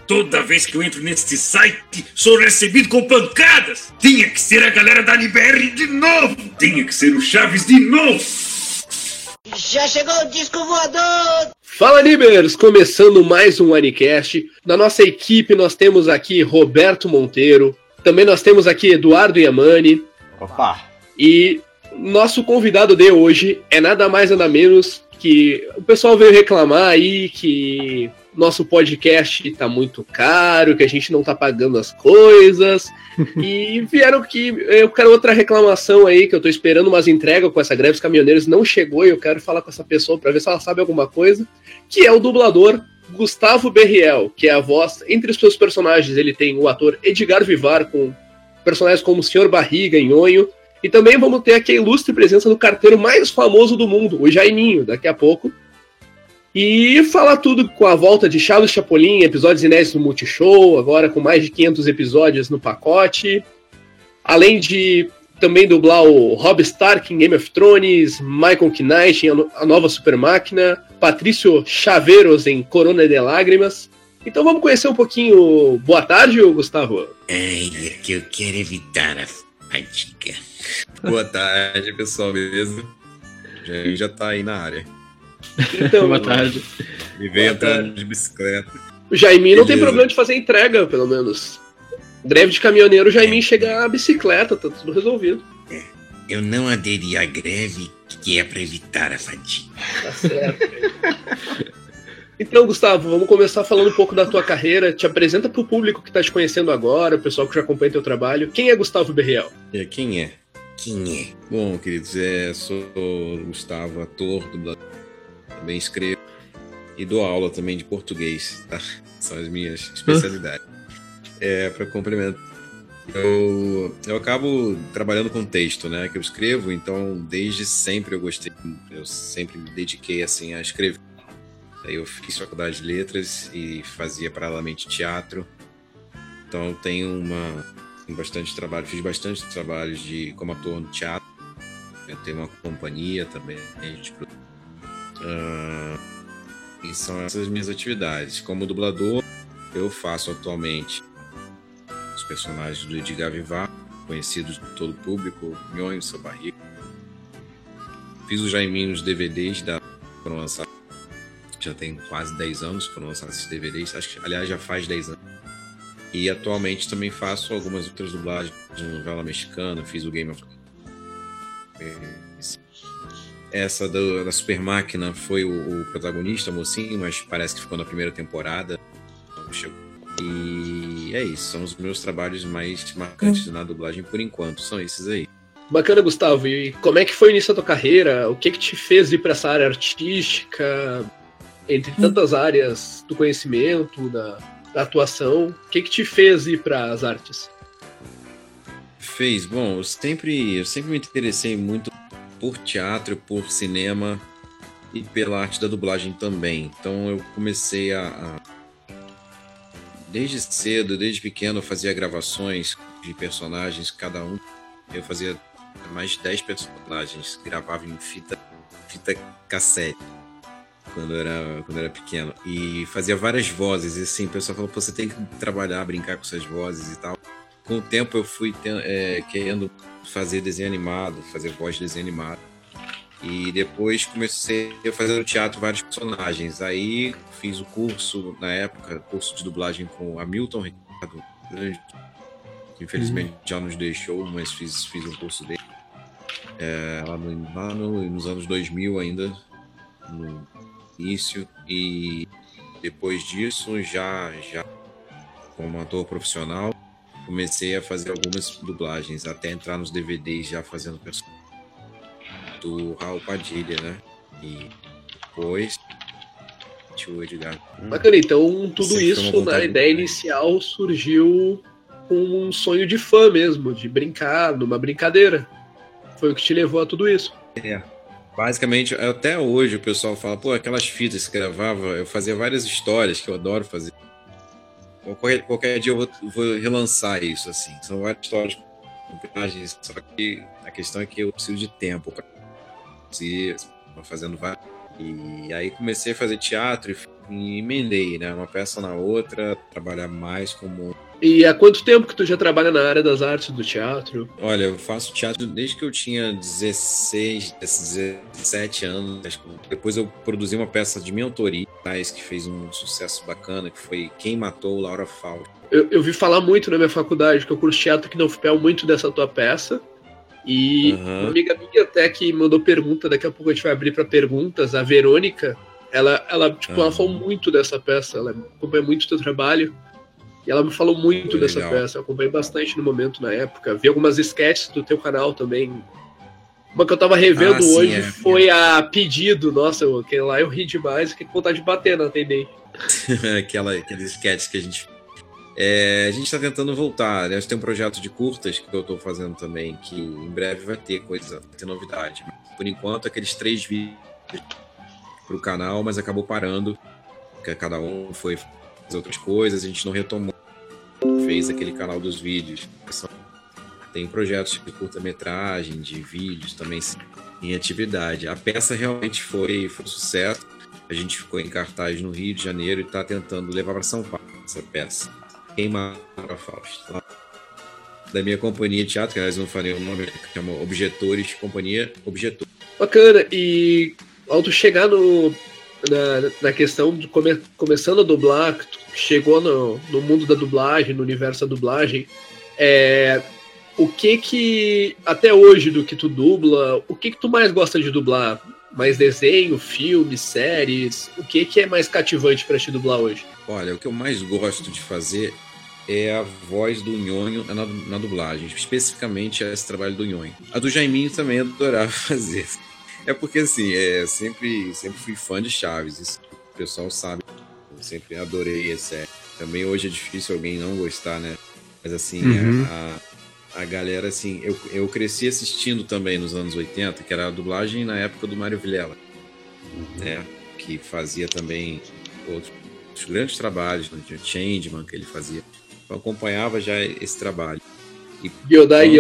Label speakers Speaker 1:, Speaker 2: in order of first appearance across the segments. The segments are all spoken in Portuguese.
Speaker 1: Toda vez que eu entro neste site, sou recebido com pancadas. Tinha que ser a galera da LBR de novo. Tinha que ser o Chaves de novo.
Speaker 2: Já chegou o disco voador!
Speaker 3: Fala, Libers! Começando mais um Anicast. Da nossa equipe nós temos aqui Roberto Monteiro. Também nós temos aqui Eduardo Yamani.
Speaker 4: Opa!
Speaker 3: E nosso convidado de hoje é nada mais nada menos que... O pessoal veio reclamar aí que nosso podcast tá muito caro, que a gente não tá pagando as coisas. E vieram que eu quero outra reclamação aí, que eu tô esperando umas entregas com essa greve dos caminhoneiros, não chegou e eu quero falar com essa pessoa pra ver se ela sabe alguma coisa, que é o dublador Gustavo Berriel, que é a voz, entre os seus personagens, ele tem o ator Edgar Vivar, com personagens como o Sr. Barriga, Nhonho, e também vamos ter aqui a ilustre presença do carteiro mais famoso do mundo, o Jaiminho, daqui a pouco. E falar tudo com a volta de Charles Chapolin, episódios inéditos do Multishow, agora com mais de 500 episódios no pacote. Além de também dublar o Robb Stark em Game of Thrones, Michael Knight em A Nova Super Máquina, Patrício Chaveiros em Corona de Lágrimas. Então vamos conhecer um pouquinho. Boa tarde, Gustavo.
Speaker 1: É que eu quero evitar a fadiga.
Speaker 4: Boa tarde, pessoal, beleza? Já tá aí na área.
Speaker 3: Então,
Speaker 5: boa tarde.
Speaker 4: Me vem entrando de bicicleta.
Speaker 3: O Jaiminho não tem problema de fazer entrega, pelo menos. Greve de caminhoneiro, o Jaiminho chega a bicicleta, tá tudo resolvido.
Speaker 1: Eu não aderi à greve, que é pra evitar a fadiga.
Speaker 3: Tá certo. Então, Gustavo, vamos começar falando um pouco da tua carreira. Te apresenta pro público que tá te conhecendo agora, o pessoal que já acompanha teu trabalho. Quem é Gustavo Berriel?
Speaker 4: Quem é?
Speaker 1: Quem é?
Speaker 4: Bom, queridos, sou o Gustavo, ator, dublador, também escrevo e dou aula também de português, tá? São as minhas especialidades. Para complementar, eu acabo trabalhando com texto, né? Que eu escrevo, então desde sempre eu sempre me dediquei assim a escrever. Aí eu fiz faculdade de letras e fazia paralelamente teatro. Então eu tenho bastante trabalho, fiz bastante trabalhos como ator no teatro. Eu tenho uma companhia também de e são essas minhas atividades. Como dublador, eu faço atualmente os personagens do Edgar Vivar, conhecidos de todo o público, Nhonho, Seu Barriga. Fiz o Jaiminho nos DVDs, foram lançados, já tem quase 10 anos que foram lançados esses DVDs, acho que, aliás, já faz 10 anos. E atualmente também faço algumas outras dublagens de novela mexicana, fiz o Game of Thrones. Essa da Super Máquina foi o protagonista, o mocinho, mas parece que ficou na primeira temporada. E é isso, são os meus trabalhos mais marcantes na dublagem por enquanto, são esses aí.
Speaker 3: Bacana, Gustavo. E como é que foi o início da tua carreira? O que te fez ir para essa área artística, entre tantas áreas do conhecimento, da atuação? O que te fez ir para as artes?
Speaker 4: Bom, eu sempre me interessei muito por teatro, por cinema e pela arte da dublagem também. Então eu comecei desde cedo, desde pequeno, eu fazia gravações de personagens, cada um. Eu fazia mais de 10 personagens, gravava em fita cassete quando eu era pequeno. E fazia várias vozes. E assim, o pessoal falou, você tem que trabalhar, brincar com essas vozes e tal. Com o tempo eu fui querendo fazer desenho animado, fazer voz de desenho animado. E depois comecei a fazer no teatro vários personagens. Aí fiz o curso, na época, curso de dublagem com Hamilton Ricardo, que infelizmente já nos deixou, mas fiz um curso dele. Lá nos anos 2000 ainda, no início. E depois disso, já como ator profissional, comecei a fazer algumas dublagens, até entrar nos DVDs já fazendo personagem do Raul Padilha, né? E depois o Edgar.
Speaker 3: Bacana, então tudo isso na ideia inicial surgiu com um sonho de fã mesmo, de brincar, numa brincadeira. Foi o que te levou a tudo isso.
Speaker 4: Basicamente, até hoje o pessoal fala, aquelas fitas que gravava, eu fazia várias histórias que eu adoro fazer. Qualquer dia eu vou relançar isso, assim. São várias histórias com personagens, só que a questão é que eu preciso de tempo para ir fazendo várias. E aí comecei a fazer teatro e e emendei, né? Uma peça na outra, trabalhar mais como...
Speaker 3: E há quanto tempo que tu já trabalha na área das artes do teatro?
Speaker 4: Olha, eu faço teatro desde que eu tinha 17 anos. Depois eu produzi uma peça de minha autoria, que fez um sucesso bacana, que foi Quem Matou Laura Fausto.
Speaker 3: Eu vi falar muito na minha faculdade, que eu curso teatro aqui na UFPEL, muito dessa tua peça. E uma amiga minha até que mandou pergunta, daqui a pouco a gente vai abrir para perguntas, a Verônica, ela falou muito dessa peça, ela acompanha muito o teu trabalho. E ela me falou muito dessa peça, eu acompanhei bastante no momento, na época. Vi algumas sketches do teu canal também. Uma que eu tava revendo hoje foi a Pedido. Nossa, aquele lá eu ri demais, fiquei com vontade de bater na TD.
Speaker 4: Aqueles sketches que a gente... a gente tá tentando voltar, né? Tem um projeto de curtas que eu tô fazendo também, que em breve vai ter coisa, vai ter novidade. Por enquanto, aqueles 3 vídeos pro canal, mas acabou parando, porque cada um foi fazer outras coisas, a gente não retomou. Fez aquele canal dos vídeos. Tem projetos de curta-metragem, de vídeos também em atividade. A peça realmente foi um sucesso. A gente ficou em cartaz no Rio de Janeiro e está tentando levar para São Paulo essa peça. Quem Matou Fausto. Da minha companhia de teatro, que aliás não falei o nome, que chama Objetores, Companhia Objetor.
Speaker 3: Bacana. E ao tu chegar na questão de começando a dublar, que tu chegou no mundo da dublagem, no universo da dublagem, o que até hoje do que tu dubla, o que tu mais gosta de dublar? Mais desenho, filmes, séries? O que é mais cativante pra te dublar hoje?
Speaker 4: Olha, o que eu mais gosto de fazer é a voz do Nhonho na dublagem, especificamente esse trabalho do Nhonho. A do Jaiminho também eu adorava fazer. É porque, assim, sempre fui fã de Chaves, isso o pessoal sabe. Eu sempre adorei a série. Também hoje é difícil alguém não gostar, né? Mas, assim, a galera, assim... Eu cresci assistindo também nos anos 80, que era a dublagem na época do Mário Vilela, né? Que fazia também outros grandes trabalhos, né? Tinha Changeman que ele fazia. Eu acompanhava já esse trabalho.
Speaker 3: Gyodai.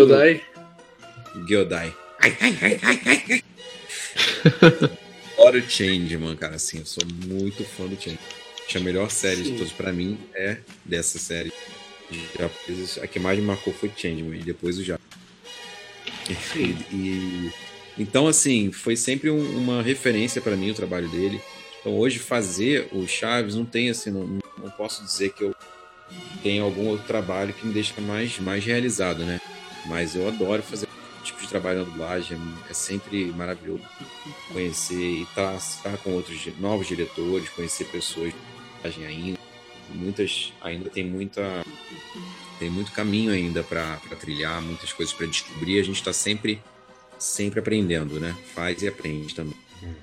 Speaker 4: Adoro o Changeman, cara, assim, eu sou muito fã do Changeman. A melhor série de todos pra mim é dessa série. A que mais me marcou foi Changeman e depois o Já. Então, assim, foi sempre uma referência pra mim o trabalho dele. Então, hoje fazer o Chaves não tem, assim, não posso dizer que eu tenho algum outro trabalho que me deixa mais realizado, né? Mas eu adoro fazer tipo de trabalho na dublagem, é sempre maravilhoso conhecer e estar com outros novos diretores, conhecer pessoas de dublagem ainda tem muito caminho ainda para trilhar, muitas coisas para descobrir, a gente está sempre aprendendo, né? Faz e aprende também.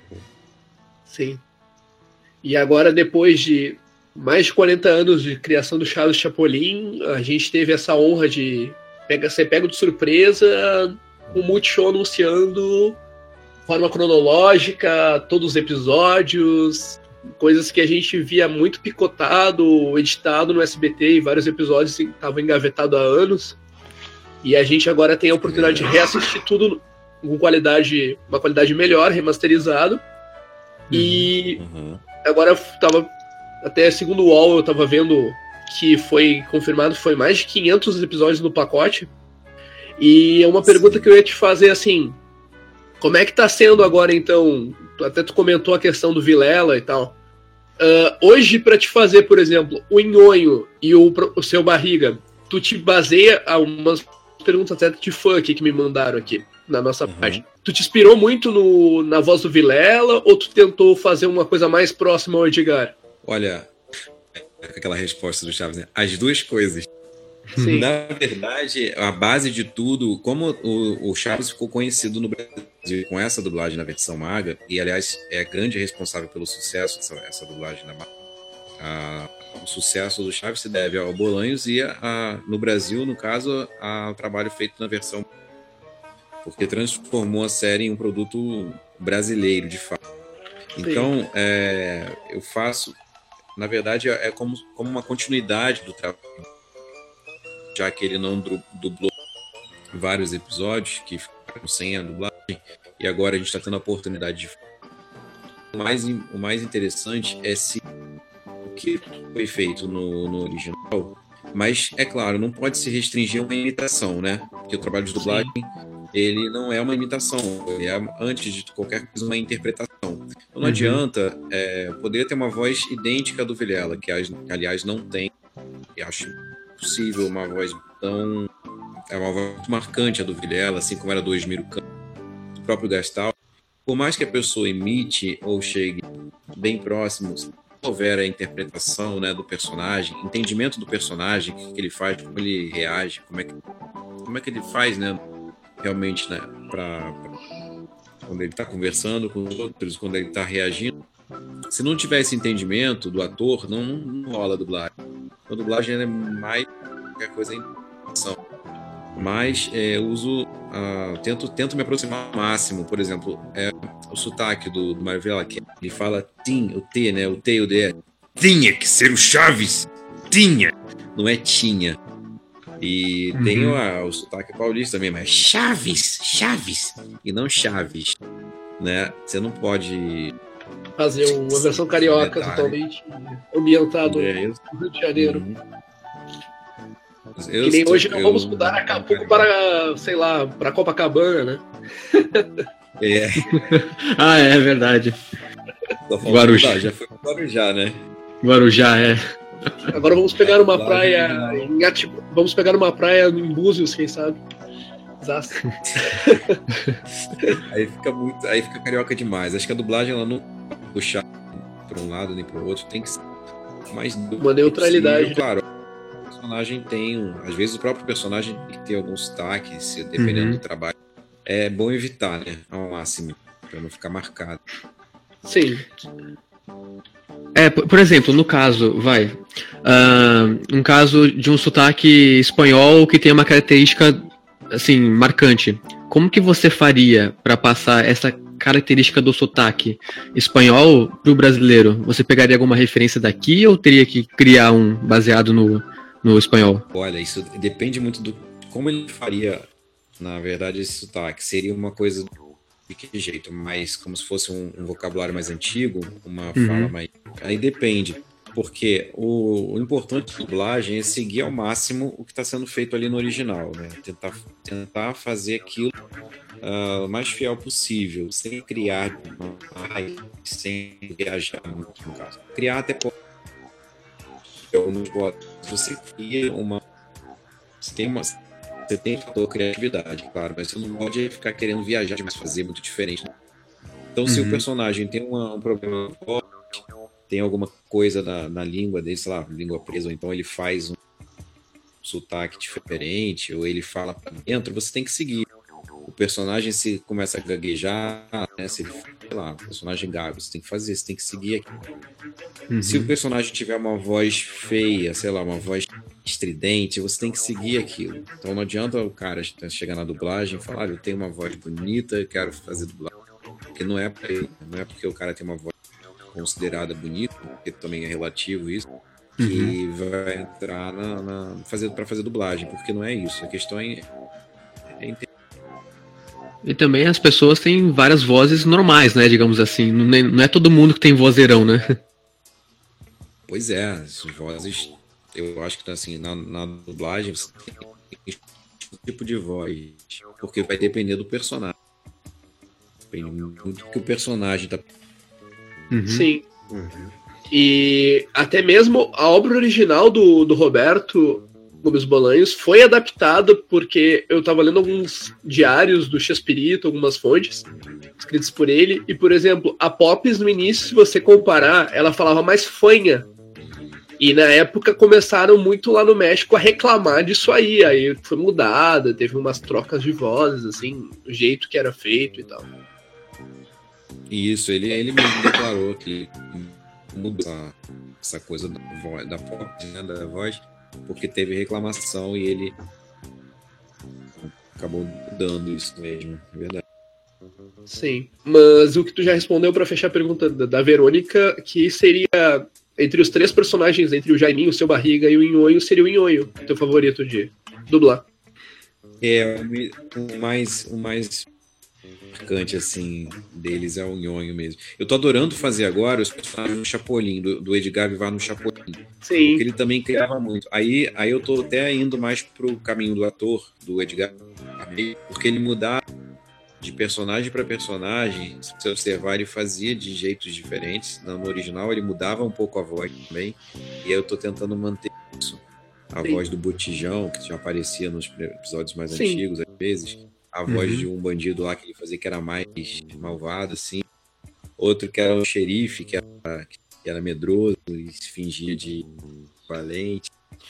Speaker 3: Sim. E agora, depois de mais de 40 anos de criação do Charles Chapolin, a gente teve essa honra de ser pego de surpresa, o Multishow anunciando de forma cronológica todos os episódios, coisas que a gente via muito picotado, editado no SBT, e vários episódios estavam engavetados há anos, e a gente agora tem a oportunidade de reassistir tudo com uma qualidade melhor, remasterizado. E agora eu tava, até segundo o UOL, eu tava vendo que foi confirmado, foi mais de 500 episódios no pacote. E é uma pergunta que eu ia te fazer, assim, como é que tá sendo agora, então, até tu comentou a questão do Vilela e tal, hoje pra te fazer, por exemplo, o Nhonho e o Seu Barriga, tu te baseia a umas perguntas até de fã aqui que me mandaram aqui na nossa página. Tu te inspirou muito na voz do Vilela ou tu tentou fazer uma coisa mais próxima ao Edgar?
Speaker 4: Olha, aquela resposta do Chaves, né? As duas coisas.
Speaker 3: Sim.
Speaker 4: Na verdade, a base de tudo, como o Chaves ficou conhecido no Brasil com essa dublagem na versão maga, e aliás é a grande responsável pelo sucesso essa dublagem na maga. O sucesso do Chaves se deve ao Bolanhos e no Brasil, no caso, ao trabalho feito na versão, porque transformou a série em um produto brasileiro, de fato. Sim. Então, eu faço, na verdade, é como uma continuidade do trabalho, já que ele não dublou vários episódios que ficaram sem a dublagem, e agora a gente está tendo a oportunidade de... O mais interessante é se que foi feito no original, mas, é claro, não pode se restringir a uma imitação, né? Porque o trabalho de dublagem, ele não é uma imitação, ele é, antes de qualquer coisa, uma interpretação. Então não adianta, poderia ter uma voz idêntica à do Vilela, que aliás não tem, e acho possível uma voz tão... É uma voz muito marcante a do Vilela, assim como era do Osmiro Campos, do próprio Gastal. Por mais que a pessoa imite ou chegue bem próximo, se houver a interpretação, né, do personagem, entendimento do personagem, o que ele faz, como ele reage, como é que ele faz, né, realmente, né, quando ele está conversando com os outros, quando ele está reagindo. Se não tiver esse entendimento do ator, não rola a dublagem. A dublagem é mais qualquer coisa em interpretação. Mas uso, tento me aproximar ao máximo. Por exemplo, o sotaque do Mário Vilela, que ele fala o T, né? O T e o D.
Speaker 1: Tinha que ser o Chaves. Tinha.
Speaker 4: Não é tinha. E tem o sotaque paulista também, mas Chaves. E não Chaves. Né? Você não pode...
Speaker 3: fazer uma versão carioca totalmente ambientada no Rio de Janeiro. Que nem hoje não vamos mudar Acapulco para, sei lá, para Copacabana, né?
Speaker 5: É verdade.
Speaker 4: Guarujá. Já foi para Guarujá, né?
Speaker 5: Guarujá,
Speaker 3: Agora vamos pegar uma praia em Atibaia. Vamos pegar uma praia em Búzios, quem sabe?
Speaker 4: Aí fica carioca demais. Acho que a dublagem ela não puxar para um lado nem para o outro, tem que ser mais
Speaker 3: uma neutralidade.
Speaker 4: Possível, claro. O personagem tem, às vezes o próprio personagem tem que ter algum sotaque, dependendo do trabalho. É bom evitar, né, ao máximo, para não ficar marcado.
Speaker 3: Sim.
Speaker 5: Por exemplo, no caso, um caso de um sotaque espanhol que tem uma característica assim, marcante. Como que você faria para passar essa característica do sotaque espanhol para o brasileiro? Você pegaria alguma referência daqui ou teria que criar um baseado no espanhol?
Speaker 4: Olha, isso depende muito do como ele faria, na verdade, esse sotaque. Seria uma coisa de que jeito? Mais como se fosse um vocabulário mais antigo, uma fala mais... Aí depende. Porque o importante da dublagem é seguir ao máximo o que está sendo feito ali no original, né? Tentar fazer aquilo o mais fiel possível, sem criar demais, sem viajar muito, no caso. Criar até pode. Você cria você tem fator criatividade, claro, mas você não pode ficar querendo viajar demais, fazer muito diferente. Então, se o personagem tem um problema forte, tem alguma coisa na língua dele, sei lá, língua presa, ou então ele faz um sotaque diferente, ou ele fala pra dentro, você tem que seguir. O personagem se começa a gaguejar, né, sei lá, o personagem gago, você tem que seguir aqui. Se o personagem tiver uma voz feia, sei lá, uma voz estridente, você tem que seguir aquilo. Então não adianta o cara chegar na dublagem e falar, eu tenho uma voz bonita, eu quero fazer dublagem. Porque não é pra ele, não é porque o cara tem uma voz considerada bonita, porque também é relativo isso, que vai entrar para fazer dublagem, porque não é isso. A questão é entender.
Speaker 5: E também as pessoas têm várias vozes normais, né, digamos assim. Não é todo mundo que tem vozeirão, né?
Speaker 4: Pois é, as vozes, eu acho que assim, na dublagem você tem um tipo de voz, porque vai depender do personagem. Depende muito do que o personagem tá...
Speaker 3: Sim. E até mesmo a obra original do Roberto Gomes Bolanhos foi adaptada, porque eu tava lendo alguns diários do Chespirito, algumas fontes escritas por ele, e, por exemplo, a Pops no início, se você comparar, ela falava mais fanha. E na época começaram muito lá no México a reclamar disso aí foi mudada, teve umas trocas de vozes, assim, o jeito que era feito e tal.
Speaker 4: Isso, ele mesmo declarou que mudou essa coisa da Pops, né, da voz, porque teve reclamação e ele acabou mudando isso mesmo, é verdade.
Speaker 3: Sim, mas o que tu já respondeu para fechar a pergunta da Verônica, que seria entre os três personagens, entre o Jaiminho, o Seu Barriga e o Nhonho, seria o Nhonho, teu favorito de dublar.
Speaker 4: O mais marcante, assim, deles é o Nhonho mesmo. Eu tô adorando fazer agora os personagens do Chapolin, do Edgar Vivar no Chapolin.
Speaker 3: Sim.
Speaker 4: Porque ele também criava muito. Aí eu tô até indo mais pro caminho do ator, do Edgar, porque ele mudava de personagem para personagem. Se você observar, ele fazia de jeitos diferentes. No original, ele mudava um pouco a voz também. E aí eu tô tentando manter isso. A voz do Botijão, que já aparecia nos episódios mais antigos, às vezes. A voz de um bandido lá que ele fazia que era mais malvado, assim. Outro que era um xerife, que era medroso e se fingia de valente.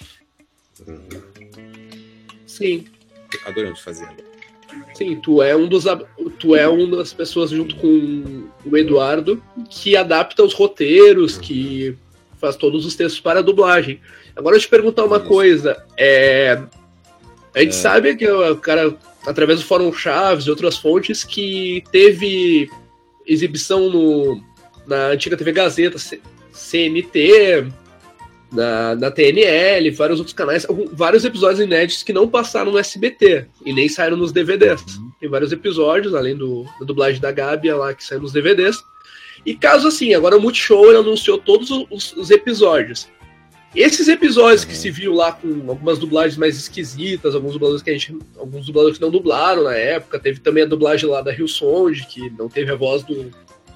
Speaker 3: Sim.
Speaker 4: Adorando fazer.
Speaker 3: Sim, tu é uma das pessoas junto com o Eduardo que adapta os roteiros, que faz todos os textos para a dublagem. Agora eu te perguntar uma coisa. A gente sabe que o cara, através do Fórum Chaves e outras fontes, que teve exibição na antiga TV Gazeta, CNT, na TNL, vários outros canais, vários episódios inéditos que não passaram no SBT e nem saíram nos DVDs. Tem vários episódios, além da dublagem da Gabi lá, que saiu nos DVDs. E caso assim, agora o Multishow anunciou todos os episódios. Esses episódios que se viu lá com algumas dublagens mais esquisitas, alguns dubladores que não dublaram na época, teve também a dublagem lá da Rio Sonde, que não teve a voz do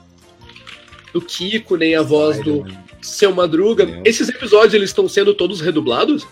Speaker 3: Kiko, nem a voz do Seu Madruga. Esses episódios, eles estão sendo todos redublados?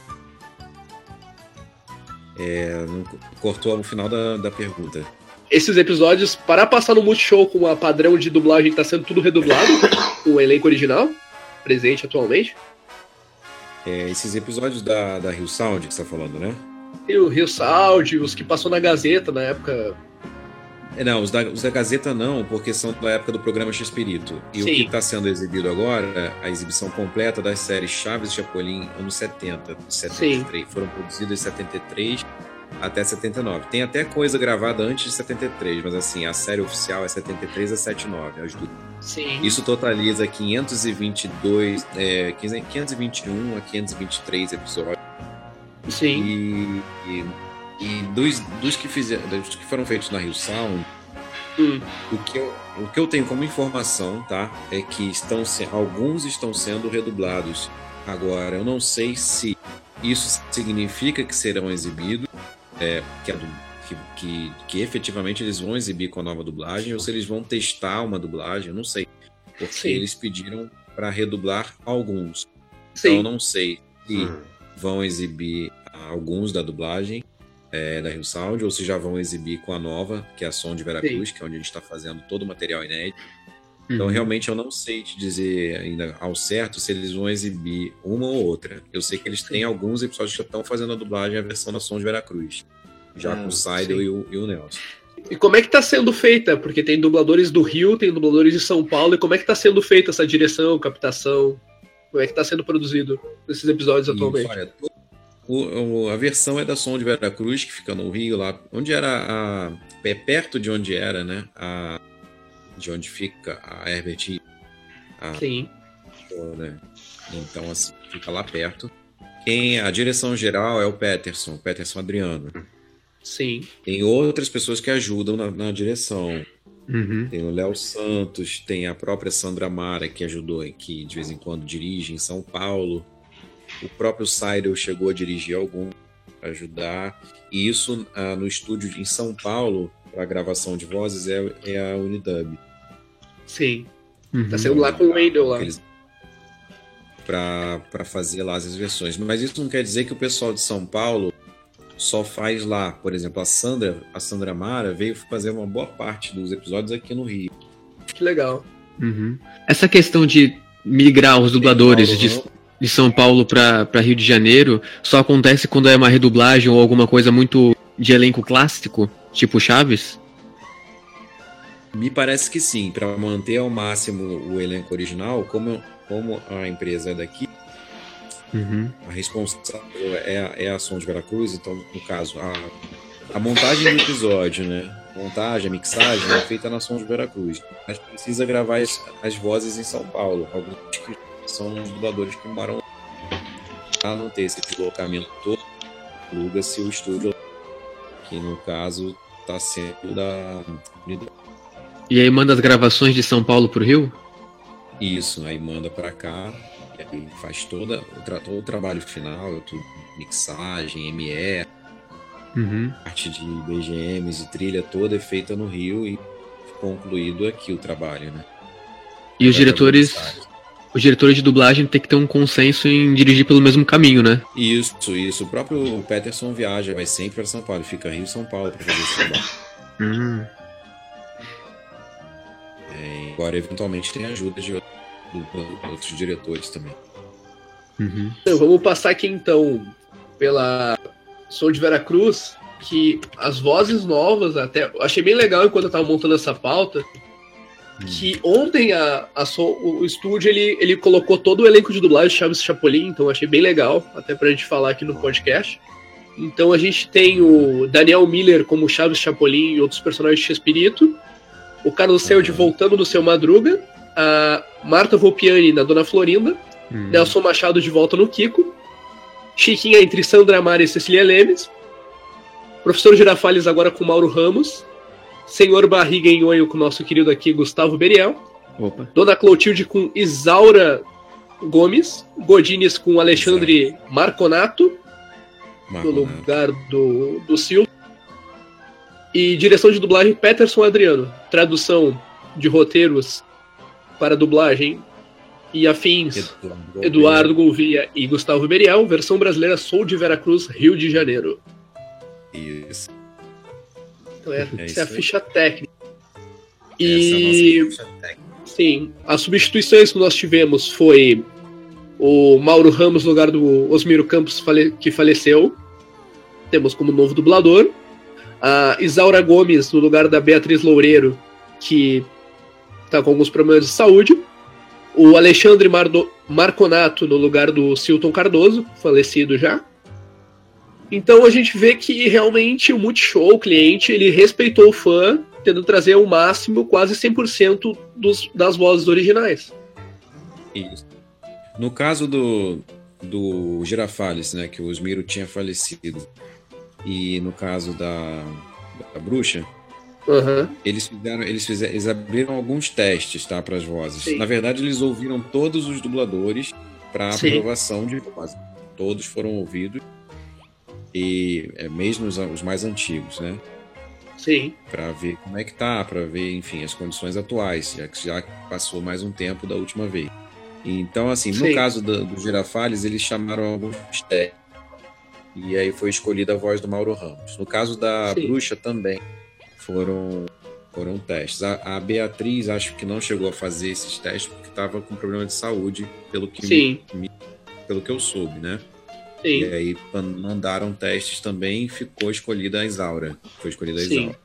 Speaker 4: Cortou no final da pergunta.
Speaker 3: Esses episódios, para passar no Multishow com a padrão de dublagem, está sendo tudo redublado? Com o elenco original, presente atualmente?
Speaker 4: Esses episódios da Rio Sound que você está falando, né?
Speaker 3: Tem o Rio Sound, os que passou na Gazeta na época.
Speaker 4: Não, os da Gazeta não, porque são da época do programa X-Pirito. E o que está sendo exibido agora, a exibição completa das séries Chaves e Chapolin, anos 70, 73. Foram produzidas em 73 até 79. Tem até coisa gravada antes de 73, mas assim, a série oficial é 73 a 79, as duas.
Speaker 3: Sim.
Speaker 4: Isso totaliza 521 a 523 episódios.
Speaker 3: Sim.
Speaker 4: E dos que foram feitos na Rio Sound, o que eu tenho como informação, tá, é que alguns estão sendo redublados. Agora, eu não sei se isso significa que serão exibidos, que efetivamente eles vão exibir com a nova dublagem, ou se eles vão testar uma dublagem, eu não sei. Porque eles pediram para redublar alguns. Então, eu não sei se vão exibir alguns da dublagem da Rio Sound, ou se já vão exibir com a nova, que é a Som de Veracruz, que é onde a gente está fazendo todo o material inédito. Então, realmente, eu não sei te dizer ainda ao certo se eles vão exibir uma ou outra. Eu sei que eles têm alguns episódios que estão fazendo a dublagem, a versão da Som de Veracruz, já com o Seidel e o Nelson.
Speaker 3: E como é que está sendo feita? Porque tem dubladores do Rio, tem dubladores de São Paulo, e como é que está sendo feita essa direção, captação? Como é que está sendo produzido esses episódios atualmente?
Speaker 4: Olha, a versão é da Som de Veracruz, que fica no Rio, lá onde era perto de onde era, né? De onde fica a Herbert.
Speaker 3: Sim.
Speaker 4: Né? Então, assim, fica lá perto. A direção geral é o Peterson Adriano.
Speaker 3: Sim.
Speaker 4: Tem outras pessoas que ajudam na direção. Tem o Léo Santos, tem a própria Sandra Mara, que ajudou, que de vez em quando dirige em São Paulo. O próprio Seidel chegou a dirigir algum, para ajudar. E isso no estúdio em São Paulo, para a gravação de vozes, é a Unidub.
Speaker 3: Sim. Tá sendo lá com o Wendel lá.
Speaker 4: Para fazer lá as versões. Mas isso não quer dizer que o pessoal de São Paulo só faz lá. Por exemplo, a Sandra Mara veio fazer uma boa parte dos episódios aqui no Rio.
Speaker 3: Que legal.
Speaker 5: Essa questão de migrar os dubladores de São Paulo para Rio de Janeiro só acontece quando é uma redublagem ou alguma coisa muito de elenco clássico, tipo Chaves?
Speaker 4: Me parece que sim, para manter ao máximo o elenco original, como a empresa é daqui, a responsável é a Som de Veracruz, então, no caso, a montagem do episódio, né? A mixagem é feita na Som de Veracruz. Mas precisa gravar as vozes em São Paulo. Alguns que são os dubladores que moram para não ter esse deslocamento todo, aluga-se o estúdio, que no caso tá sendo da...
Speaker 5: E aí manda as gravações de São Paulo pro Rio?
Speaker 4: Isso, aí manda pra cá, e aí faz todo o trabalho final, tudo, mixagem, ME, parte de BGMs e trilha toda é feita no Rio e concluído aqui o trabalho, né?
Speaker 5: E os diretores de dublagem tem que ter um consenso em dirigir pelo mesmo caminho, né?
Speaker 4: Isso. O próprio Peterson viaja, vai sempre para São Paulo, fica Rio e São Paulo para fazer esse trabalho. Agora, eventualmente, tem ajuda de outros diretores também.
Speaker 3: Então, vamos passar aqui, então, pela Sou de Veracruz, que as vozes novas, até achei bem legal enquanto eu estava montando essa pauta, que ontem o estúdio ele colocou todo o elenco de dublagem de Chaves e Chapolin, então achei bem legal, até pra gente falar aqui no podcast. Então a gente tem o Daniel Miller como Chaves Chapolin e outros personagens de Chespirito, o Carlos Seld voltando do Seu Madruga, a Marta Volpiani na Dona Florinda, Nelson Machado de volta no Kiko, Chiquinha entre Sandra Amara e Cecília Lemes, Professor Girafales agora com Mauro Ramos, Senhor Barriga em Onho com o nosso querido aqui Gustavo Beriel, Dona Clotilde com Isaura Gomes, Godines com Alexandre Marconato, no lugar do Silvio, e direção de dublagem Peterson Adriano, tradução de roteiros para dublagem e afins Eduardo Gouveia e Gustavo Beriel, versão brasileira Sou de Veracruz, Rio de Janeiro.
Speaker 4: Isso.
Speaker 3: Então essa é a ficha técnica. E
Speaker 4: essa é a nossa ficha técnica.
Speaker 3: Sim, as substituições que nós tivemos foi o Mauro Ramos no lugar do Osmiro Campos, que faleceu. Temos como novo dublador. A Isaura Gomes no lugar da Beatriz Loureiro, que está com alguns problemas de saúde. O Alexandre Marconato no lugar do Silton Cardoso, falecido já. Então a gente vê que realmente o Multishow, o cliente, ele respeitou o fã, tentando trazer ao máximo quase 100% das vozes originais.
Speaker 4: Isso. No caso do Girafales, né, que o Osmiro tinha falecido, e no caso da Bruxa, eles abriram alguns testes, tá, para as vozes. Sim. Na verdade, eles ouviram todos os dubladores para aprovação de voz. Todos foram ouvidos, e mesmo os mais antigos, né?
Speaker 3: Sim.
Speaker 4: Para ver como é que tá, para ver, enfim, as condições atuais, já passou mais um tempo da última vez. Então, assim, no caso do Girafales, eles chamaram alguns testes. E aí foi escolhida a voz do Mauro Ramos. No caso da Bruxa também foram testes. A Beatriz acho que não chegou a fazer esses testes porque estava com problema de saúde, pelo que eu soube, né? Sim. E aí mandaram testes também e ficou escolhida a Isaura. Foi escolhida a Isaura.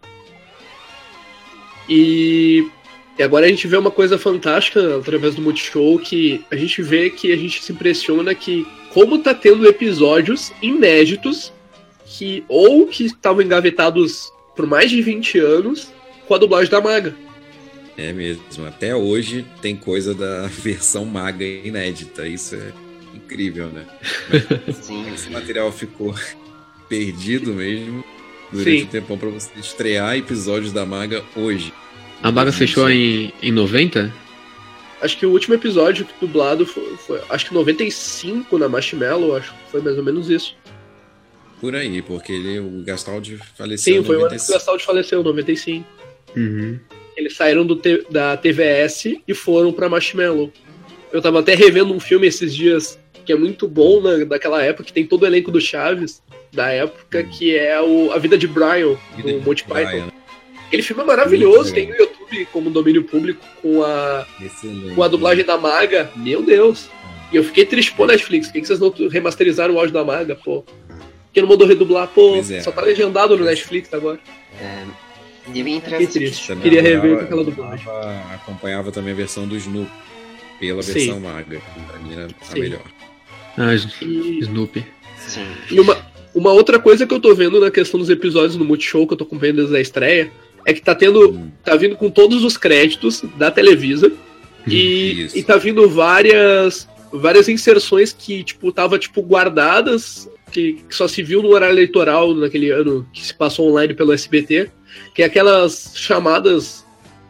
Speaker 3: E agora a gente vê uma coisa fantástica através do Multishow, que a gente vê que a gente se impressiona que como tá tendo episódios inéditos que estavam engavetados por mais de 20 anos com a dublagem da Maga.
Speaker 4: É mesmo. Até hoje tem coisa da versão Maga inédita. Isso é incrível, né? Sim. Esse material ficou perdido mesmo durante um tempão pra você estrear episódios da Maga hoje.
Speaker 5: A Maga fechou em 90?
Speaker 3: Acho que o último episódio dublado foi acho que 95 na Marshmallow, acho que foi mais ou menos isso.
Speaker 4: Por aí, porque o Gastaldi faleceu em 95. Sim, foi o ano que
Speaker 3: o Gastaldi faleceu, em 95. Eles saíram da TVS e foram pra Marshmallow. Eu tava até revendo um filme esses dias que é muito bom, né, daquela época, que tem todo o elenco do Chaves da época, que é A Vida de Brian, do Monty Python. Aquele filme é maravilhoso, tem no YouTube como domínio público com a dublagem da Maga. Meu Deus! E eu fiquei triste, pô, Netflix, por que vocês não remasterizaram o áudio da Maga, pô? Por que não mandou redublar? Pô, só tá legendado no Netflix agora. Fiquei triste, queria rever aquela dublagem.
Speaker 4: Acompanhava também a versão do Snoopy, pela versão Maga, pra mim era a melhor.
Speaker 5: Snoopy.
Speaker 3: Sim. E uma outra coisa que eu tô vendo na questão dos episódios no Multishow, que eu tô acompanhando desde a estreia, é que tá vindo com todos os créditos da Televisa e tá vindo várias inserções que, tava, guardadas, que só se viu no horário eleitoral naquele ano que se passou online pelo SBT, que é aquelas chamadas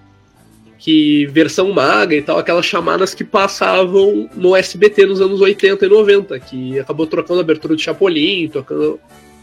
Speaker 3: que versão maga e tal, aquelas chamadas que passavam no SBT nos anos 80 e 90, que acabou trocando a abertura de Chapolin, tocando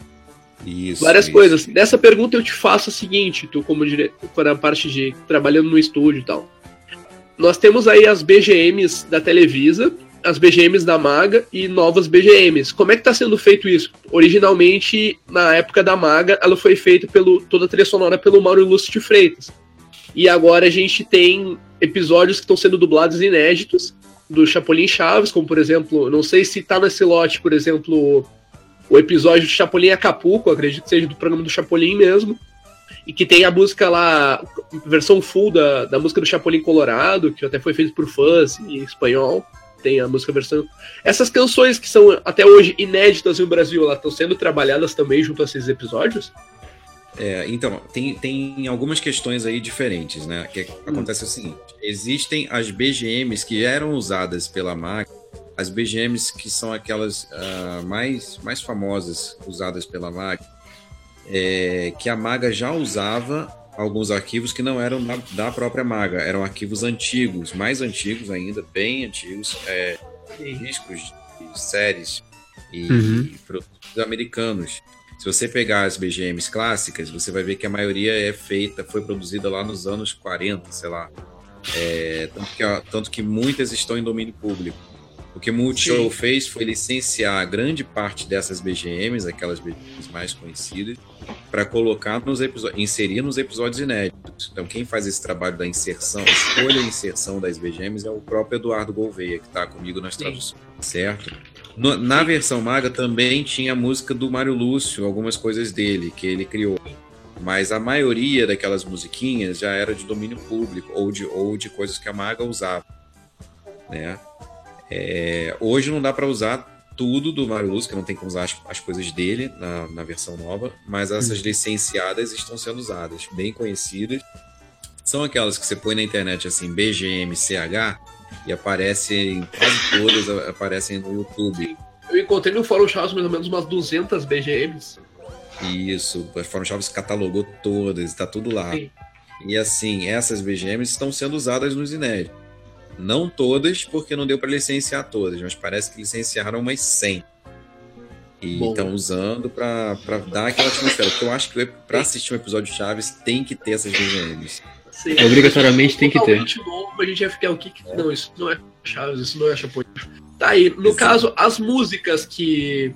Speaker 3: várias coisas. Nessa pergunta eu te faço o seguinte, tu como diretor, para a parte de trabalhando no estúdio e tal. Nós temos aí as BGMs da Televisa, as BGMs da Maga e novas BGMs. Como é que tá sendo feito isso? Originalmente, na época da Maga, ela foi feita toda a trilha sonora pelo Mauro Lúcio de Freitas. E agora a gente tem episódios que estão sendo dublados inéditos do Chapolin Chaves, como por exemplo, não sei se tá nesse lote, por exemplo, o episódio de Chapolin Acapulco, acredito que seja do programa do Chapolin mesmo, e que tem a música lá, versão full da música do Chapolin Colorado, que até foi feita por fãs em espanhol, tem a música versão... Essas canções que são até hoje inéditas no Brasil, elas estão sendo trabalhadas também junto a esses episódios?
Speaker 4: Então, tem algumas questões aí diferentes, né? Que acontece o seguinte, existem as BGMs que eram usadas pela Maga, as BGMs que são aquelas mais famosas usadas pela Maga, que a Maga já usava alguns arquivos que não eram da própria Maga, eram arquivos antigos, mais antigos ainda, bem antigos, discos de séries e produtos americanos. Se você pegar as BGMs clássicas, você vai ver que a maioria foi produzida lá nos anos 40, sei lá. Tanto que muitas estão em domínio público. O que o Multishow fez foi licenciar grande parte dessas BGMs, aquelas BGMs mais conhecidas, para colocar inserir nos episódios inéditos. Então, quem faz esse trabalho da inserção, escolha e inserção das BGMs é o próprio Eduardo Gouveia, que está comigo nas traduções, certo? Na versão Maga também tinha a música do Mário Lúcio, algumas coisas dele, que ele criou. Mas a maioria daquelas musiquinhas já era de domínio público ou de coisas que a Maga usava, né? Hoje não dá para usar tudo do Mário Lúcio, que não tem como usar as coisas dele na versão nova, mas essas licenciadas estão sendo usadas, bem conhecidas. São aquelas que você põe na internet assim, BGMCH, e aparecem, quase todas aparecem no YouTube.
Speaker 3: Eu encontrei no Fórum Chaves mais ou menos umas 200 BGMs.
Speaker 4: Isso, o Fórum Chaves catalogou todas, está tudo lá. Sim. E assim, essas BGMs estão sendo usadas nos inéditos. Não todas, porque não deu para licenciar todas, mas parece que licenciaram umas 100. E estão usando para dar aquela atmosfera. Porque eu acho que para assistir um episódio de Chaves tem que ter essas BGMs.
Speaker 5: Sim. Obrigatoriamente tem que ter.
Speaker 3: Novo, a gente vai ficar não, isso não é Chaves, isso não é Chapolin. Tá aí, no caso, as músicas que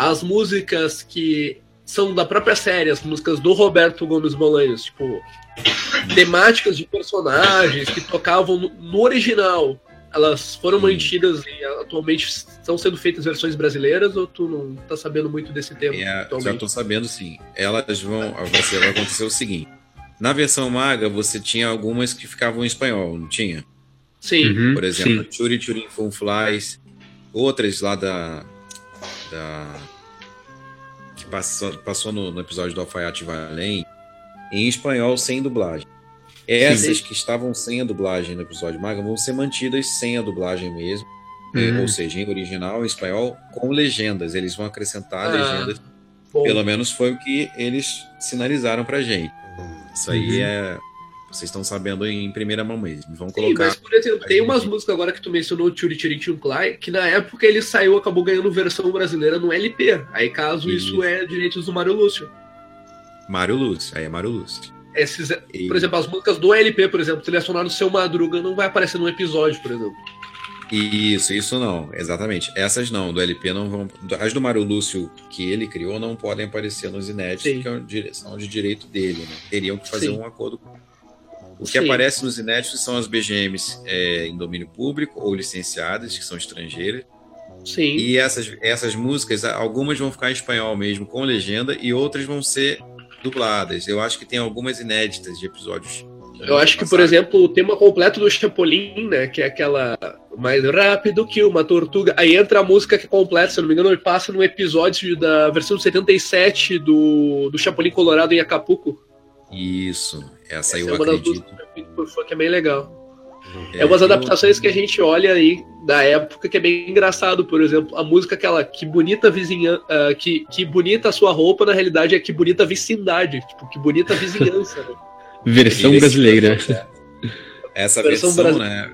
Speaker 3: são da própria série, as músicas do Roberto Gomes Bolanhos, tipo, temáticas de personagens que tocavam no original, elas foram mantidas e atualmente estão sendo feitas versões brasileiras, ou tu não tá sabendo muito desse tema?
Speaker 4: Já tô sabendo, sim. Vai acontecer o seguinte. Na versão Maga, você tinha algumas que ficavam em espanhol, não tinha?
Speaker 3: Sim.
Speaker 4: Por exemplo, Churi Churin Fun Flies, outras lá que passou no episódio do Alfaiate Valém, em espanhol sem dublagem. Essas que estavam sem a dublagem no episódio Maga vão ser mantidas sem a dublagem mesmo, ou seja, em original, em espanhol, com legendas. Eles vão acrescentar legendas. Pelo menos foi o que eles sinalizaram pra gente. Isso aí vocês estão sabendo em primeira mão mesmo. Vão colocar.
Speaker 3: Mas, por exemplo, tem umas músicas agora que tu mencionou, Churi Churi Chunclay, que na época ele acabou ganhando versão brasileira no LP. Aí, caso isso é direitos do Mário Lúcio.
Speaker 4: Aí é Mário Lúcio.
Speaker 3: Por exemplo, as músicas do LP, por exemplo, trilha sonora do Seu Madruga não vai aparecer num episódio, por exemplo.
Speaker 4: Isso não, exatamente. Essas não, do LP não vão. As do Mário Lúcio que ele criou não podem aparecer nos inéditos, porque são de direito dele, né? Teriam que fazer um acordo. O que aparece nos inéditos são as BGMs em domínio público ou licenciadas, que são estrangeiras.
Speaker 3: Sim.
Speaker 4: E essas músicas, algumas vão ficar em espanhol mesmo, com legenda, e outras vão ser dubladas. Eu acho que tem algumas inéditas de episódios.
Speaker 3: Eu acho que, por exemplo, o tema completo do Chapolin, né, que é aquela mais rápido que uma tortuga, aí entra a música que é completa, se eu não me engano, ele passa no episódio da versão 77 do Chapolin Colorado em Acapulco.
Speaker 4: Isso, essa eu
Speaker 3: é uma
Speaker 4: acredito.
Speaker 3: das músicas que é bem legal. É umas adaptações que a gente olha aí da época que é bem engraçado, por exemplo, a música aquela que bonita que bonita a sua roupa, na realidade é que bonita a vecindade, tipo, que bonita a vizinhança, né?
Speaker 5: Versão brasileira.
Speaker 4: Essa versão, né?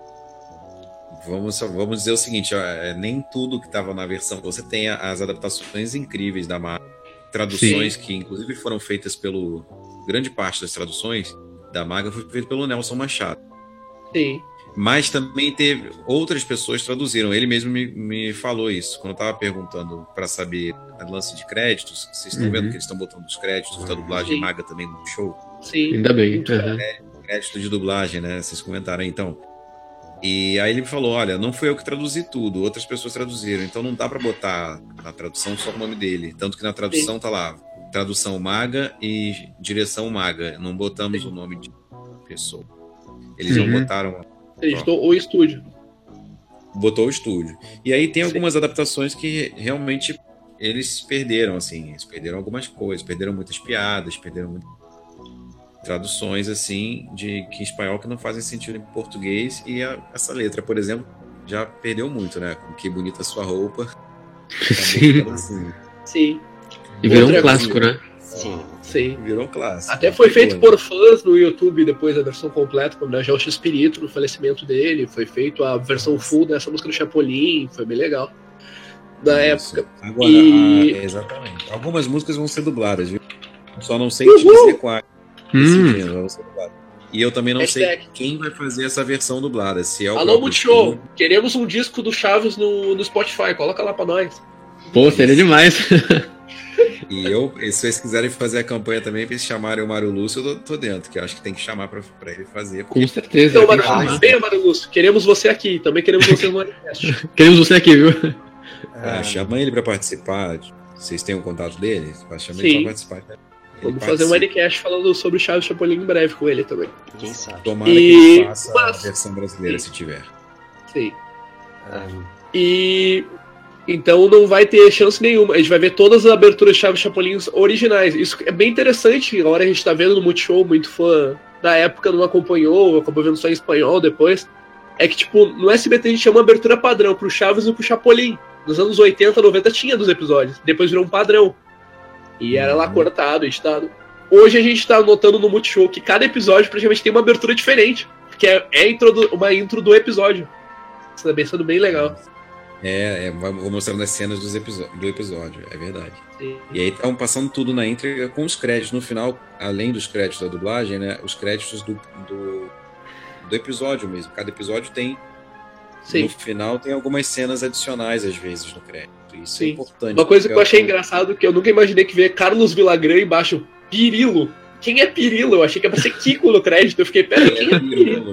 Speaker 4: Vamos dizer o seguinte, ó, nem tudo que estava na versão. Você tem as adaptações incríveis da Marvel, traduções que inclusive foram feitas pelo... Grande parte das traduções da Marvel foi feita pelo Nelson Machado.
Speaker 3: Sim.
Speaker 4: Mas também teve outras pessoas que traduziram. Ele mesmo me falou isso. Quando eu estava perguntando para saber a lance de créditos, vocês estão vendo que eles estão botando os créditos da dublagem Maga também no show?
Speaker 3: Sim.
Speaker 5: Ainda bem.
Speaker 4: Crédito de dublagem, né? Vocês comentaram aí, então. E aí ele me falou, olha, não fui eu que traduzi tudo, outras pessoas traduziram, então não dá para botar na tradução só o nome dele. Tanto que na tradução tá lá, tradução Maga e direção Maga. Não botamos o nome de pessoa. Eles não botaram...
Speaker 3: Editou o estúdio.
Speaker 4: Botou o estúdio. E aí tem algumas adaptações que realmente eles perderam, assim. Eles perderam algumas coisas, perderam muitas piadas, perderam muitas traduções, assim, que em espanhol que não fazem sentido em português. E essa letra, por exemplo, já perdeu muito, né? Com que bonita sua roupa.
Speaker 5: Sim.
Speaker 4: Assim.
Speaker 3: Sim.
Speaker 5: E virou um clássico, né?
Speaker 3: Sim.
Speaker 4: Virou um clássico.
Speaker 3: Até foi feito por fãs no YouTube depois a versão completa, como homenagem ao Chespirito, no falecimento dele. Foi feito a versão full dessa música do Chapolin, foi bem legal. Na época.
Speaker 4: Agora, exatamente. Algumas músicas vão ser dubladas, viu? Só não sei te dizer qual vão ser dubladas. E eu também não sei quem vai fazer essa versão dublada. Se é o
Speaker 3: Alô, Multishow! Queremos um disco do Chaves no Spotify, coloca lá pra nós.
Speaker 5: Pô, seria demais.
Speaker 4: E se vocês quiserem fazer a campanha também, pra eles chamarem o Mário Lúcio, eu tô dentro, que eu acho que tem que chamar pra ele fazer.
Speaker 5: Com certeza.
Speaker 3: Então, Mário Lúcio, queremos você aqui, também queremos você no podcast.
Speaker 5: Queremos você aqui, viu?
Speaker 4: Chama ele pra participar. Vocês têm o contato dele? Chama ele pra participar.
Speaker 3: Vamos fazer um Minecast falando sobre o Chaves Chapolin em breve com ele também.
Speaker 6: Quem sabe?
Speaker 4: Tomara que ele faça a versão brasileira, se tiver.
Speaker 3: Sim. E... Então não vai ter chance nenhuma. A gente vai ver todas as aberturas de Chaves Chapolins originais. Isso é bem interessante. Agora a gente tá vendo no Multishow, muito fã da época não acompanhou, acabou vendo só em espanhol depois. É que, tipo, no SBT a gente tinha uma abertura padrão pro Chaves e pro Chapolin. Nos anos 80, 90 tinha dos episódios. Depois virou um padrão. E era lá cortado, editado. Hoje a gente tá notando no Multishow que cada episódio praticamente tem uma abertura diferente. Que é uma intro do episódio. Isso tá sendo bem legal.
Speaker 4: Vou mostrando as cenas do episódio, é verdade.
Speaker 3: Sim.
Speaker 4: E aí estão passando tudo na íntegra com os créditos. No final, além dos créditos da dublagem, né, os créditos do episódio mesmo. Cada episódio tem... Sim. No final tem algumas cenas adicionais, às vezes, no crédito. Isso é importante.
Speaker 3: Uma coisa que eu achei engraçado, que eu nunca imaginei que ver Carlos Villagrán embaixo, Pirilo. Quem é Pirilo? Eu achei que ia ser Kiko no crédito. Eu fiquei, pera, quem é Pirilo?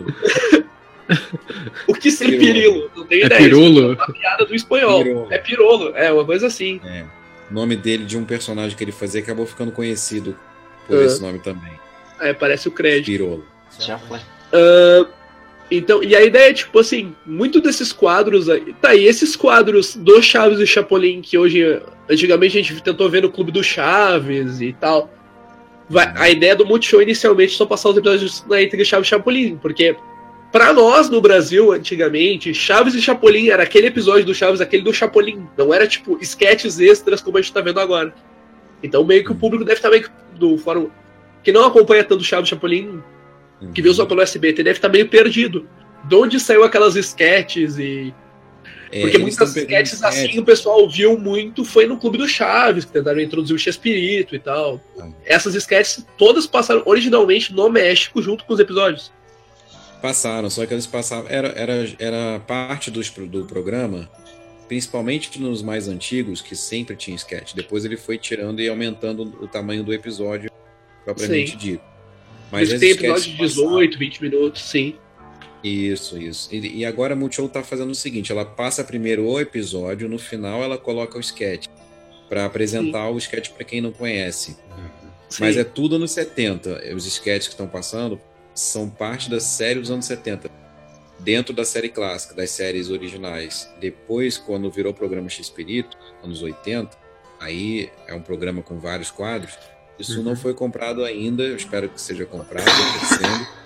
Speaker 3: O que seria Pirilo? Não tenho ideia.
Speaker 5: Pirolo?
Speaker 3: É uma piada do espanhol. Pirolo. É Pirolo, uma coisa assim.
Speaker 4: O nome dele, de um personagem que ele fazia, acabou ficando conhecido por esse nome também.
Speaker 3: Parece o crédito.
Speaker 4: Pirolo.
Speaker 6: Já foi.
Speaker 3: Então, e a ideia é, tipo assim, muito desses quadros aí. Tá, e esses quadros do Chaves e Chapolin, que antigamente a gente tentou ver no Clube do Chaves e tal. A ideia do Multishow inicialmente só passar os episódios na íntegra de Chaves e Chapolin, porque pra nós no Brasil, antigamente, Chaves e Chapolin era aquele episódio do Chaves, aquele do Chapolin. Não era tipo sketches extras como a gente tá vendo agora. Então meio que o público deve estar meio que do fórum que não acompanha tanto Chaves e Chapolin, que viu só pelo SBT, deve estar meio perdido. De onde saiu aquelas sketches e... Porque muitas sketches assim o pessoal viu muito foi no Clube do Chaves, que tentaram introduzir o Chespirito e tal. Essas sketches todas passaram originalmente no México junto com os episódios.
Speaker 4: Passaram, só que eles passavam... Era parte do programa, principalmente nos mais antigos, que sempre tinha sketch. Depois ele foi tirando e aumentando o tamanho do episódio propriamente dito. Mas
Speaker 3: tem episódio de 18, 20 minutos, sim.
Speaker 4: Isso. E agora a Multishow tá fazendo o seguinte, ela passa primeiro o episódio, no final ela coloca o sketch, para apresentar o sketch para quem não conhece. Mas é tudo nos 70. Os sketches que estão passando são parte da série dos anos 70. Dentro da série clássica, das séries originais. Depois, quando virou o programa Chespirito, anos 80, aí é um programa com vários quadros. Isso não foi comprado ainda, eu espero que seja comprado,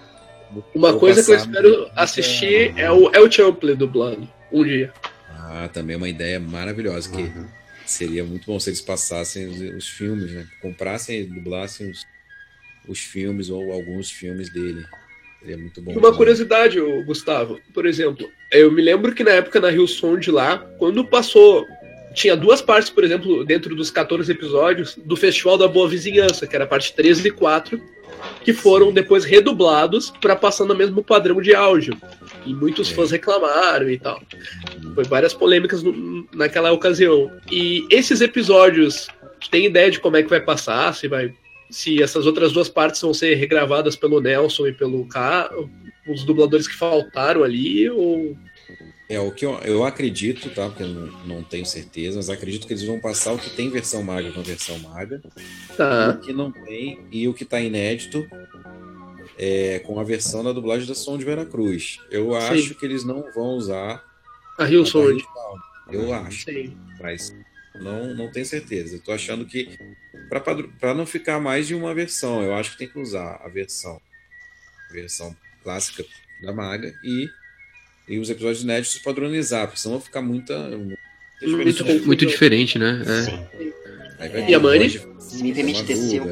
Speaker 3: Uma
Speaker 4: Vou
Speaker 3: coisa que eu
Speaker 4: passar
Speaker 3: espero assistir é o Champlin dublado, um dia.
Speaker 4: Também é uma ideia maravilhosa, que seria muito bom se eles passassem os filmes, né? Comprassem e dublassem os filmes ou alguns filmes dele. Seria muito bom.
Speaker 3: Uma curiosidade, Gustavo, por exemplo, eu me lembro que na época na Rio Sound lá, quando passou, tinha 2 partes, por exemplo, dentro dos 14 episódios do Festival da Boa Vizinhança, que era a parte 3 e 4, que foram depois redublados para passar no mesmo padrão de áudio. E muitos fãs reclamaram e tal. Foi várias polêmicas naquela ocasião. E esses episódios, tem ideia de como é que vai passar? Se essas outras 2 partes vão ser regravadas pelo Nelson e pelo os dubladores que faltaram ali, ou...
Speaker 4: O que eu acredito, tá? Porque eu não tenho certeza, mas acredito que eles vão passar o que tem versão maga com versão maga.
Speaker 3: Tá.
Speaker 4: O que não tem e o que tá inédito com a versão da dublagem da Som de Veracruz. Eu acho que eles não vão usar
Speaker 3: a Rio Sound.
Speaker 4: Eu acho. Sim. Mas não tenho certeza. Eu tô achando que para não ficar mais de uma versão, eu acho que tem que usar a versão clássica da maga e os episódios inéditos padronizar, porque senão vai ficar
Speaker 5: muito diferente, né?
Speaker 3: E a Mani?
Speaker 6: Se me permite tecer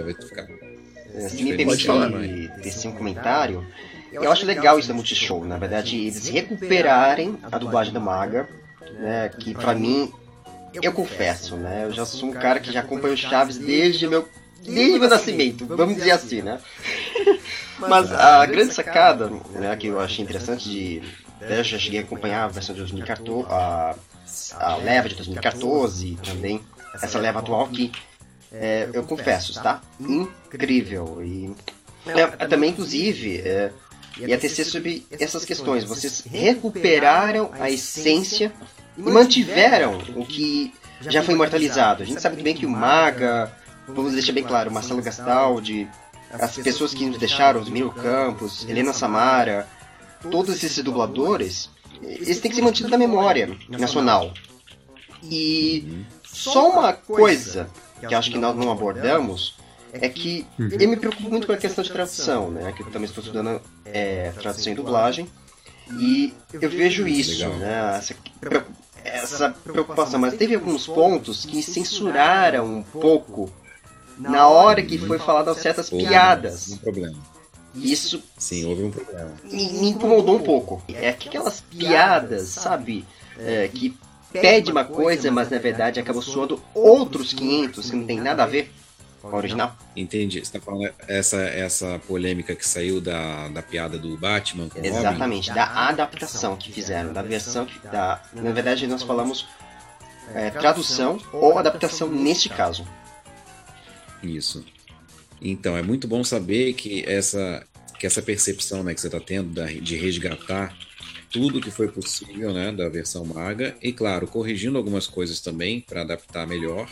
Speaker 6: um comentário, eu acho legal isso da Multishow, na verdade, eles recuperarem a dublagem da maga, né, que pra mim, eu confesso, né, eu já sou um cara que já acompanha o Chaves desde meu nascimento, vamos dizer assim, né? Mas a grande sacada, né, que eu achei interessante eu já cheguei a acompanhar a versão de 2014, a leva de 2014 também, essa leva atual aqui. Eu confesso, tá? Incrível. E também, inclusive, ia tecer sobre essas questões. Vocês recuperaram a essência e mantiveram o que já foi imortalizado. A gente sabe bem que o Maga, vamos deixar bem claro, Marcelo Gastaldi, as pessoas que nos deixaram, os Miro Campos, Helena Samara, todos esses dubladores, eles têm que ser mantidos na memória nacional. E só uma coisa que acho que nós não abordamos é que eu me preocupo muito com a questão de tradução, né? Que eu também estou estudando tradução e dublagem, e eu vejo isso, né? Essa preocupação, mas teve alguns pontos que censuraram um pouco na hora que foi falado certas piadas.
Speaker 4: Um problema.
Speaker 6: Isso.
Speaker 4: Sim, houve um problema.
Speaker 6: Me incomodou um pouco. Aquelas piadas, sabe? Que pede uma coisa, mas na verdade acabou soando outros 500 que não tem nada a ver com a original.
Speaker 4: Entendi. Você tá falando essa polêmica que saiu da piada do Batman com o Robin?
Speaker 6: Exatamente, da adaptação que fizeram, da versão na verdade nós falamos tradução ou adaptação neste caso.
Speaker 4: Isso. Então, é muito bom saber que essa percepção, né, que você está tendo de resgatar tudo que foi possível, né, da versão maga, e claro, corrigindo algumas coisas também para adaptar melhor.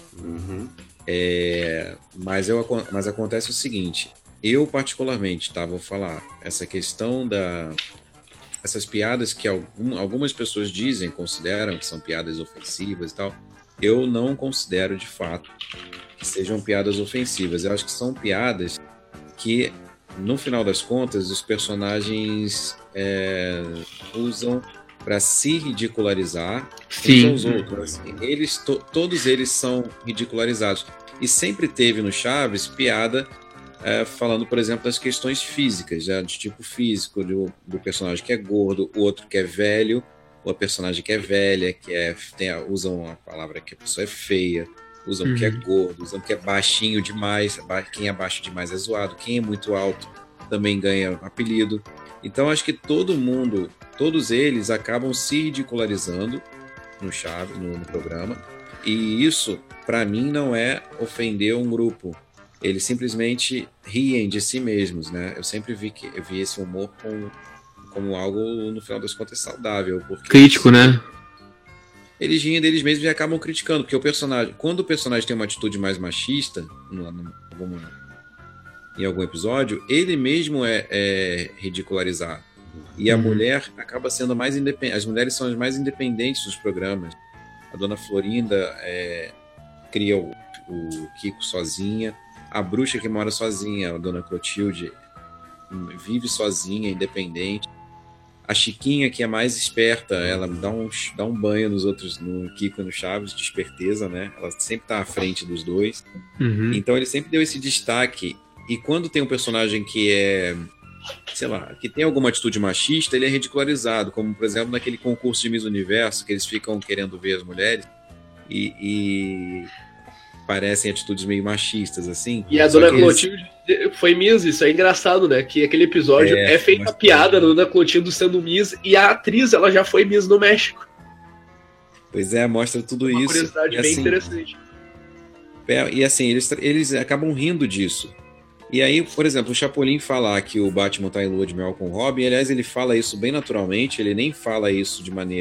Speaker 4: Mas acontece o seguinte, eu particularmente, vou falar, essa questão essas piadas que algumas pessoas consideram que são piadas ofensivas e tal, eu não considero de fato que sejam piadas ofensivas. Eu acho que são piadas que, no final das contas, os personagens usam para se ridicularizar uns aos outros. Todos eles são ridicularizados. E sempre teve no Chaves piada falando, por exemplo, das questões físicas, de tipo físico, do personagem que é gordo, o outro que é velho, ou a personagem que é velha, usam a palavra que a pessoa é feia, usam que é gordo, usam que é baixinho demais, quem é baixo demais é zoado, quem é muito alto também ganha apelido. Então acho que todos eles acabam se ridicularizando no Chaves, no programa, e isso, para mim, não é ofender um grupo. Eles simplesmente riem de si mesmos, né? Eu sempre vi esse humor como algo, no final das contas, saudável.
Speaker 5: Crítico, né?
Speaker 4: Eles riem deles mesmos e acabam criticando, porque quando o personagem tem uma atitude mais machista, em algum episódio, ele mesmo é ridicularizado. E a mulher acaba sendo mais independente. As mulheres são as mais independentes dos programas. A dona Florinda cria o Kiko sozinha. A bruxa que mora sozinha, a dona Clotilde, vive sozinha, independente. A Chiquinha, que é mais esperta, ela dá um banho nos outros, no Kiko e no Chaves, de esperteza, né? Ela sempre tá à frente dos dois.
Speaker 5: Uhum.
Speaker 4: Então ele sempre deu esse destaque. E quando tem um personagem que é, sei lá, que tem alguma atitude machista, ele é ridicularizado. Como, por exemplo, naquele concurso de Miss Universo, que eles ficam querendo ver as mulheres e parecem atitudes meio machistas, assim.
Speaker 3: E a Dona Clotilde foi Miss, isso é engraçado, né? Que aquele episódio é feita a piada da Dona Clotilde sendo Miss, e a atriz, ela já foi Miss no México.
Speaker 4: Pois é, mostra tudo
Speaker 3: Uma
Speaker 4: isso.
Speaker 3: curiosidade
Speaker 4: e,
Speaker 3: bem
Speaker 4: assim,
Speaker 3: interessante.
Speaker 4: E assim, eles acabam rindo disso. E aí, por exemplo, o Chapolin falar que o Batman tá em lua de mel com o Robin, aliás, ele fala isso bem naturalmente, ele nem fala isso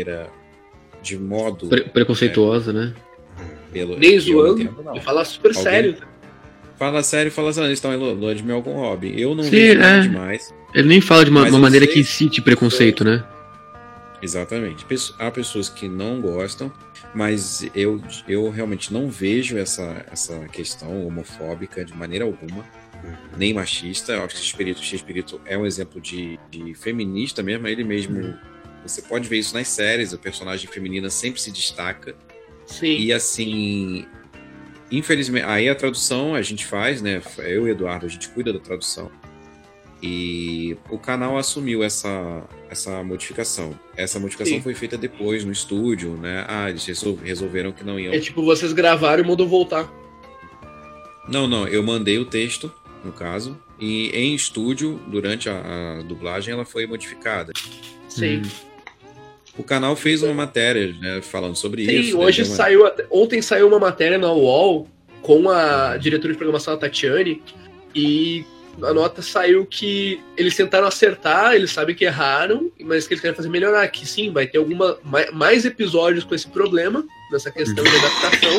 Speaker 4: de modo...
Speaker 5: Preconceituosa, né?
Speaker 3: Nem zoando, ele fala super sério.
Speaker 4: Fala sério, fala assim, eles estão em lua de mel com o Robin. Eu não
Speaker 5: Sim,
Speaker 4: vejo nada demais.
Speaker 5: Ele nem fala de uma maneira que
Speaker 4: sei,
Speaker 5: incite preconceito, né?
Speaker 4: Exatamente. Há pessoas que não gostam, mas eu realmente não vejo essa questão homofóbica de maneira alguma, nem machista. Eu acho que o X-Espírito é um exemplo de feminista mesmo, ele mesmo... Você pode ver isso nas séries, a personagem feminina sempre se destaca.
Speaker 3: Sim.
Speaker 4: E assim, infelizmente, aí a tradução a gente faz, né? Eu e o Eduardo, a gente cuida da tradução. E o canal assumiu essa modificação. Essa modificação foi feita depois no estúdio, né? Eles resolveram que não iam.
Speaker 3: É tipo, vocês gravaram e mandou voltar.
Speaker 4: Não, eu mandei o texto, no caso, e em estúdio, durante a dublagem, ela foi modificada.
Speaker 3: Sim.
Speaker 4: O canal fez uma matéria, né, falando sobre
Speaker 3: Sim,
Speaker 4: isso.
Speaker 3: hoje ontem saiu uma matéria na UOL com a diretora de programação, a Tatiane, e a nota saiu que eles tentaram acertar, eles sabem que erraram, mas que eles querem fazer melhorar, que sim, vai ter mais episódios com esse problema, nessa questão de adaptação.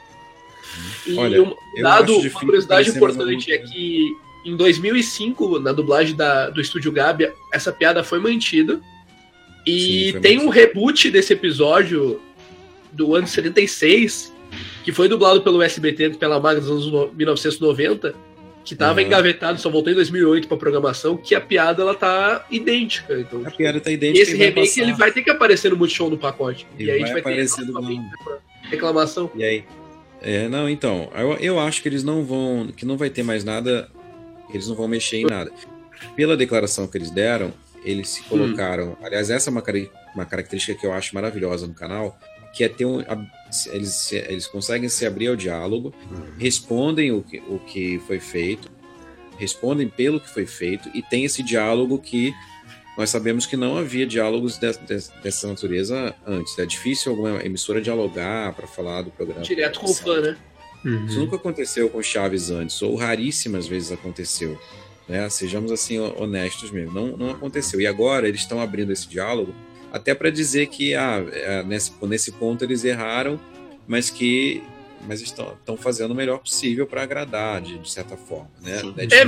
Speaker 3: E
Speaker 4: olha,
Speaker 3: uma curiosidade importante é que em 2005, na dublagem do Estúdio Gabi, essa piada foi mantida. E
Speaker 4: sim,
Speaker 3: tem um reboot desse episódio do ano 76, que foi dublado pelo SBT, pela Maga dos anos 1990, que estava engavetado, só voltou em 2008 para programação, que a piada ela tá idêntica. Então,
Speaker 4: a piada tá idêntica.
Speaker 3: Esse remake ele vai ter que aparecer no Multishow no pacote. E aí a gente vai ter reclamação.
Speaker 4: E aí? Não, então, eu acho que eles não vai ter mais nada, eles não vão mexer em nada. Pela declaração que eles deram, eles se colocaram... Aliás, essa é uma característica que eu acho maravilhosa no canal, que é ter eles conseguem se abrir ao diálogo, respondem o que foi feito, respondem pelo que foi feito, e tem esse diálogo que nós sabemos que não havia diálogos dessa natureza antes. É difícil alguma emissora dialogar para falar do programa.
Speaker 3: Direto com o fã, né?
Speaker 4: Isso nunca aconteceu com Chaves antes, ou raríssimas vezes aconteceu. Né? Sejamos assim honestos mesmo, não aconteceu. E agora eles estão abrindo esse diálogo até para dizer que nesse ponto eles erraram, mas estão fazendo o melhor possível para agradar de certa forma, né?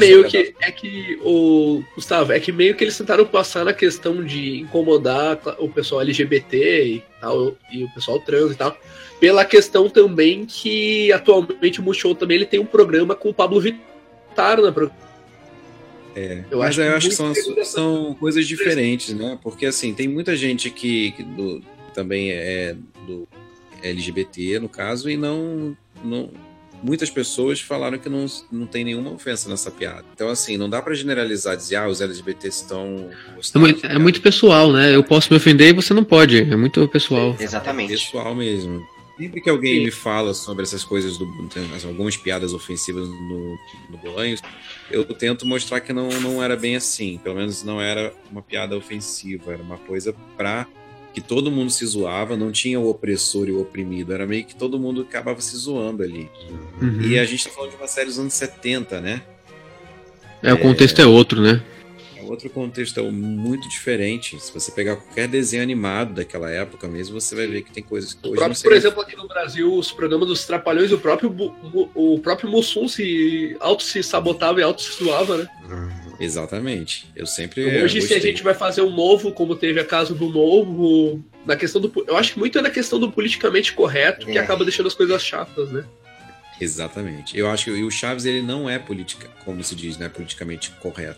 Speaker 4: Gustavo,
Speaker 3: é que meio que eles tentaram passar na questão de incomodar o pessoal LGBT e tal, e o pessoal trans e tal, pela questão também que atualmente o Multishow também ele tem um programa com o Pablo Vittar na programação.
Speaker 4: Eu acho que são coisas diferentes, né? Porque assim, tem muita gente que também é do LGBT, no caso, e não muitas pessoas falaram que não tem nenhuma ofensa nessa piada. Então, assim, não dá pra generalizar, dizer, os LGBTs estão...
Speaker 5: É muito pessoal, né? Eu posso me ofender e você não pode. É muito pessoal.
Speaker 6: Exatamente.
Speaker 4: É pessoal mesmo. Sempre que alguém me fala sobre essas coisas, algumas piadas ofensivas no Bolanhos, eu tento mostrar que não era bem assim. Pelo menos não era uma piada ofensiva. Era uma coisa pra que todo mundo se zoava, não tinha o opressor e o oprimido. Era meio que todo mundo acabava se zoando ali. E a gente tá falando de uma série dos anos 70, né?
Speaker 5: O contexto é outro, né?
Speaker 4: Outro contexto é muito diferente. Se você pegar qualquer desenho animado daquela época mesmo, você vai ver que tem coisas que hoje não
Speaker 3: Por exemplo, aqui no Brasil, os programas dos Trapalhões, o próprio Mussum se sabotava e auto se zoava, né?
Speaker 4: Exatamente.
Speaker 3: Hoje, se a gente vai fazer um novo, como teve a casa do novo, na questão eu acho que muito é na questão do politicamente correto que acaba deixando as coisas chatas, né?
Speaker 4: Exatamente. Eu acho que o Chaves ele não é como se diz, né, politicamente correto.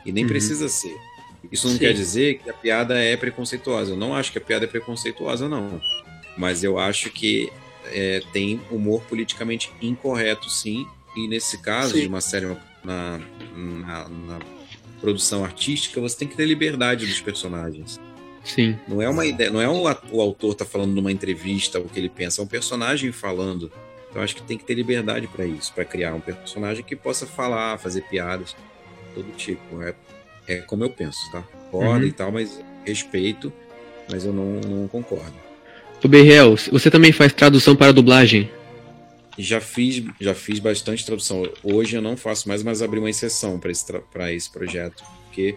Speaker 4: E nem
Speaker 5: Uhum.
Speaker 4: precisa ser. Isso não
Speaker 3: Sim.
Speaker 4: quer dizer que a piada é preconceituosa. Eu não acho que a piada é preconceituosa, não. Mas eu acho que tem humor politicamente incorreto, sim. E nesse caso,
Speaker 3: Sim.
Speaker 4: de uma série na produção artística, você tem que ter liberdade dos personagens.
Speaker 5: Sim.
Speaker 4: Não é uma ideia, não é o autor tá falando numa entrevista o que ele pensa, é um personagem falando. Então acho que tem que ter liberdade para isso, para criar um personagem que possa falar, fazer piadas, todo tipo. É como eu penso, tá? Concordo
Speaker 5: Uhum.
Speaker 4: e tal, mas respeito, mas eu não concordo.
Speaker 5: O Berriel, você também faz tradução para dublagem?
Speaker 4: Já fiz bastante tradução. Hoje eu não faço mais, mas abri uma exceção para esse projeto, porque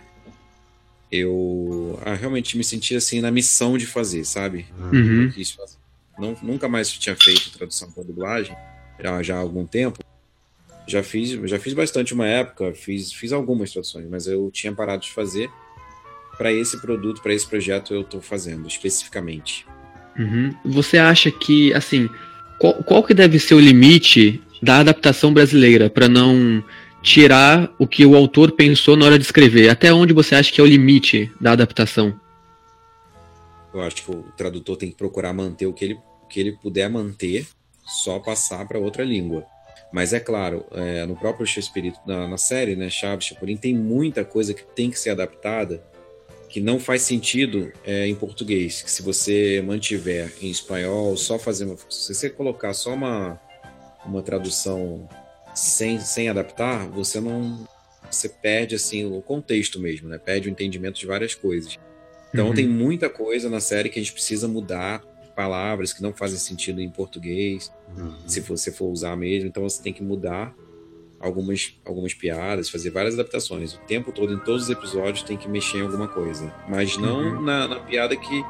Speaker 4: eu realmente me senti assim na missão de fazer, sabe?
Speaker 5: Uhum.
Speaker 4: Eu quis fazer. Nunca mais tinha feito tradução para dublagem, já há algum tempo. Já fiz bastante uma época, fiz algumas traduções, mas eu tinha parado de fazer. Para esse produto, para esse projeto, eu estou fazendo especificamente.
Speaker 5: Uhum. Você acha que, assim, qual que deve ser o limite da adaptação brasileira para não tirar o que o autor pensou na hora de escrever? Até onde você acha que é o limite da adaptação?
Speaker 4: Eu acho que o tradutor tem que procurar manter o que ele puder manter, só passar para outra língua. Mas é claro, no próprio Chespirito, na série, né, Chaves, Chapolin, tem muita coisa que tem que ser adaptada que não faz sentido em português. Que se você mantiver em espanhol, se você colocar só uma tradução sem adaptar, você perde assim o contexto mesmo, né? Perde o entendimento de várias coisas. Então tem muita coisa na série que a gente precisa mudar, palavras que não fazem sentido em português, se você for usar mesmo. Então você tem que mudar algumas piadas, fazer várias adaptações. O tempo todo, em todos os episódios, tem que mexer em alguma coisa. Mas não na piada que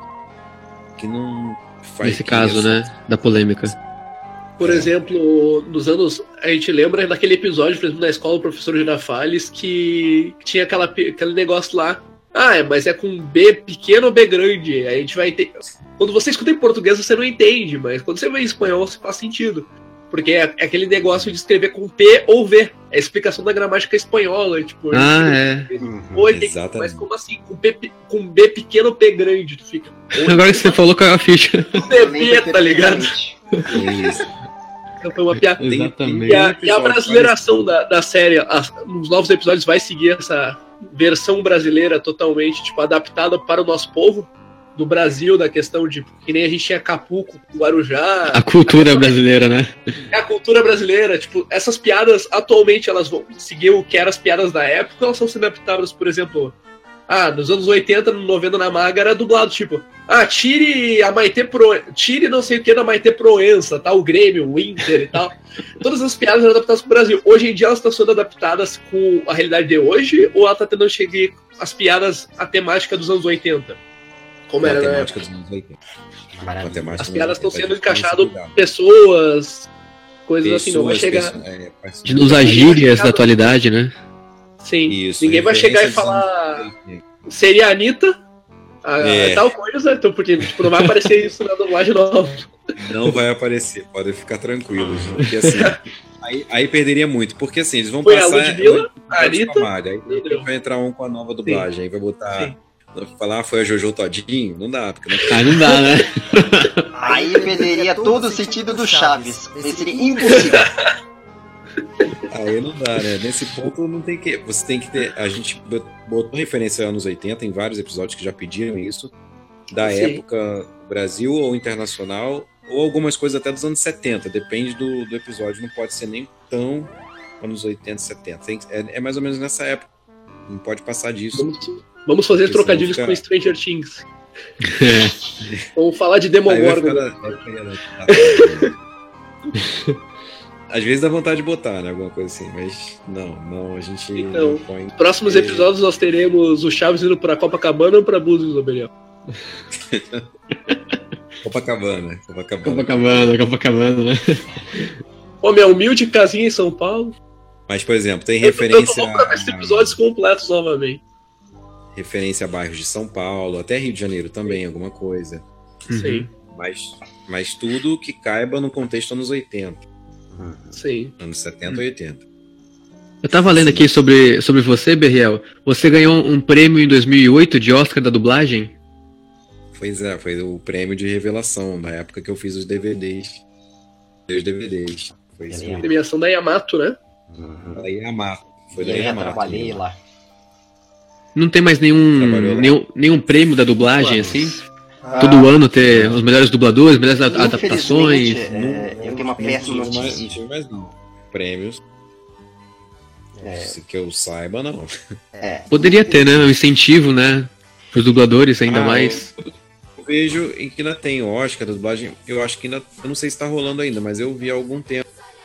Speaker 4: não faz...
Speaker 5: Nesse caso, né, da polêmica.
Speaker 3: Por exemplo, nos anos. A gente lembra daquele episódio, por exemplo, na escola do professor Girafales, que tinha aquele negócio lá. Mas é com B pequeno ou B grande. Aí a gente vai ter. Quando você escuta em português, você não entende, mas quando você vê em espanhol, você faz sentido. Porque é aquele negócio de escrever com P ou V. É a explicação da gramática espanhola. Tipo,
Speaker 4: Exatamente.
Speaker 3: Mas como assim? Com B pequeno ou P grande? Tu fica.
Speaker 5: Agora que você falou, caiu a ficha.
Speaker 3: Bebê, tá ligado?
Speaker 4: Isso.
Speaker 3: Então foi uma piada.
Speaker 5: Exatamente.
Speaker 3: E a brasileiração da série, nos novos episódios, vai seguir essa versão brasileira totalmente, tipo, adaptada para o nosso povo do Brasil, da questão de que nem a gente tinha Acapulco, Guarujá.
Speaker 5: A cultura brasileira, né?
Speaker 3: É a cultura brasileira, tipo, essas piadas atualmente elas vão seguir o que eram as piadas da época, elas são sendo adaptadas, por exemplo, nos anos 80, 90 na Maga era dublado, tipo, tire não sei o que da Maitê Proença, tá? O Grêmio, o Inter e tal. Todas as piadas eram adaptadas pro Brasil. Hoje em dia elas estão sendo adaptadas com a realidade de hoje, ou ela tá tentando chegar as piadas, a temática dos anos 80? Como era, né?
Speaker 4: Dos anos 80.
Speaker 3: As piadas estão sendo encaixadas pessoas, coisas assim, não vai chegar.
Speaker 5: De usar gírias da atualidade, né?
Speaker 3: Sim.
Speaker 4: Isso,
Speaker 3: ninguém vai chegar e falar. Seria a Anitta, tal coisa, então, porque tipo, não vai aparecer isso na dublagem nova.
Speaker 4: Não vai aparecer, podem ficar tranquilos. Porque assim, aí perderia muito, porque assim, eles vão
Speaker 3: Foi
Speaker 4: passar.
Speaker 3: A Ludmilla, a Anitta.
Speaker 4: Aí vai entrar um com a nova dublagem, aí vai botar.
Speaker 3: Sim.
Speaker 4: Falar foi a Jojo Todinho? Não dá, porque
Speaker 5: Não dá, né?
Speaker 6: Aí perderia todo o sentido do Chaves. Aí seria impossível.
Speaker 4: Aí não dá, né? Nesse ponto não tem que. Você tem que ter. A gente botou referência anos 80 em vários episódios que já pediram isso. Da época Brasil ou internacional, ou algumas coisas até dos anos 70. Depende do episódio. Não pode ser nem tão anos 80, 70. É mais ou menos nessa época. Não pode passar disso.
Speaker 3: Vamos fazer
Speaker 4: Porque
Speaker 3: trocadilhos
Speaker 4: senão
Speaker 3: com Stranger Things. Vamos falar de Demogorgon.
Speaker 4: Às vezes dá vontade de botar, né? Alguma coisa assim, mas não, a gente
Speaker 3: Então,
Speaker 4: não põe.
Speaker 3: Próximos episódios nós teremos o Chaves indo pra Copacabana ou pra Búzios, Abelião?
Speaker 4: Copacabana,
Speaker 5: né?
Speaker 3: Pô, minha humilde casinha em São Paulo.
Speaker 4: Mas, por exemplo, tem
Speaker 3: Eu tô
Speaker 4: referência
Speaker 3: louco pra ver esses episódios completos novamente.
Speaker 4: referência a bairros de São Paulo, até Rio de Janeiro também, alguma coisa.
Speaker 3: Sim,
Speaker 4: Mas tudo que caiba no contexto anos 80,
Speaker 3: sim.
Speaker 4: anos 70 e 80.
Speaker 5: Eu tava lendo aqui sobre você, Berriel. Você ganhou um prêmio em 2008 de Oscar da dublagem?
Speaker 4: Pois é, foi o prêmio de revelação, na época que eu fiz os DVDs. Foi isso mesmo.
Speaker 3: Premiação da Yamato, né?
Speaker 4: Da Yamato. Foi da
Speaker 6: Eu já
Speaker 4: Yamato.
Speaker 6: trabalhei lá.
Speaker 5: Não tem mais
Speaker 4: Trabalhou lá.
Speaker 5: nenhum prêmio da dublagem,
Speaker 6: Planos.
Speaker 5: assim? Todo ano ter os melhores dubladores, melhores
Speaker 6: Infelizmente,
Speaker 5: adaptações.
Speaker 6: eu tenho uma péssima notícia.
Speaker 4: Não tive mais não. Prêmios. Se que eu saiba, não.
Speaker 5: Poderia ter, né? Um incentivo, né? Para os dubladores ainda mais.
Speaker 4: Eu vejo em que ainda tem Oscar da dublagem. Eu acho que ainda. Eu não sei se está rolando ainda, mas eu vi há algum tempo.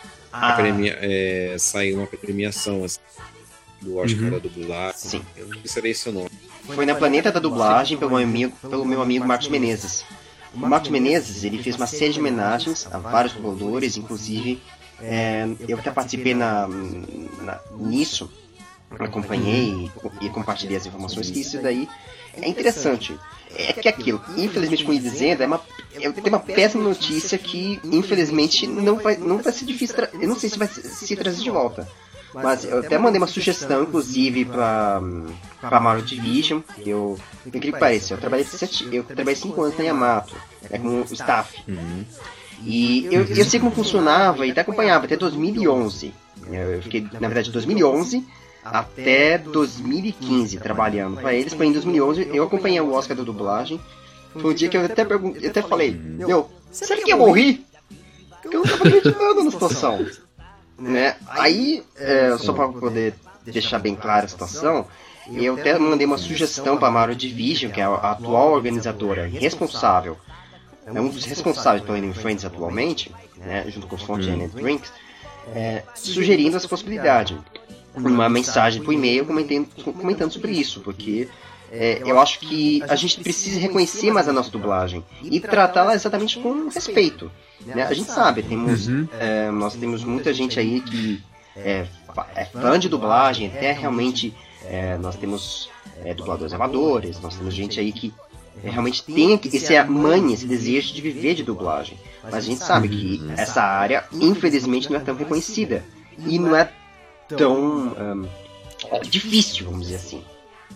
Speaker 4: Saiu uma premiação assim, do Oscar da dublagem.
Speaker 6: Sim.
Speaker 4: Eu não sei se era esse o nome.
Speaker 6: Foi na Planeta da Dublagem pelo meu amigo Marcos Menezes. O Marcos Menezes, ele fez uma série de homenagens a vários dubladores, inclusive eu até participei nisso, acompanhei e compartilhei as informações, que isso daí é interessante. É que aquilo, infelizmente, como eu ia dizendo, eu tenho uma péssima notícia que, infelizmente, não vai ser difícil, eu não sei se vai se trazer de volta. Mas eu até mandei uma sugestão, inclusive, pra Marvel Division. Eu, incrível que pareça, eu trabalhei 5 anos na Yamato, como staff. E eu sei como funcionava e até acompanhava até 2011. Eu fiquei, na verdade, de 2011 até 2015 trabalhando para eles. Foi em 2011 eu acompanhei o Oscar da dublagem. Foi um dia que eu até falei, será que eu morri? Porque eu não tava acreditando na situação. Né? Aí, só para poder deixar bem clara a situação, eu até mandei uma sugestão para a Marvel Division, que é a atual organizadora responsável, um dos responsáveis pela Anime Friends atualmente, né, junto com o Fontaine and Drinks, sugerindo essa possibilidade. Uma mensagem por e-mail comentando sobre isso, porque eu acho que a gente precisa reconhecer mais a nossa dublagem e tratá-la exatamente com respeito. Né? A gente sabe, nós temos muita gente aí que é fã de dublagem, até realmente nós temos dubladores amadores, nós temos gente aí que realmente tem esse desejo de viver de dublagem. Mas a gente sabe que essa área, infelizmente, não é tão reconhecida e não é tão difícil, vamos dizer assim.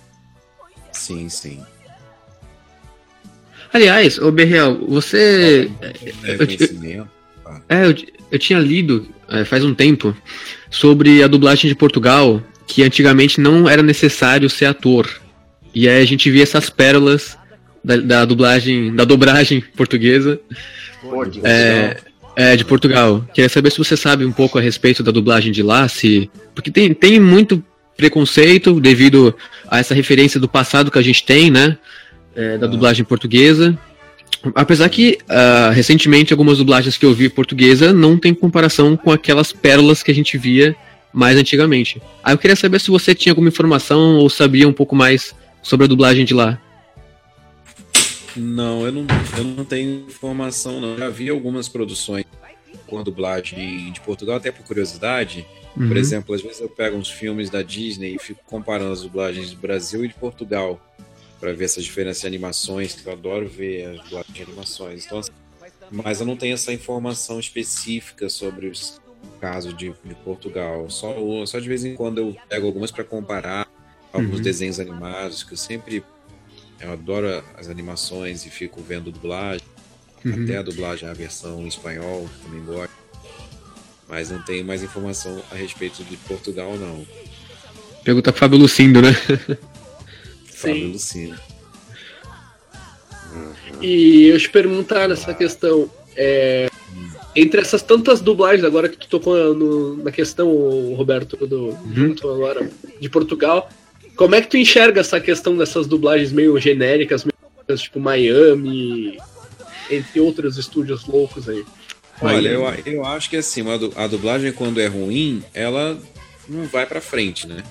Speaker 4: Sim.
Speaker 5: Aliás, ô Berriel, você... Eu tinha lido faz um tempo sobre a dublagem de Portugal, que antigamente não era necessário ser ator. E aí a gente via essas pérolas da dobragem portuguesa de Portugal. Queria saber se você sabe um pouco a respeito da dublagem de lá, porque tem muito preconceito devido a essa referência do passado que a gente tem, né? Da dublagem portuguesa. Apesar que, recentemente, algumas dublagens que eu vi portuguesa não tem comparação com aquelas pérolas que a gente via mais antigamente. Aí eu queria saber se você tinha alguma informação ou sabia um pouco mais sobre a dublagem de lá.
Speaker 4: Não, eu não tenho informação, não. Eu já vi algumas produções com a dublagem de Portugal, até por curiosidade. Por exemplo, às vezes eu pego uns filmes da Disney e fico comparando as dublagens do Brasil e de Portugal para ver essas diferenças de animações, que eu adoro ver as dublagens de animações. Então, mas eu não tenho essa informação específica sobre os casos de Portugal. Só de vez em quando eu pego algumas para comparar alguns desenhos animados, que eu adoro as animações e fico vendo dublagem. Até a dublagem, a versão em espanhol, também gosto. Mas não tenho mais informação a respeito de Portugal, não.
Speaker 5: Pergunta pro Fábio Lucindo, né?
Speaker 4: Fábio Lucindo.
Speaker 3: E eu te perguntar nessa questão, entre essas tantas dublagens agora que tu tocou na questão, Roberto, junto agora de Portugal, como é que tu enxerga essa questão dessas dublagens meio genéricas, tipo Miami, entre outros estúdios loucos aí?
Speaker 4: Olha, eu acho que assim, a dublagem quando é ruim, ela não vai pra frente, né?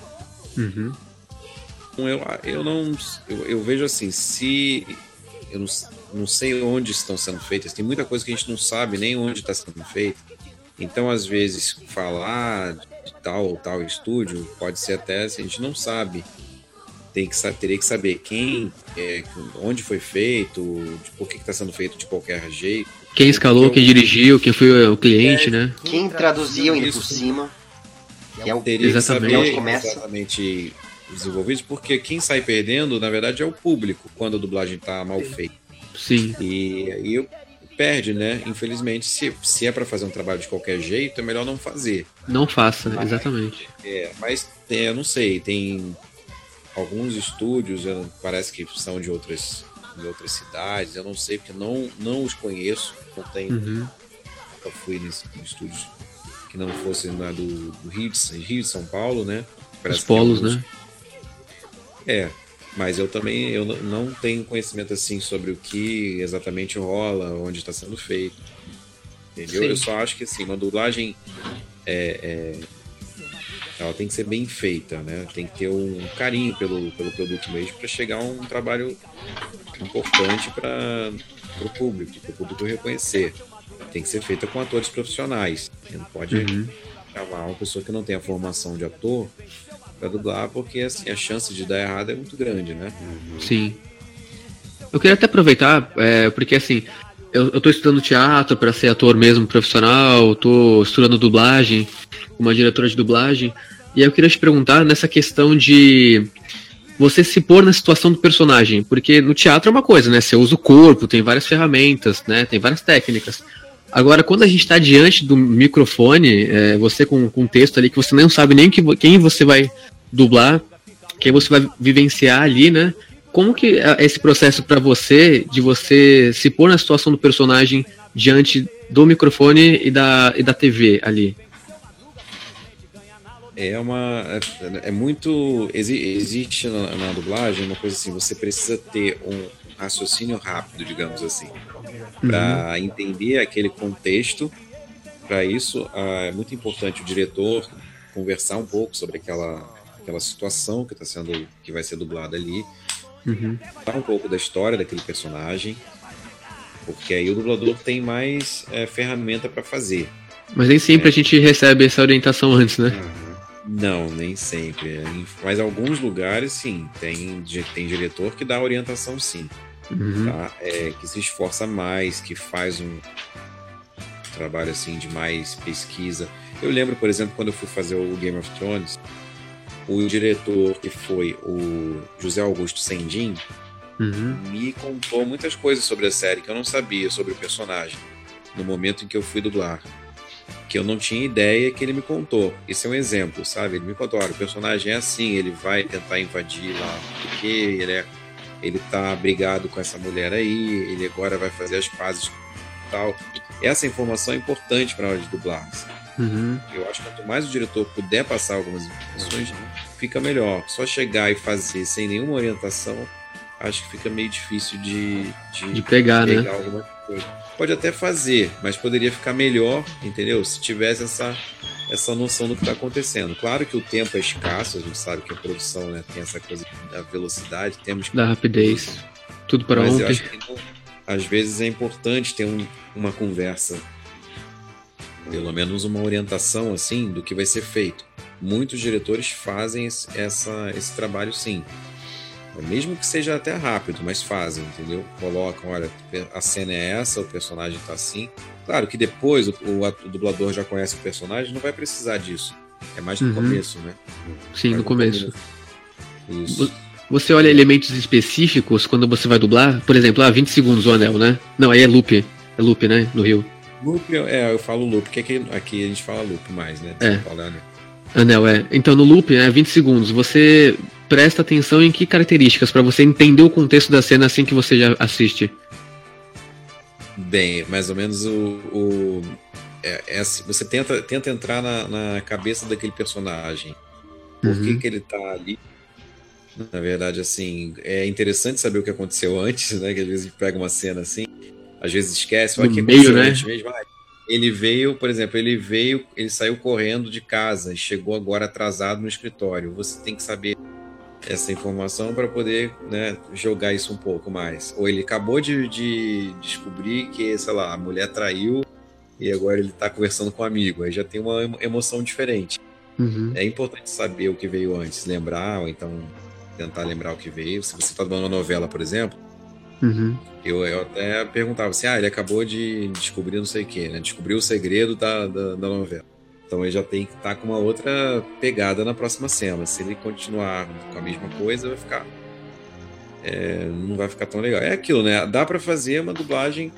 Speaker 4: Eu vejo assim, eu não sei onde estão sendo feitas, tem muita coisa que a gente não sabe nem onde está sendo feita. Então, às vezes, falar de tal ou tal estúdio pode ser até, assim, a gente não sabe. Teria que saber onde foi feito, por que está sendo feito de qualquer jeito. Quem
Speaker 5: escalou, quem dirigiu, quem foi o cliente, né?
Speaker 6: Quem traduziu ainda por cima. Que é o
Speaker 4: Teria que saber
Speaker 6: onde começa.
Speaker 4: exatamente os desenvolvidos, porque quem sai perdendo, na verdade, é o público, quando a dublagem tá mal feita.
Speaker 5: Sim.
Speaker 4: E aí perde, né? Infelizmente, se é para fazer um trabalho de qualquer jeito, é melhor não fazer.
Speaker 5: Não faça, exatamente.
Speaker 4: Mas eu não sei, tem alguns estúdios, parece que são de outras cidades, eu não sei, porque não os conheço, não tenho, nunca fui em estúdios que não fossem lá do Rio de São Paulo, né?
Speaker 5: Os polos, né?
Speaker 4: Mas eu não tenho conhecimento assim sobre o que exatamente rola, onde está sendo feito, entendeu? Sim. Eu só acho que assim, uma dublagem ela tem que ser bem feita, né? Tem que ter um carinho pelo produto mesmo para chegar a um trabalho importante para o público reconhecer. Tem que ser feita com atores profissionais. Você não pode chamar uma pessoa que não tem a formação de ator para dublar, porque assim, a chance de dar errado é muito grande, né?
Speaker 5: Sim. Eu queria até aproveitar, porque assim, eu tô estudando teatro para ser ator mesmo profissional, tô estudando dublagem, uma diretora de dublagem, e aí eu queria te perguntar nessa questão de você se pôr na situação do personagem, porque no teatro é uma coisa, né? Você usa o corpo, tem várias ferramentas, né? Tem várias técnicas. Agora, quando a gente está diante do microfone, você com um texto ali que você não sabe nem quem você vai dublar, quem você vai vivenciar ali, né? Como que é esse processo para você, de você se pôr na situação do personagem diante do microfone e da TV ali?
Speaker 4: Existe na dublagem uma coisa assim, você precisa ter um raciocínio rápido, digamos assim, para entender aquele contexto. Para isso, é muito importante o diretor conversar um pouco sobre aquela situação que vai ser dublada ali, falar um pouco da história daquele personagem, porque aí o dublador tem mais ferramenta para fazer.
Speaker 5: Mas nem sempre a gente recebe essa orientação antes, né?
Speaker 4: Não, nem sempre. Mas em alguns lugares, sim. Tem diretor que dá orientação, sim. Tá? Que se esforça mais, que faz um trabalho assim de mais pesquisa. Eu lembro, por exemplo, quando eu fui fazer o Game of Thrones, o diretor, que foi o José Augusto Sendin, me contou muitas coisas sobre a série que eu não sabia sobre o personagem no momento em que eu fui dublar, que eu não tinha ideia, que ele me contou. Esse é um exemplo, sabe? Ele me contou, olha, o personagem é assim, ele vai tentar invadir lá, porque ele tá brigado com essa mulher aí, ele agora vai fazer as pazes e tal. Essa informação é importante para a hora de dublar. Eu acho que quanto mais o diretor puder passar algumas informações, fica melhor. Só chegar e fazer sem nenhuma orientação, acho que fica meio difícil de
Speaker 5: pegar, né?
Speaker 4: Alguma coisa. Pode até fazer, mas poderia ficar melhor, entendeu? Se tivesse essa noção do que está acontecendo. Claro que o tempo é escasso, a gente sabe que a produção, né, tem essa coisa da velocidade, temos que...
Speaker 5: da rapidez, tudo para ontem.
Speaker 4: Mas eu acho que às vezes é importante ter uma conversa, pelo menos uma orientação assim do que vai ser feito. Muitos diretores fazem esse trabalho, sim. Mesmo que seja até rápido, mas fazem, entendeu? Colocam, olha, a cena é essa, o personagem tá assim. Claro que depois o dublador já conhece o personagem, não vai precisar disso. É mais no começo, né?
Speaker 5: Sim, no começo.
Speaker 4: Isso.
Speaker 5: Você olha elementos específicos quando você vai dublar? Por exemplo, 20 segundos o anel, né? Não, aí é loop. É loop, né? No Rio.
Speaker 4: Loop, eu falo loop, porque aqui a gente fala loop mais, né?
Speaker 5: Anel, Então no loop, 20 segundos, você presta atenção em que características para você entender o contexto da cena assim que você já assiste?
Speaker 4: Bem, mais ou menos assim, você tenta entrar na cabeça daquele personagem. Por que ele tá ali? Na verdade, assim, é interessante saber o que aconteceu antes, né? Que às vezes a gente pega uma cena assim, às vezes esquece, olha o que aconteceu antes mesmo. Ele veio, por exemplo, ele saiu correndo de casa e chegou agora atrasado no escritório. Você tem que saber essa informação para poder, né, jogar isso um pouco mais. Ou ele acabou de descobrir que, sei lá, a mulher traiu e agora ele está conversando com um amigo. Aí já tem uma emoção diferente. É importante saber o que veio antes, lembrar, ou então tentar lembrar o que veio. Se você está dando uma novela, por exemplo, eu até perguntava assim, ele acabou de descobrir não sei o que, né? Descobriu o segredo da novela. Então ele já tem que estar com uma outra pegada na próxima cena. Se ele continuar com a mesma coisa, vai ficar... não vai ficar tão legal. É aquilo, né? Dá pra fazer uma dublagem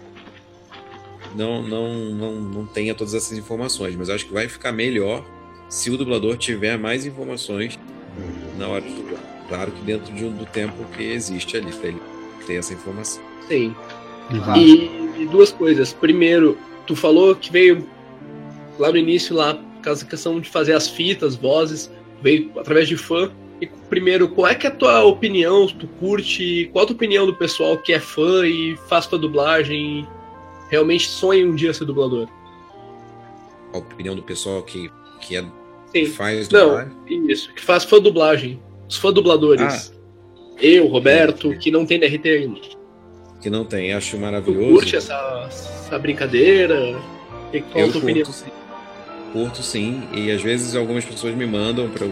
Speaker 4: não tenha todas essas informações, mas acho que vai ficar melhor se o dublador tiver mais informações na hora de dublar. Claro que dentro do tempo que existe ali, pra ele ter essa informação.
Speaker 3: Sim. E duas coisas. Primeiro, tu falou que veio lá no início, lá, por causa da questão de fazer as fitas, vozes, veio através de fã. E primeiro, qual é que é a tua opinião? Tu curte? Qual a tua opinião do pessoal que é fã e faz tua dublagem e realmente sonha um dia ser dublador?
Speaker 4: A opinião do pessoal que
Speaker 3: Sim.
Speaker 4: faz dublagem?
Speaker 3: Não, isso, que faz fã dublagem. Os fã dubladores. Eu, Roberto, que não tem DRT ainda.
Speaker 4: Que não tem, acho
Speaker 3: Tu
Speaker 4: maravilhoso.
Speaker 3: curte essa brincadeira? E qual a tua opinião?
Speaker 4: Curto sim, e às vezes algumas pessoas me mandam pra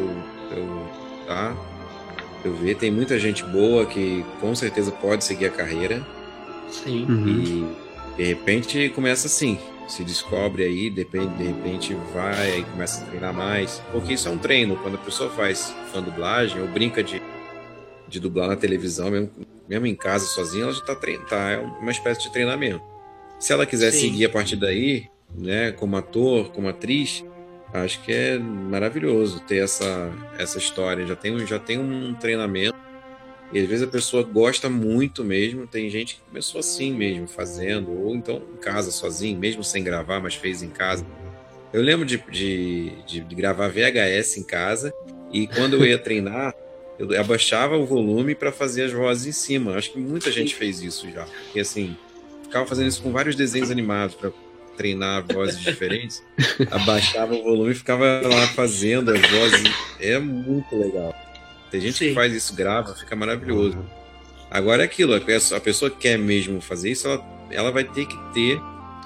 Speaker 4: eu ver. Tem muita gente boa que com certeza pode seguir a carreira.
Speaker 3: Sim.
Speaker 4: E de repente começa assim, se descobre aí, de repente vai, aí começa a treinar mais. Porque isso é um treino, quando a pessoa faz fã dublagem ou brinca de dublar na televisão, mesmo em casa sozinha, ela já tá treinando, é uma espécie de treinamento. Se ela quiser seguir a partir daí, né, como ator, como atriz, acho que é maravilhoso ter essa história. Já tem um treinamento e às vezes a pessoa gosta muito mesmo. Tem gente que começou assim mesmo, fazendo, ou então em casa sozinho, mesmo sem gravar, mas fez em casa. Eu lembro de gravar VHS em casa, e quando eu ia treinar, eu abaixava o volume para fazer as vozes em cima. Acho que muita gente fez isso já, porque assim, ficava fazendo isso com vários desenhos animados para treinar vozes diferentes, abaixava o volume e ficava lá fazendo as vozes. É muito legal. Tem gente que faz isso, grava, fica maravilhoso. Agora é aquilo, a pessoa que quer mesmo fazer isso, ela vai ter que ter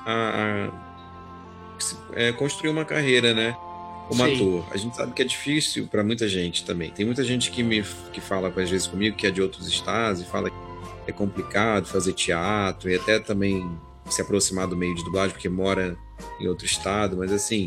Speaker 4: construir uma carreira, né, como ator. A gente sabe que é difícil para muita gente também. Tem muita gente que fala às vezes comigo, que é de outros estados, e fala que é complicado fazer teatro e até também se aproximar do meio de dublagem porque mora em outro estado, mas assim,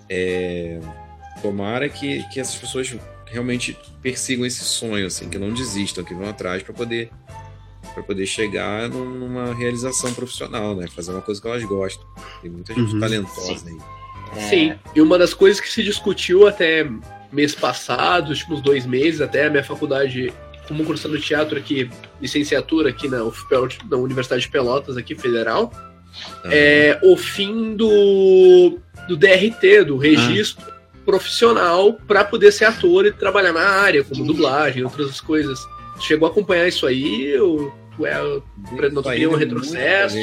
Speaker 4: tomara que essas pessoas realmente persigam esse sonho, assim, que não desistam, que vão atrás para poder chegar numa realização profissional, né? Fazer uma coisa que elas gostam. Tem muita gente talentosa aí.
Speaker 3: Sim, e uma das coisas que se discutiu até mês passado, os últimos 2 meses, até a minha faculdade, como cursando teatro aqui, licenciatura aqui na Universidade de Pelotas, aqui, federal, é o fim do DRT, do registro profissional, para poder ser ator e trabalhar na área, como dublagem e outras coisas. Chegou a acompanhar isso aí? Ou não teria um retrocesso?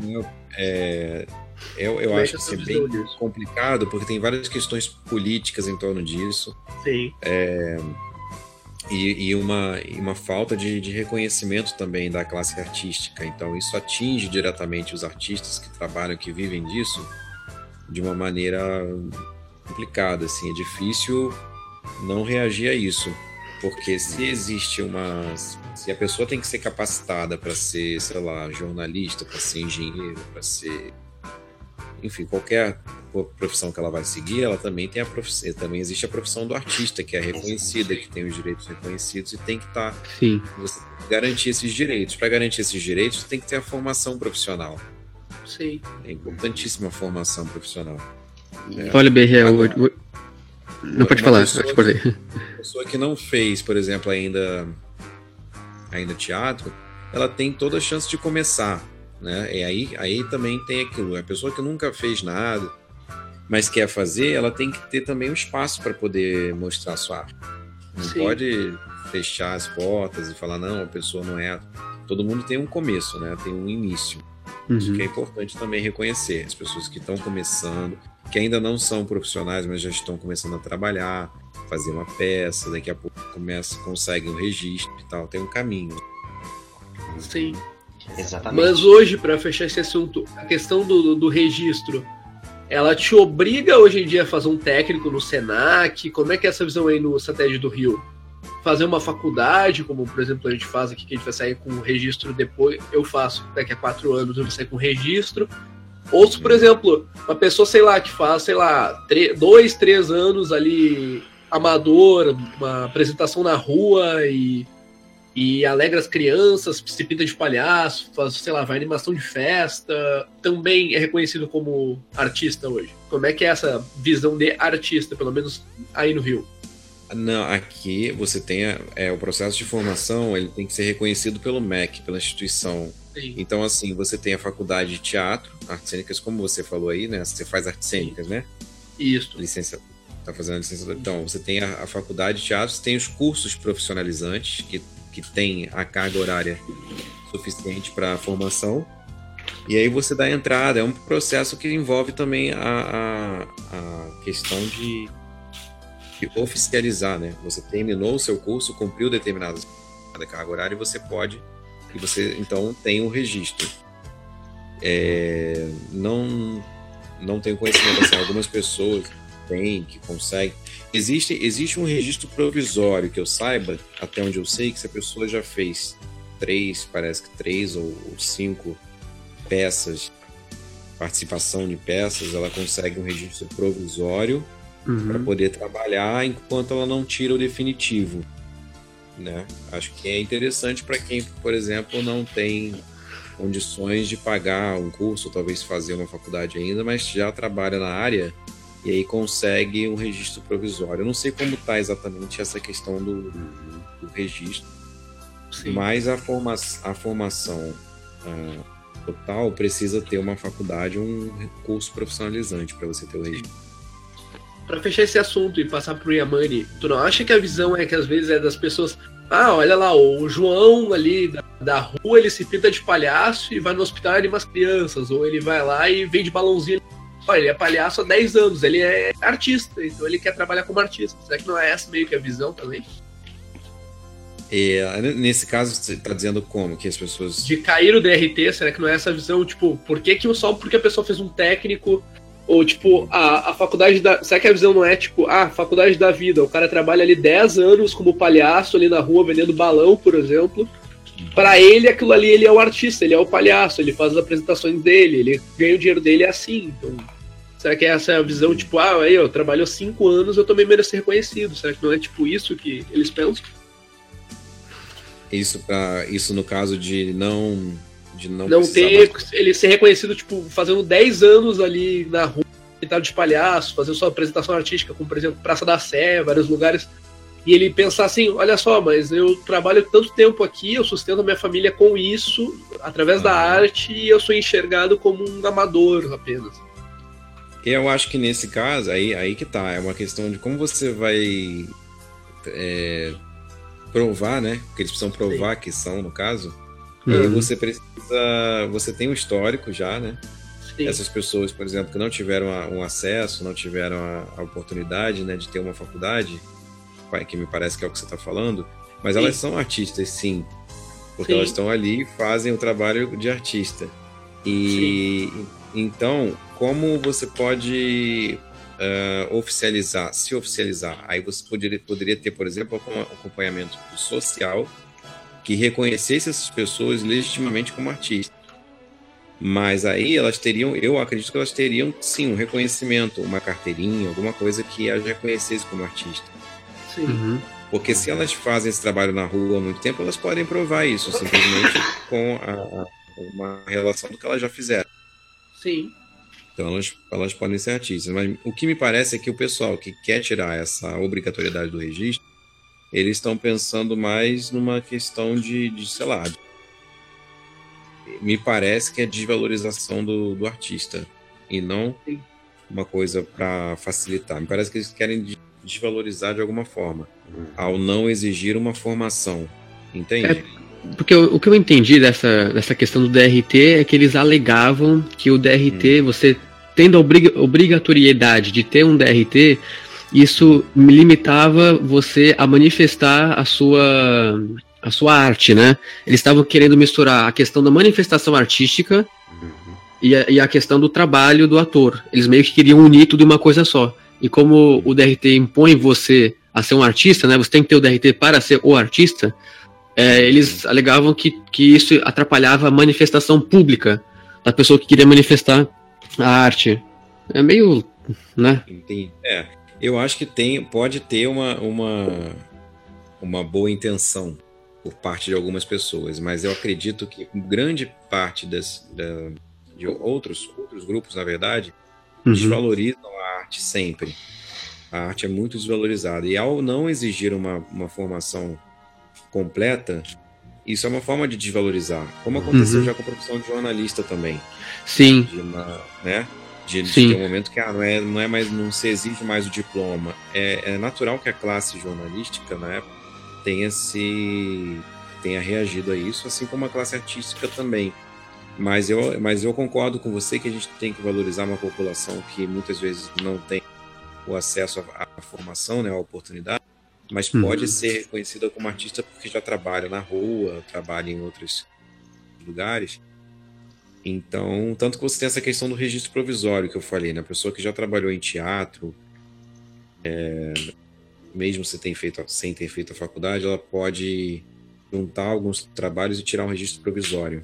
Speaker 4: Eu acho que isso é bem complicado, porque tem várias questões políticas em torno disso.
Speaker 3: Sim.
Speaker 4: E uma falta de reconhecimento também da classe artística. Então isso atinge diretamente os artistas que trabalham, que vivem disso, de uma maneira complicada. Assim, é difícil não reagir a isso, porque se a pessoa tem que ser capacitada para ser, sei lá, jornalista, para ser engenheiro, para ser, enfim, qualquer profissão que ela vai seguir, ela também tem também existe a profissão do artista, que é reconhecida, que tem os direitos reconhecidos e tem que estar você garantir esses direitos. Para garantir esses direitos, tem que ter a formação profissional.
Speaker 3: Sim.
Speaker 4: É importantíssima a formação profissional.
Speaker 5: Olha, BR, não pode falar, eu te cortei.
Speaker 4: Pessoa que não fez, por exemplo, ainda teatro, ela tem toda a chance de começar, né? E aí também tem aquilo, a pessoa que nunca fez nada, mas quer fazer, ela tem que ter também um espaço para poder mostrar a sua arte. Não pode fechar as portas e falar, não, a pessoa não é. Todo mundo tem um começo, né? Tem um início. Isso que é importante também reconhecer. As pessoas que estão começando, que ainda não são profissionais, mas já estão começando a trabalhar, fazer uma peça, daqui a pouco conseguem um registro e tal. Tem um caminho.
Speaker 3: Sim.
Speaker 6: Exatamente.
Speaker 3: Mas hoje, para fechar esse assunto, a questão do registro, ela te obriga hoje em dia a fazer um técnico no Senac? Como é que é essa visão aí no Satélite do Rio? Fazer uma faculdade, como por exemplo a gente faz aqui, que a gente vai sair com o registro depois, eu faço daqui a 4 anos, eu vou sair com registro, Ou se, por exemplo, uma pessoa, sei lá, que faz, sei lá, 2, 3 anos ali, amador, uma apresentação na rua e alegra as crianças, se pinta de palhaço, faz, sei lá, vai animação de festa, também é reconhecido como artista hoje. Como é que é essa visão de artista, pelo menos aí no Rio?
Speaker 4: Não, aqui você tem o processo de formação, ele tem que ser reconhecido pelo MEC, pela instituição.
Speaker 3: Sim.
Speaker 4: Então, assim, você tem a faculdade de teatro, artes cênicas, como você falou aí, né? Você faz artes cênicas, né?
Speaker 3: Isso.
Speaker 4: Licença, tá fazendo a licenciatura. Então, você tem a faculdade de teatro, você tem os cursos profissionalizantes, que tem a carga horária suficiente para a formação. E aí você dá a entrada. É um processo que envolve também a questão de oficializar, né? Você terminou o seu curso, cumpriu determinada carga horária e você então tem um registro. Não tenho conhecimento assim, algumas pessoas têm, que conseguem. Existe um registro provisório que eu saiba, até onde eu sei, que se a pessoa já fez 3 ou 5 peças, participação de peças, ela consegue um registro provisório para poder trabalhar enquanto ela não tira o definitivo, né? Acho que é interessante para quem, por exemplo, não tem condições de pagar um curso, talvez fazer uma faculdade ainda, mas já trabalha na área e aí consegue um registro provisório. Eu não sei como está exatamente essa questão do registro. Sim. Mas a formação total precisa ter uma faculdade, um curso profissionalizante para você ter o registro.
Speaker 3: Para fechar esse assunto e passar pro Yamane, tu não acha que a visão é que às vezes é das pessoas, olha lá, o João ali da rua, ele se pinta de palhaço e vai no hospital e anima as crianças, ou ele vai lá e vende balãozinho. Olha, ele é palhaço há 10 anos, ele é artista, então ele quer trabalhar como artista. Será que não é essa meio que a visão também?
Speaker 4: Nesse caso, você está dizendo como? Que as pessoas...
Speaker 3: De cair o DRT, será que não é essa visão? Tipo, só porque a pessoa fez um técnico, ou tipo, a faculdade da... Será que a visão não é tipo, faculdade da vida, o cara trabalha ali 10 anos como palhaço ali na rua, vendendo balão, por exemplo. Para ele, aquilo ali, ele é o artista, ele é o palhaço, ele faz as apresentações dele, ele ganha o dinheiro dele assim, então... Será que essa é a visão, tipo, aí eu trabalho 5 anos, eu também mereço ser reconhecido? Será que não é tipo isso que eles pensam?
Speaker 4: Isso no caso de não
Speaker 3: ter ele ser reconhecido, tipo, fazendo 10 anos ali na rua, pintado de palhaço, fazendo sua apresentação artística, como, por exemplo, Praça da Sé, vários lugares, e ele pensar assim, olha só, mas eu trabalho tanto tempo aqui, eu sustento a minha família com isso, através da arte, e eu sou enxergado como um amador apenas.
Speaker 4: Eu acho que nesse caso, aí que tá, é uma questão de como você vai provar, né? Porque eles precisam provar que são, no caso. E aí você tem um histórico já, né? Sim. Essas pessoas, por exemplo, que não tiveram um acesso, não tiveram a oportunidade, né, de ter uma faculdade, que me parece que é o que você está falando, mas elas são artistas, sim. Porque elas estão ali e fazem o trabalho de artista. E então, como você pode se oficializar? Aí você poderia ter, por exemplo, um acompanhamento social que reconhecesse essas pessoas legitimamente como artistas. Mas aí elas teriam, eu acredito que elas teriam, sim, um reconhecimento, uma carteirinha, alguma coisa que as reconhecesse como artista. Sim. Porque se elas fazem esse trabalho na rua há muito tempo, elas podem provar isso, simplesmente com uma relação do que elas já fizeram.
Speaker 3: Sim.
Speaker 4: Então elas podem ser artistas. Mas o que me parece é que o pessoal que quer tirar essa obrigatoriedade do registro, eles estão pensando mais numa questão de sei lá, me parece que é desvalorização do artista e não uma coisa para facilitar. Me parece que eles querem desvalorizar de alguma forma ao não exigir uma formação, entende?
Speaker 5: Porque o que eu entendi dessa questão do DRT é que eles alegavam que o DRT, você tendo a obrigatoriedade de ter um DRT, isso limitava você a manifestar a sua arte, né? Eles estavam querendo misturar a questão da manifestação artística e a questão do trabalho do ator. Eles meio que queriam unir tudo em uma coisa só. E como o DRT impõe você a ser um artista, né? Você tem que ter o DRT para ser o artista. Eles alegavam que isso atrapalhava a manifestação pública da pessoa que queria manifestar A arte. É meio, né?
Speaker 4: Entendi. Eu acho que pode ter uma boa intenção por parte de algumas pessoas, mas eu acredito que grande parte de outros grupos, na verdade, desvalorizam a arte sempre. A arte é muito desvalorizada. E ao não exigir uma formação completa, isso é uma forma de desvalorizar. Como aconteceu já com a profissão de jornalista também.
Speaker 5: Sim.
Speaker 4: De ter um momento que não se exige mais o diploma. É natural que a classe jornalística, né, tenha reagido a isso, assim como a classe artística também. Mas eu concordo com você que a gente tem que valorizar uma população que muitas vezes não tem o acesso à formação, né, à oportunidade, mas pode ser reconhecida como artista porque já trabalha na rua, trabalha em outros lugares. Então, tanto que você tem essa questão do registro provisório que eu falei, né? A pessoa que já trabalhou em teatro, mesmo sem ter feito a faculdade, ela pode juntar alguns trabalhos e tirar um registro provisório.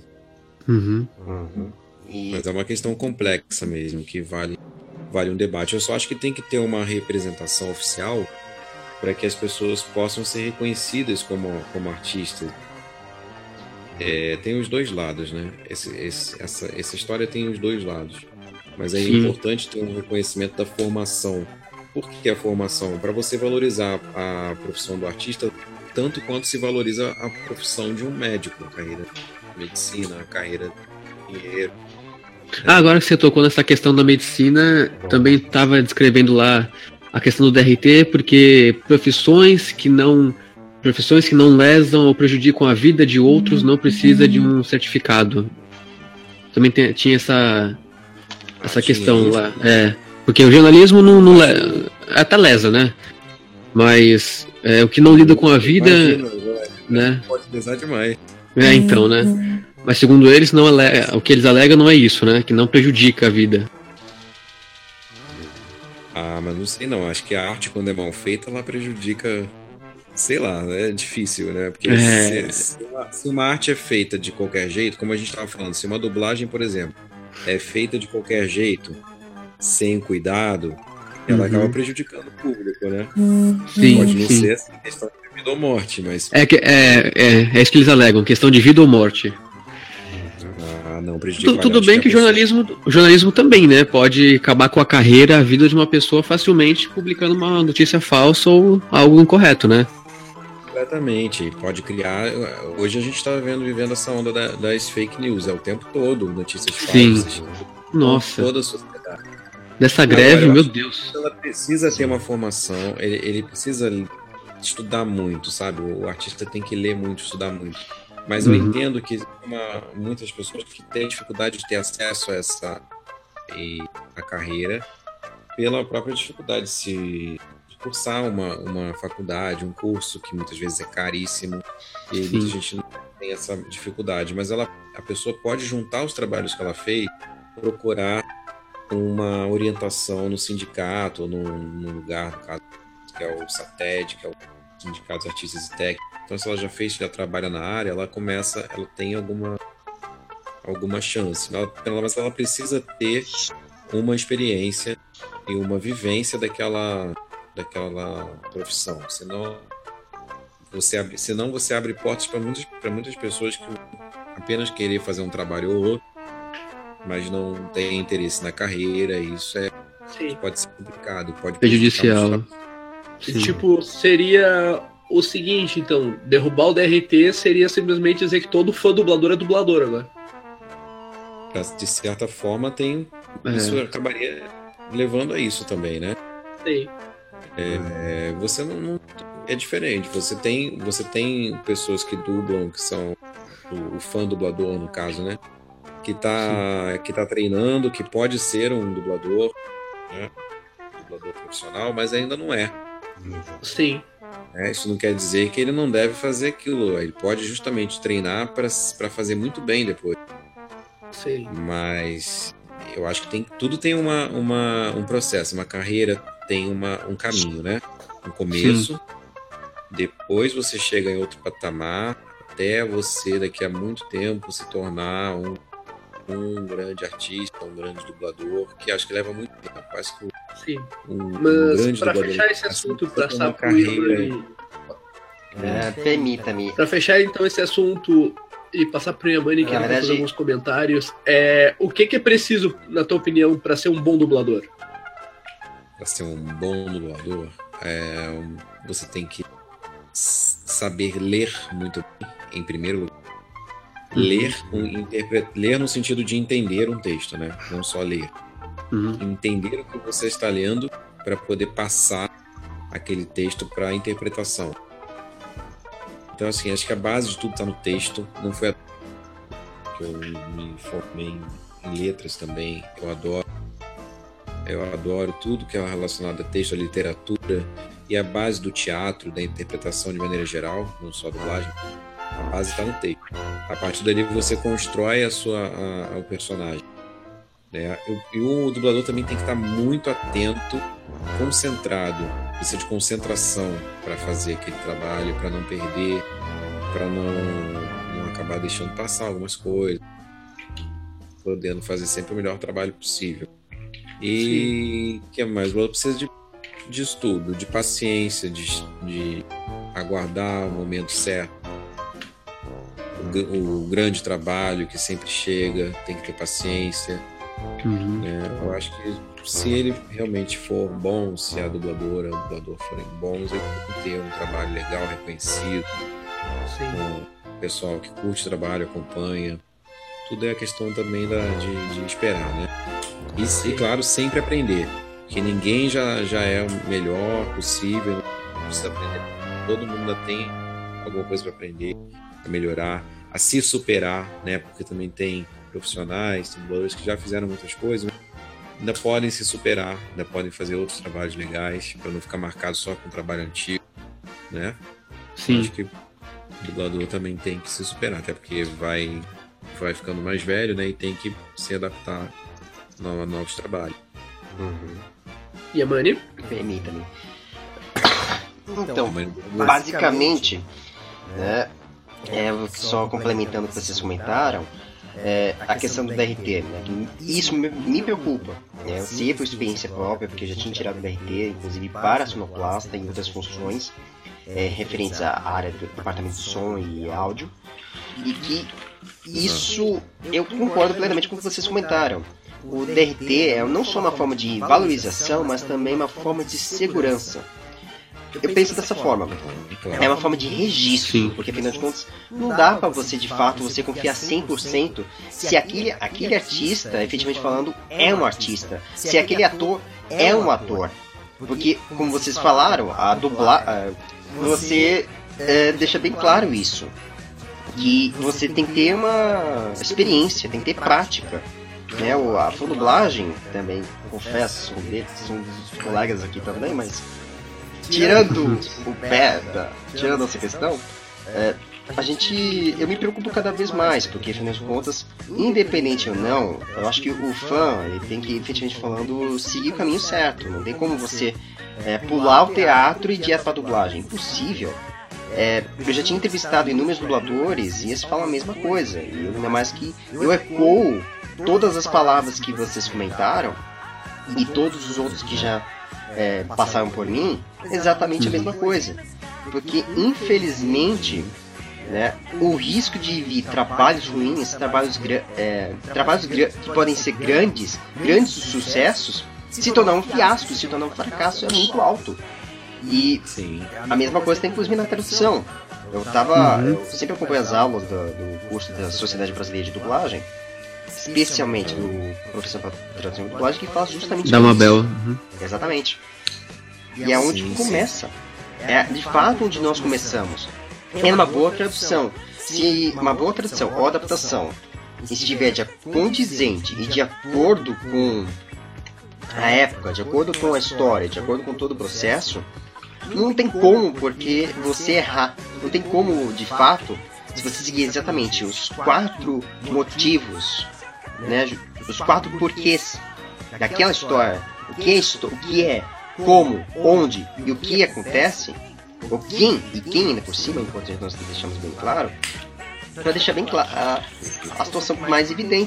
Speaker 4: Mas é uma questão complexa mesmo, que vale um debate. Eu só acho que tem que ter uma representação oficial para que as pessoas possam ser reconhecidas como artistas. Tem os dois lados, né? Essa história tem os dois lados. Mas é importante ter um reconhecimento da formação. Por que a formação? Para você valorizar a profissão do artista tanto quanto se valoriza a profissão de um médico, a carreira de medicina, a carreira de engenheiro.
Speaker 5: Agora que você tocou nessa questão da medicina, também estava descrevendo lá a questão do DRT, porque profissões que não lesam ou prejudicam a vida de outros não precisa de um certificado. Também tinha essa questão lá. Porque o jornalismo até lesa, né? Mas o que não lida com a vida... né?
Speaker 4: Pode lesar demais.
Speaker 5: Então, né? Mas segundo eles, o que eles alegam não é isso, né? Que não prejudica a vida.
Speaker 4: Mas não sei não. Acho que a arte, quando é mal feita, ela prejudica... Sei lá, é difícil, né? Porque se uma arte é feita de qualquer jeito, como a gente estava falando, se uma dublagem, por exemplo, é feita de qualquer jeito, sem cuidado, ela acaba prejudicando o público, né?
Speaker 5: Sim,
Speaker 4: pode não ser assim, questão de vida ou morte, mas...
Speaker 5: É isso que eles alegam, questão de vida ou morte.
Speaker 4: Não prejudica.
Speaker 5: Tudo bem que o jornalismo também, né? Pode acabar com a carreira, a vida de uma pessoa facilmente publicando uma notícia falsa ou algo incorreto, né?
Speaker 4: Completamente. Pode criar... Hoje a gente está vivendo essa onda das fake news, o tempo todo, notícias falsas.
Speaker 5: Nossa.
Speaker 4: Toda a sociedade.
Speaker 5: Dessa greve, meu Deus.
Speaker 4: Ela precisa ter uma formação, ele precisa estudar muito, sabe? O artista tem que ler muito, estudar muito. Mas eu entendo que muitas pessoas que têm dificuldade de ter acesso a a carreira pela própria dificuldade de cursar uma faculdade, um curso que muitas vezes é caríssimo e muita gente não tem essa dificuldade. Mas a pessoa pode juntar os trabalhos que ela fez, procurar uma orientação no sindicato, no lugar, no caso, que é o SATED, que é o Sindicato dos Artistas e Técnicos. Então, se ela já trabalha na área, ela tem alguma chance. Mas ela precisa ter uma experiência e uma vivência daquela profissão. Senão você abre portas para muitas pessoas que apenas querer fazer um trabalho ou outro, mas não tem interesse na carreira, e isso pode ser complicado, pode
Speaker 5: prejudicial.
Speaker 3: Tipo, seria o seguinte, então, derrubar o DRT seria simplesmente dizer que todo fã dublador é dublador agora.
Speaker 4: De certa forma, isso acabaria levando a isso também, né?
Speaker 3: Sim.
Speaker 4: Você não é diferente. Você tem pessoas que dublam, que são o fã dublador, no caso, né? Que tá treinando, que pode ser um dublador, né? Dublador profissional, mas ainda não é.
Speaker 3: Sim.
Speaker 4: Isso não quer dizer que ele não deve fazer aquilo. Ele pode justamente treinar para fazer muito bem depois.
Speaker 3: Sim.
Speaker 4: Mas eu acho que tudo tem um processo. Uma carreira tem um caminho, né? Um começo. Depois você chega em outro patamar, até você daqui a muito tempo se tornar um grande artista, um grande dublador, que acho que leva muito tempo. Acho que
Speaker 3: Sim.
Speaker 4: um
Speaker 3: Mas
Speaker 4: grande
Speaker 3: para
Speaker 4: dublador
Speaker 3: fechar esse assunto,
Speaker 4: tem
Speaker 3: passar
Speaker 4: uma
Speaker 3: pro
Speaker 4: carreira.
Speaker 3: Yamani.
Speaker 6: Permita-me.
Speaker 3: Para fechar então esse assunto e passar pro Yamani, que
Speaker 6: Na
Speaker 3: ele vai
Speaker 6: verdade-
Speaker 3: fazer alguns comentários, o que é preciso, na tua opinião, para ser um bom dublador?
Speaker 4: Para ser um bom dublador, você tem que saber ler muito bem, em primeiro lugar. Ler no sentido de entender um texto, né? Não só ler. Entender o que você está lendo para poder passar aquele texto para a interpretação. Então, assim, acho que a base de tudo está no texto. Não foi que eu me formei em letras também. Eu adoro tudo que é relacionado a texto, a literatura e a base do teatro, da interpretação de maneira geral, não só a dublagem. A base está no texto. A partir dali você constrói o personagem. Né? E o dublador também tem que estar muito atento, concentrado. Precisa de concentração para fazer aquele trabalho, para não perder, para não acabar deixando passar algumas coisas, podendo fazer sempre o melhor trabalho possível. E o que mais? O dublador precisa de estudo, de paciência, de aguardar o momento certo. O grande trabalho que sempre chega, tem que ter paciência. Eu acho que se ele realmente for bom, se a dubladora ou o dublador forem bons, ele tem que ter um trabalho legal, reconhecido. O pessoal que curte o trabalho, acompanha. Tudo é a questão também de esperar, né? E claro, sempre aprender. Porque ninguém já é o melhor possível, não precisa aprender. Todo mundo ainda tem alguma coisa para aprender, a melhorar, a se superar, né? Porque também tem profissionais, tem dubladores que já fizeram muitas coisas, mas ainda podem se superar, ainda podem fazer outros trabalhos legais, para não ficar marcado só com o trabalho antigo, né?
Speaker 5: Sim.
Speaker 4: Acho que o dublador também tem que se superar, até porque vai ficando mais velho, né? E tem que se adaptar a novos trabalhos.
Speaker 3: Yamani?
Speaker 6: Permita-me. Então, basicamente, né, só complementando o que vocês comentaram, a questão do DRT, né, que isso me preocupa. Né, eu sei por experiência própria, porque eu já tinha tirado o DRT, inclusive para sonoplasta e outras funções referentes à área do departamento de som e áudio, e que isso eu concordo plenamente com o que vocês comentaram. O DRT é não só uma forma de valorização, mas também uma forma de segurança. Eu penso dessa forma. É uma forma de registro, porque afinal de contas não dá pra você de fato você confiar 100% se aquele artista, efetivamente falando, é um artista, se aquele ator é um ator. Porque, como vocês falaram, a você deixa bem claro isso. Que você tem que ter uma experiência, tem que ter prática. Né, a fonodublagem também, confesso, são dos colegas aqui também, mas tirando tirando essa questão, eu me preocupo cada vez mais, porque afinal de contas, independente ou não, eu acho que o fã ele tem que, efetivamente falando, seguir o caminho certo. Não tem como você pular o teatro e ir direto pra dublagem, impossível. Eu já tinha entrevistado inúmeros dubladores e eles falam a mesma coisa, e ainda mais que eu ecoo todas as palavras que vocês comentaram e todos os outros que já passaram por mim, exatamente a mesma coisa. Porque, infelizmente, né, o risco de vir trabalhos ruins, trabalhos que podem ser grandes sucessos, se tornar um fiasco, se tornar um fracasso, é muito alto. E a mesma coisa tem inclusive na tradução. Eu sempre acompanho as aulas do curso da Sociedade Brasileira de Dublagem, especialmente do professor para tradução e dublagem, que fala justamente
Speaker 5: da Mabel.
Speaker 6: Exatamente. E é onde começa. É de fato onde nós começamos. É uma boa tradução. Se uma boa tradução ou adaptação estiver condizente e de acordo com a época, de acordo com a história, de acordo com todo o processo, não tem como porque você errar. Não tem como, de fato, se você seguir exatamente os 4 motivos, né, os 4 porquês daquela história, o que é, como, onde e o que acontece, o quem ainda por cima, enquanto nós deixamos bem claro, para deixar bem claro a situação mais evidente.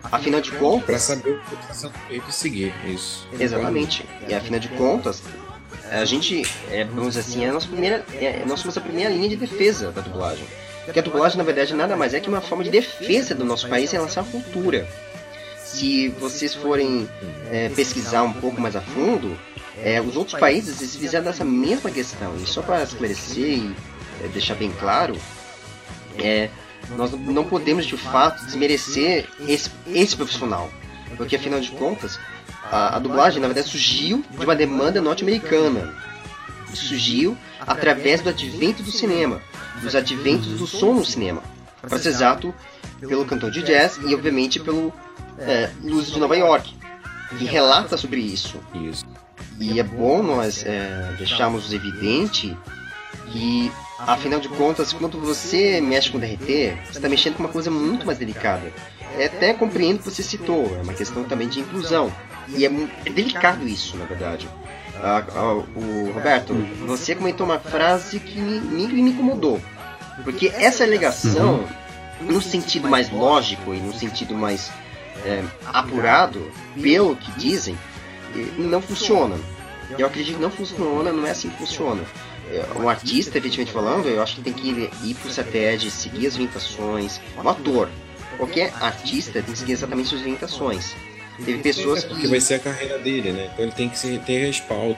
Speaker 6: Afinal de
Speaker 4: Para
Speaker 6: contas,
Speaker 4: saber o que está sendo feito e seguir. Isso.
Speaker 6: exatamente. E afinal de contas, a gente, vamos dizer assim, nós somos a primeira linha de defesa da dublagem. Porque a dublagem, na verdade, nada mais é que uma forma de defesa do nosso país em relação à cultura. Se vocês forem pesquisar um pouco mais a fundo, os outros países eles fizeram essa mesma questão. E só para esclarecer e deixar bem claro, nós não podemos, de fato, desmerecer esse profissional. Porque, afinal de contas, a dublagem, na verdade, surgiu de uma demanda norte-americana. Surgiu através do advento do cinema, dos adventos do som no cinema. Para ser exato, pelo cantor de jazz e, obviamente, pelo Luzes de Nova York, que relata sobre isso.
Speaker 4: Isso.
Speaker 6: E é bom nós deixarmos evidente que, afinal de contas, quando você mexe com DRT, você está mexendo com uma coisa muito mais delicada. Até compreendo o que você citou, é uma questão também de inclusão. E é delicado isso, na verdade. O Roberto, você comentou uma frase que me incomodou. Porque essa alegação, no sentido mais lógico e no sentido mais apurado, pelo que dizem, não funciona. Eu acredito que não funciona, não é assim que funciona. Um artista, efetivamente falando, eu acho que tem que ir pro CETED, seguir as orientações. Um ator, qualquer artista tem que seguir exatamente suas orientações. Teve pessoas
Speaker 4: porque vai ser a carreira dele, né? Então ele tem que ter respaldo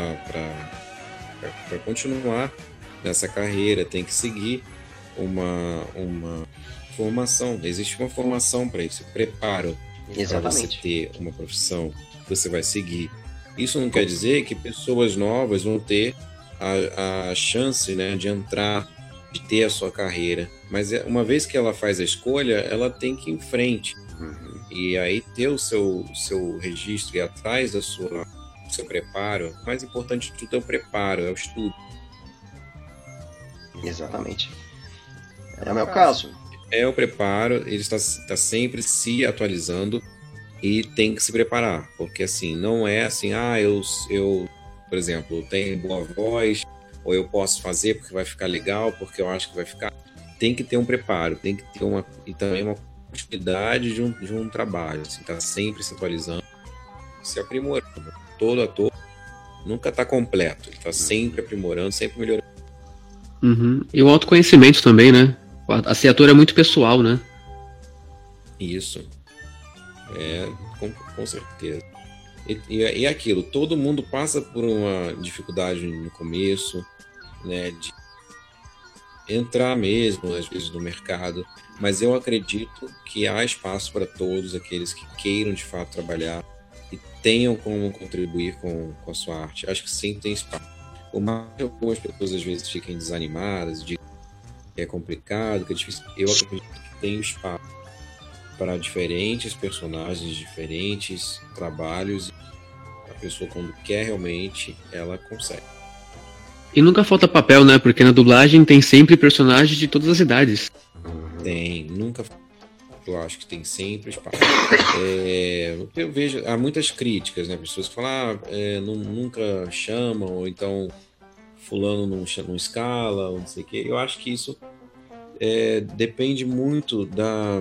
Speaker 4: para continuar nessa carreira, tem que seguir uma formação. Existe uma formação para isso, preparo para você ter uma profissão que você vai seguir. Isso não quer dizer que pessoas novas vão ter a chance, né, de entrar, de ter a sua carreira. Mas uma vez que ela faz a escolha, ela tem que ir em frente. E aí ter o seu registro e atrás do seu preparo. O mais importante de tudo é o preparo, é o estudo.
Speaker 6: Exatamente. É o meu caso.
Speaker 4: É o preparo, ele está sempre se atualizando e tem que se preparar. Porque assim, não é assim, eu por exemplo, tenho boa voz, ou eu posso fazer porque vai ficar legal, porque eu acho que vai ficar. Tem que ter um preparo, tem que ter e também uma continuidade de um trabalho, assim, tá sempre se atualizando, se aprimorando. Todo ator nunca está completo, ele está sempre aprimorando, sempre melhorando.
Speaker 5: E o autoconhecimento também, né? Ser ator é muito pessoal, né?
Speaker 4: Isso. Com certeza. E aquilo, todo mundo passa por uma dificuldade no começo, né, de entrar mesmo, às vezes, no mercado, mas eu acredito que há espaço para todos aqueles que queiram, de fato, trabalhar e tenham como contribuir com a sua arte. Acho que sempre tem espaço. Por mais que algumas pessoas, às vezes, fiquem desanimadas, de que é complicado, que é difícil, eu acredito que tem espaço para diferentes personagens, diferentes trabalhos. A pessoa, quando quer realmente, ela consegue.
Speaker 5: E nunca falta papel, né? Porque na dublagem tem sempre personagens de todas as idades.
Speaker 4: Tem, nunca. Eu acho que tem sempre espaço. Eu vejo, há muitas críticas, né? Pessoas que falam, nunca chamam, ou então fulano não escala, ou não sei o quê. Eu acho que isso depende muito da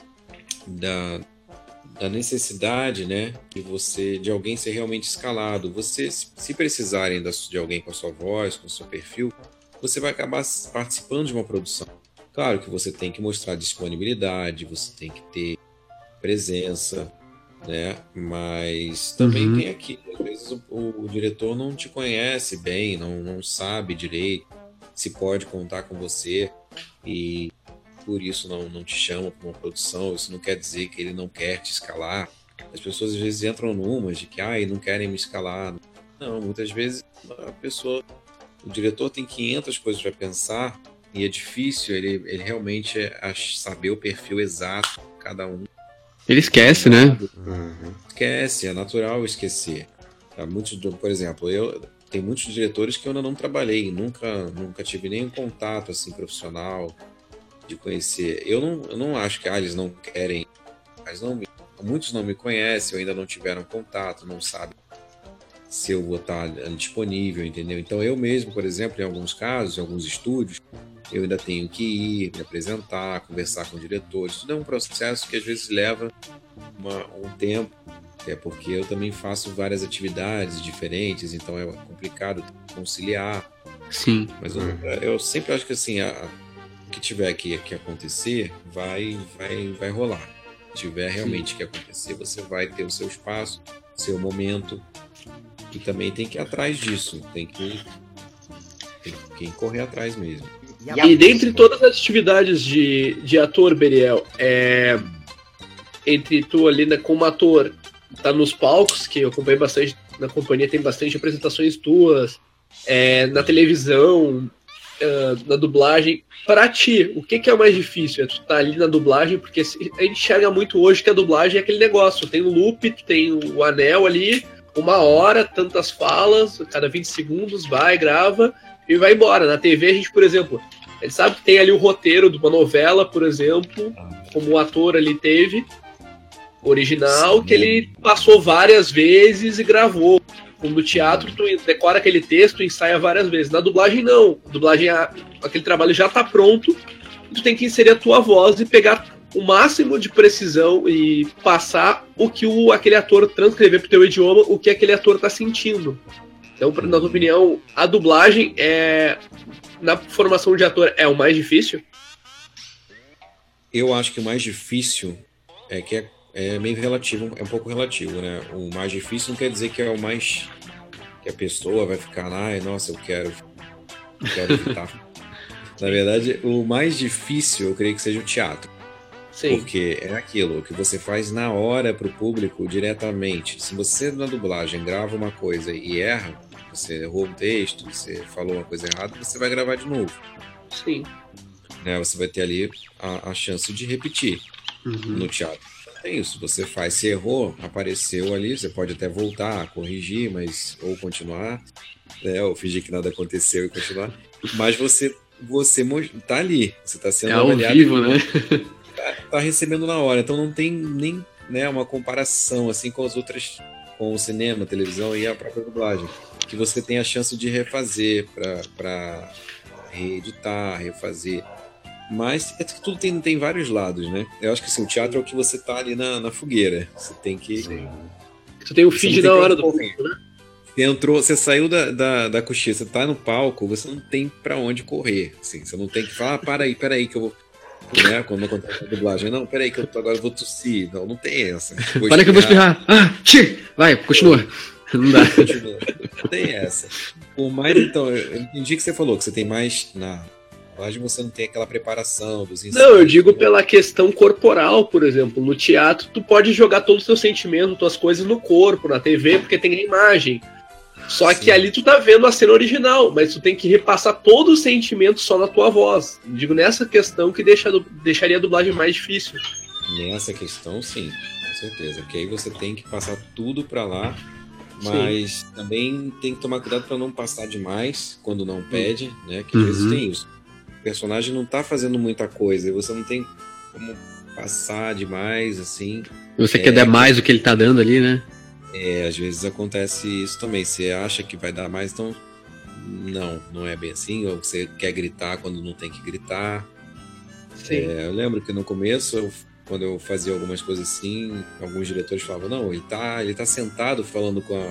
Speaker 4: necessidade, né, de alguém ser realmente escalado. Você, se precisarem de alguém com a sua voz, com o seu perfil, você vai acabar participando de uma produção. Claro que você tem que mostrar disponibilidade, você tem que ter presença, né, mas também tem aquilo, às vezes o diretor não te conhece bem, não sabe direito se pode contar com você e por isso não te chama para uma produção. Isso não quer dizer que ele não quer te escalar. As pessoas às vezes entram numas de que não querem me escalar. Não, muitas vezes o diretor tem 500 coisas para pensar e é difícil ele realmente saber o perfil exato de cada um.
Speaker 5: Ele esquece, né?
Speaker 4: Esquece, é natural esquecer. Por exemplo, tem muitos diretores que eu ainda não trabalhei, nunca tive nenhum contato assim profissional de conhecer. Eu não acho que eles não querem, muitos não me conhecem, ou ainda não tiveram contato, não sabem se eu vou estar disponível, entendeu? Então eu mesmo, por exemplo, em alguns casos, em alguns estúdios, eu ainda tenho que ir, me apresentar, conversar com diretores. Tudo é um processo que às vezes leva um tempo, porque eu também faço várias atividades diferentes, então é complicado conciliar.
Speaker 5: Sim.
Speaker 4: Mas eu sempre acho que assim, o que tiver que acontecer, vai rolar. Se tiver realmente que acontecer, você vai ter o seu espaço, seu momento, e também tem que ir atrás disso, tem que correr atrás mesmo.
Speaker 3: E dentre todas as atividades de ator, Beriel, entre tu ali, né, como ator, tá nos palcos, que eu acompanhei bastante, na companhia tem bastante apresentações tuas, na televisão, na dublagem. Pra ti, o que é o mais difícil? É tu tá ali na dublagem, porque a gente enxerga muito hoje que a dublagem é aquele negócio, tem o loop, tu tem o anel ali, 1 hora, tantas falas, cada 20 segundos, vai, grava e vai embora. Na TV a gente, por exemplo, a gente sabe que tem ali o roteiro de uma novela, por exemplo, como o ator ali teve, original, sim, que ele passou várias vezes e gravou. Como no teatro, tu decora aquele texto e ensaia várias vezes. Na dublagem, não. Na dublagem, aquele trabalho já tá pronto, tu tem que inserir a tua voz e pegar o máximo de precisão e passar o que aquele ator transcrever pro teu idioma, o que aquele ator tá sentindo. Então, na tua opinião, a dublagem na formação de ator é o mais difícil?
Speaker 4: Eu acho que o mais difícil é meio relativo, é um pouco relativo, né? O mais difícil não quer dizer que é o mais... que a pessoa vai ficar lá, nossa, eu quero evitar. Na verdade, o mais difícil, eu creio que seja o teatro.
Speaker 3: Sim.
Speaker 4: Porque é aquilo que você faz na hora pro público diretamente. Se você na dublagem grava uma coisa e erra, você errou um texto, você falou uma coisa errada, você vai gravar de novo.
Speaker 3: Sim.
Speaker 4: Né? Você vai ter ali a chance de repetir.
Speaker 3: Uhum.
Speaker 4: No teatro. É isso, você faz, se errou, apareceu ali, você pode até voltar, corrigir, ou continuar, né? Ou fingir que nada aconteceu e continuar. Mas você tá ali, você tá sendo avaliado.
Speaker 5: Ao vivo, né?
Speaker 4: Tá recebendo na hora, então não tem nem, né, uma comparação assim com as outras, com o cinema, televisão e a própria dublagem, que você tem a chance de refazer para reeditar, refazer. Mas é que tudo tem vários lados, né? Eu acho que assim, o teatro é o que você tá ali na fogueira. Você tem que...
Speaker 3: Sim. Tu tem o feed da hora do público, né?
Speaker 4: Você saiu da coxinha, você tá no palco, você não tem pra onde correr. Assim, você não tem que falar, para aí que eu vou... Né? Quando acontece a dublagem, não, peraí que agora eu vou tossir. Não tem essa.
Speaker 5: Para que eu vou espirrar. Vai, continua. Não dá.
Speaker 4: Continua. Não tem essa. Mas então, eu entendi que você falou que você tem mais na... você não tem aquela preparação dos ensaios.
Speaker 3: Não, eu digo pela questão corporal, por exemplo. No teatro, tu pode jogar todos os teus sentimentos, tuas coisas no corpo, na TV, porque tem a imagem. Só que ali tu tá vendo a cena original, mas tu tem que repassar todo o sentimento só na tua voz. Digo nessa questão que deixaria a dublagem mais difícil.
Speaker 4: Nessa questão, sim, com certeza. Porque aí você tem que passar tudo pra lá, mas também tem que tomar cuidado pra não passar demais quando não pede, né? Que às vezes tem isso. O personagem não tá fazendo muita coisa e você não tem como passar demais, assim.
Speaker 5: Você quer dar mais do que ele tá dando ali, né?
Speaker 4: Às vezes acontece isso também. Você acha que vai dar mais, então não é bem assim. Ou você quer gritar quando não tem que gritar. Eu lembro que no começo, quando eu fazia algumas coisas assim, alguns diretores falavam, não, ele tá sentado falando com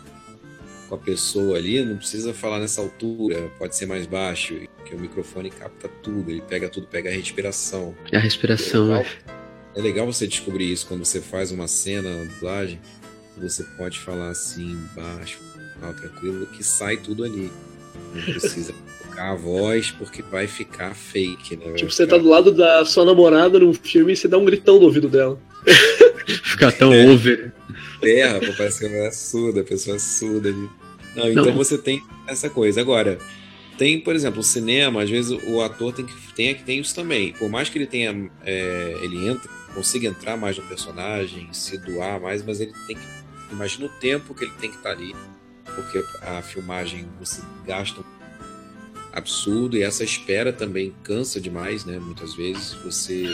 Speaker 4: a pessoa ali, não precisa falar nessa altura, pode ser mais baixo, que o microfone capta tudo, ele pega tudo, pega a respiração.
Speaker 5: A respiração,
Speaker 4: É legal você descobrir isso quando você faz uma cena na dublagem, você pode falar assim, baixo, tranquilo, que sai tudo ali. Não precisa tocar a voz, porque vai ficar fake, né?
Speaker 3: Tipo, você tá do lado da sua namorada num filme e você dá um gritão no ouvido dela.
Speaker 5: Ficar tão over.
Speaker 4: Rapaz, parece que a pessoa é surda ali. Não, então você tem essa coisa. Agora, tem, por exemplo, o cinema, às vezes o ator tem isso também. Por mais que ele tenha, consiga entrar mais no personagem, se doar mais, mas ele tem que... Imagina o tempo que ele tem que estar ali, porque a filmagem você gasta um absurdo e essa espera também cansa demais, né? Muitas vezes você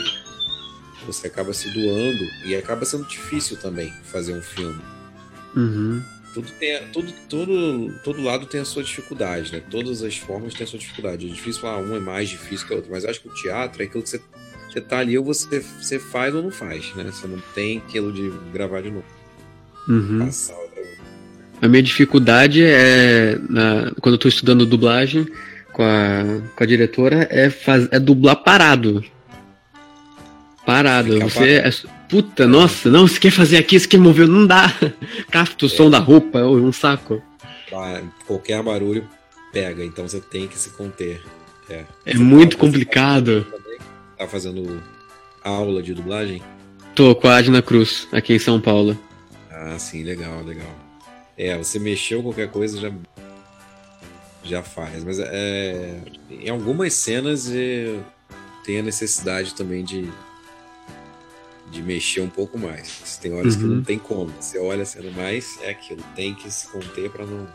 Speaker 4: acaba se doando e acaba sendo difícil também fazer um filme.
Speaker 5: Uhum.
Speaker 4: Todo lado tem a sua dificuldade, né? Todas as formas têm a sua dificuldade. É difícil falar um é mais difícil que o outro, mas eu acho que o teatro é aquilo que você tá ali, ou você faz ou não faz, né? Você não tem aquilo de gravar de novo.
Speaker 5: Uhum.
Speaker 4: Passar outra vez.
Speaker 5: A minha dificuldade quando eu tô estudando dublagem com a diretora é dublar parado. Parado. Puta, nossa, não, você quer fazer aqui, você quer mover, não dá. Capta o som da roupa, é um saco.
Speaker 4: Qualquer barulho pega, então você tem que se conter.
Speaker 5: É muito complicado.
Speaker 4: Tá fazendo aula de dublagem?
Speaker 5: Tô com a Adna Cruz, aqui em São Paulo.
Speaker 4: Ah, sim, legal. Você mexeu qualquer coisa, já faz. Mas em algumas cenas tem a necessidade também de mexer um pouco mais. Tem horas que não tem como. Você olha sendo mais, é aquilo. Tem que se conter pra não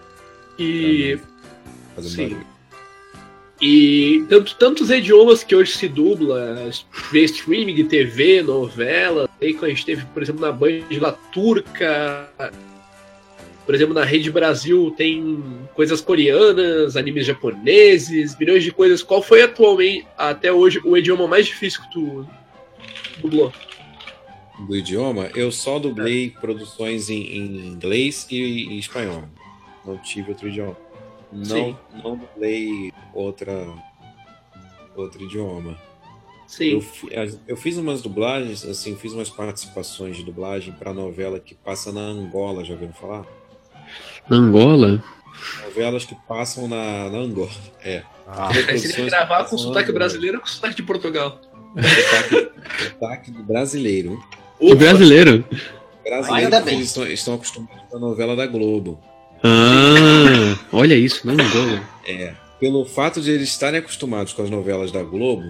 Speaker 4: fazer barulho.
Speaker 3: E tantos idiomas que hoje se dubla, via streaming, TV, novela. Aí quando a gente teve, por exemplo, na Band La Turca, por exemplo, na Rede Brasil tem coisas coreanas, animes japoneses, milhões de coisas. Qual foi atualmente, até hoje, o idioma mais difícil que tu dublou?
Speaker 4: Do idioma, eu só dublei produções em inglês e em espanhol. Não tive outro idioma. Não dublei outro idioma.
Speaker 3: Sim.
Speaker 4: Eu fiz umas dublagens, assim, fiz umas participações de dublagem para novela que passa na Angola, já ouviram falar?
Speaker 5: Na Angola?
Speaker 4: Novelas que passam na Angola.
Speaker 3: Aí seria gravar com sotaque brasileiro ou com sotaque de Portugal?
Speaker 4: Sotaque brasileiro.
Speaker 5: O brasileiro?
Speaker 6: Ainda bem.
Speaker 4: Eles estão acostumados com a novela da Globo.
Speaker 5: Ah, olha isso, não Angola.
Speaker 4: Pelo fato de eles estarem acostumados com as novelas da Globo,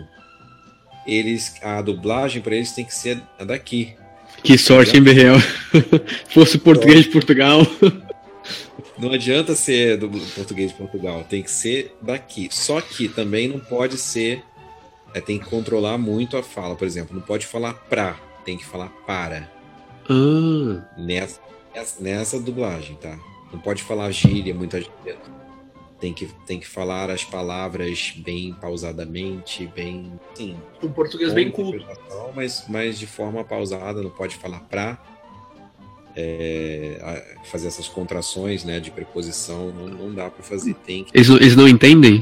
Speaker 4: a dublagem para eles tem que ser a daqui.
Speaker 5: Que sorte, hein, Berreal? Fosse português de Portugal.
Speaker 4: Não adianta ser do português de Portugal, tem que ser daqui. Só que também não pode ser. Tem que controlar muito a fala, por exemplo. Não pode falar pra, tem que falar para. Nessa dublagem, tá? Não pode falar gíria, muita gíria. Tem que falar as palavras bem pausadamente, bem. Sim.
Speaker 3: Um português bem culto.
Speaker 4: Mas de forma pausada, não pode falar pra. Fazer essas contrações, né, de preposição, não dá pra fazer.
Speaker 5: Eles não entendem?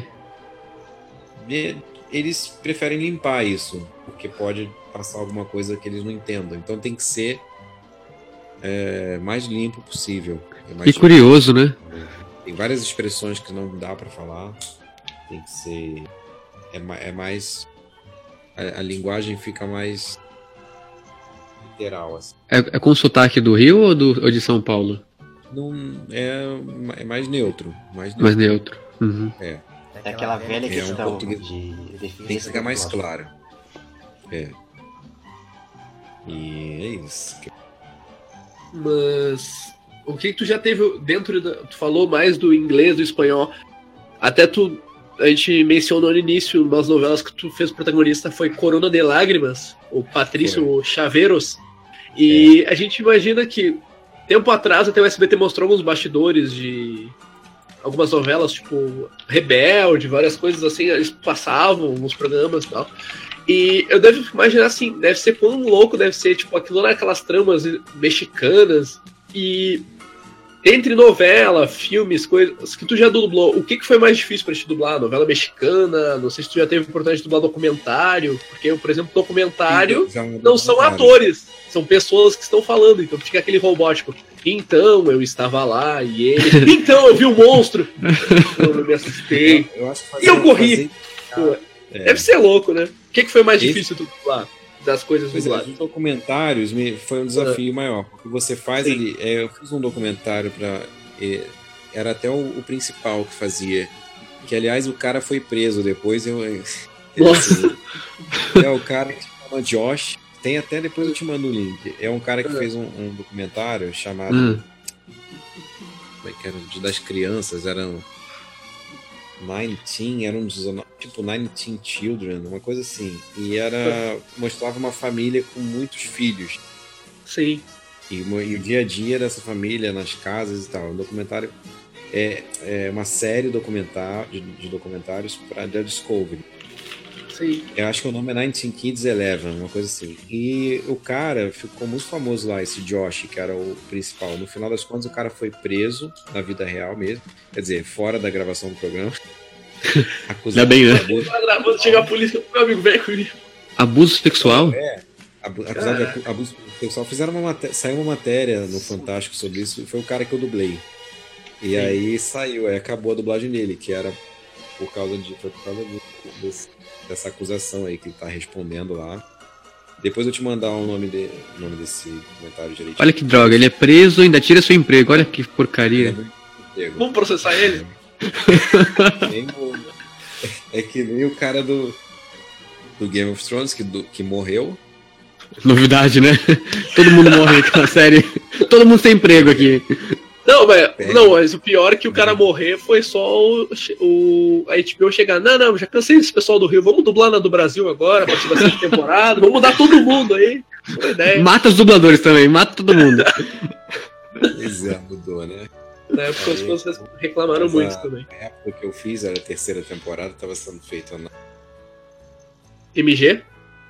Speaker 4: Eles preferem limpar isso, porque pode passar alguma coisa que eles não entendam. Então tem que ser mais limpo possível.
Speaker 5: Que curioso, né?
Speaker 4: Tem várias expressões que não dá pra falar. Tem que ser... É mais... A linguagem fica mais literal, assim.
Speaker 5: É com sotaque do Rio ou de São Paulo?
Speaker 4: Não, é mais neutro.
Speaker 5: Mais neutro. Uhum.
Speaker 6: É aquela velha questão
Speaker 4: português
Speaker 6: de
Speaker 4: tem que ficar mais claro. E é isso.
Speaker 3: Mas o que tu já teve dentro tu falou mais do inglês, do espanhol. Até a gente mencionou no início, nas novelas que tu fez protagonista, foi Corona de Lágrimas, o Patrício Chaveiros. E a gente imagina que tempo atrás até o SBT mostrou alguns bastidores de algumas novelas, tipo Rebelde, várias coisas assim, eles passavam nos programas e tal. E eu devo imaginar assim, deve ser quão louco deve ser, tipo, aquilo naquelas tramas mexicanas. E entre novela, filmes, coisas que tu já dublou, o que foi mais difícil pra te dublar? Novela mexicana? Não sei se tu já teve a oportunidade de dublar documentário, porque, por exemplo, documentário não são atores, são pessoas que estão falando, então fica aquele robótico. Então eu estava lá e ele. Então eu vi o monstro! Eu me assustei. E eu corri! Deve ser louco, né? O que foi mais difícil tu dublar? Das coisas dubladas?
Speaker 4: Os documentários foi um desafio maior, porque você faz ali. Eu fiz um documentário para. Era até o principal que fazia. Que aliás o cara foi preso depois.
Speaker 5: Nossa!
Speaker 4: É o cara que se chama Josh. Tem até depois eu te mando o link. É um cara que fez um documentário chamado. Como é que era? Das crianças, eram 19, tipo 19 Children, uma coisa assim. E mostrava uma família com muitos filhos.
Speaker 3: Sim.
Speaker 4: E o dia a dia dessa família nas casas e tal. Um documentário é uma série de documentários para a Discovery.
Speaker 3: Sim.
Speaker 4: Eu acho que o nome é 19 Kids 11, uma coisa assim. E o cara ficou muito famoso lá, esse Josh, que era o principal. No final das contas, o cara foi preso na vida real mesmo. Quer dizer, fora da gravação do programa.
Speaker 5: Acusado bem, né?
Speaker 3: Gravando, chega a polícia, meu amigo, vem comigo.
Speaker 5: Abuso sexual?
Speaker 4: Acusado de abuso sexual. Saiu uma matéria no Fantástico sobre isso, e foi o cara que eu dublei. E aí saiu, aí acabou a dublagem dele, que era por causa dessa acusação aí que ele tá respondendo lá. Depois eu te mandar o nome desse comentário direitinho.
Speaker 5: Olha que droga, ele é preso e ainda tira seu emprego, olha que porcaria.
Speaker 3: Vamos processar ele?
Speaker 4: É que nem o cara do Game of Thrones que morreu.
Speaker 5: Novidade, né? Todo mundo morre naquela série. Todo mundo sem emprego aqui.
Speaker 3: Mas o pior é que o cara morrer foi só a HBO chegar. Não, já cansei desse pessoal do Rio, vamos dublar na do Brasil agora, a partir da segunda temporada, vamos mudar todo mundo aí. Boa ideia.
Speaker 5: Mata os dubladores também, mata todo mundo.
Speaker 4: Pois mudou, né?
Speaker 3: Na época as pessoas reclamaram muito também.
Speaker 4: Na época que eu fiz, era a terceira temporada, estava sendo feita na
Speaker 3: MG.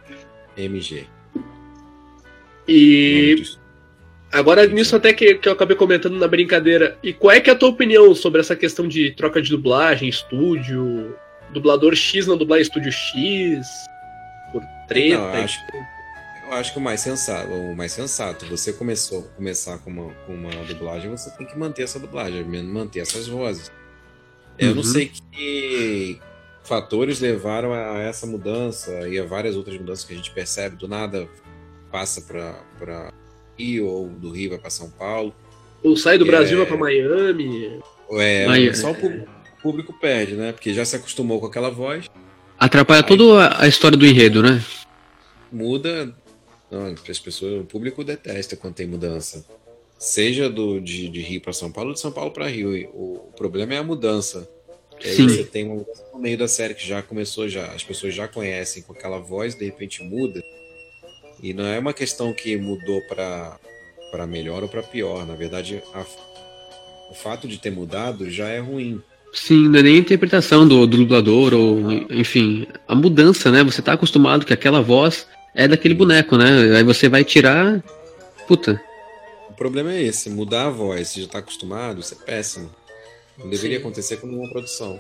Speaker 4: E
Speaker 3: agora nisso até que eu acabei comentando na brincadeira. E qual é que é a tua opinião sobre essa questão de troca de dublagem, estúdio, dublador X não dublar estúdio X, por treta?
Speaker 4: Eu acho que o mais sensato, você começar com uma dublagem, você tem que manter essa dublagem, manter essas vozes. Eu não sei que fatores levaram a essa mudança e a várias outras mudanças que a gente percebe, do nada passa para Rio, ou do Rio vai para São Paulo.
Speaker 3: Ou sai do Brasil vai para Miami.
Speaker 4: Só o público perde, né? Porque já se acostumou com aquela voz.
Speaker 5: Atrapalha toda a história do enredo, né?
Speaker 4: Muda. Não, as pessoas, o público detesta quando tem mudança. Seja de Rio para São Paulo ou de São Paulo para Rio. O problema é a mudança. Aí você tem uma mudança no meio da série que já começou, as pessoas já conhecem com aquela voz, de repente muda. E não é uma questão que mudou para melhor ou para pior. Na verdade, o fato de ter mudado já é ruim.
Speaker 5: Sim, não é nem a interpretação do dublador, ou enfim, a mudança, né? Você tá acostumado que aquela voz é daquele boneco, né? Aí você vai tirar. Puta.
Speaker 4: O problema é esse, mudar a voz, se já tá acostumado, isso é péssimo. Não deveria acontecer com nenhuma produção.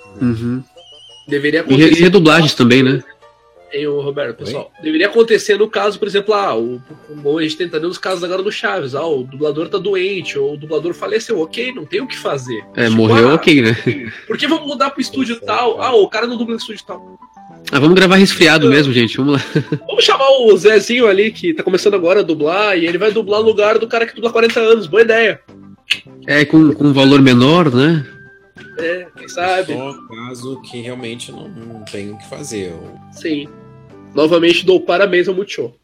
Speaker 3: Deveria acontecer.
Speaker 5: E redublagens também, né?
Speaker 3: Roberto, pessoal, deveria acontecer no caso, por exemplo, a gente tenta nos casos agora do Chaves, o dublador tá doente, ou o dublador faleceu, ok, não tem o que fazer.
Speaker 5: Morreu, ok, né?
Speaker 3: Por que vamos mudar pro estúdio tal? O cara não dubla no estúdio tal.
Speaker 5: Vamos gravar resfriado mesmo, gente, vamos lá.
Speaker 3: Vamos chamar o Zezinho ali, que tá começando agora a dublar, e ele vai dublar no lugar do cara que dubla 40 anos, boa ideia.
Speaker 5: Com um valor menor, né?
Speaker 3: Quem sabe.
Speaker 4: Só caso que realmente não tem o que fazer.
Speaker 3: Sim. Novamente dou parabéns ao Multishow.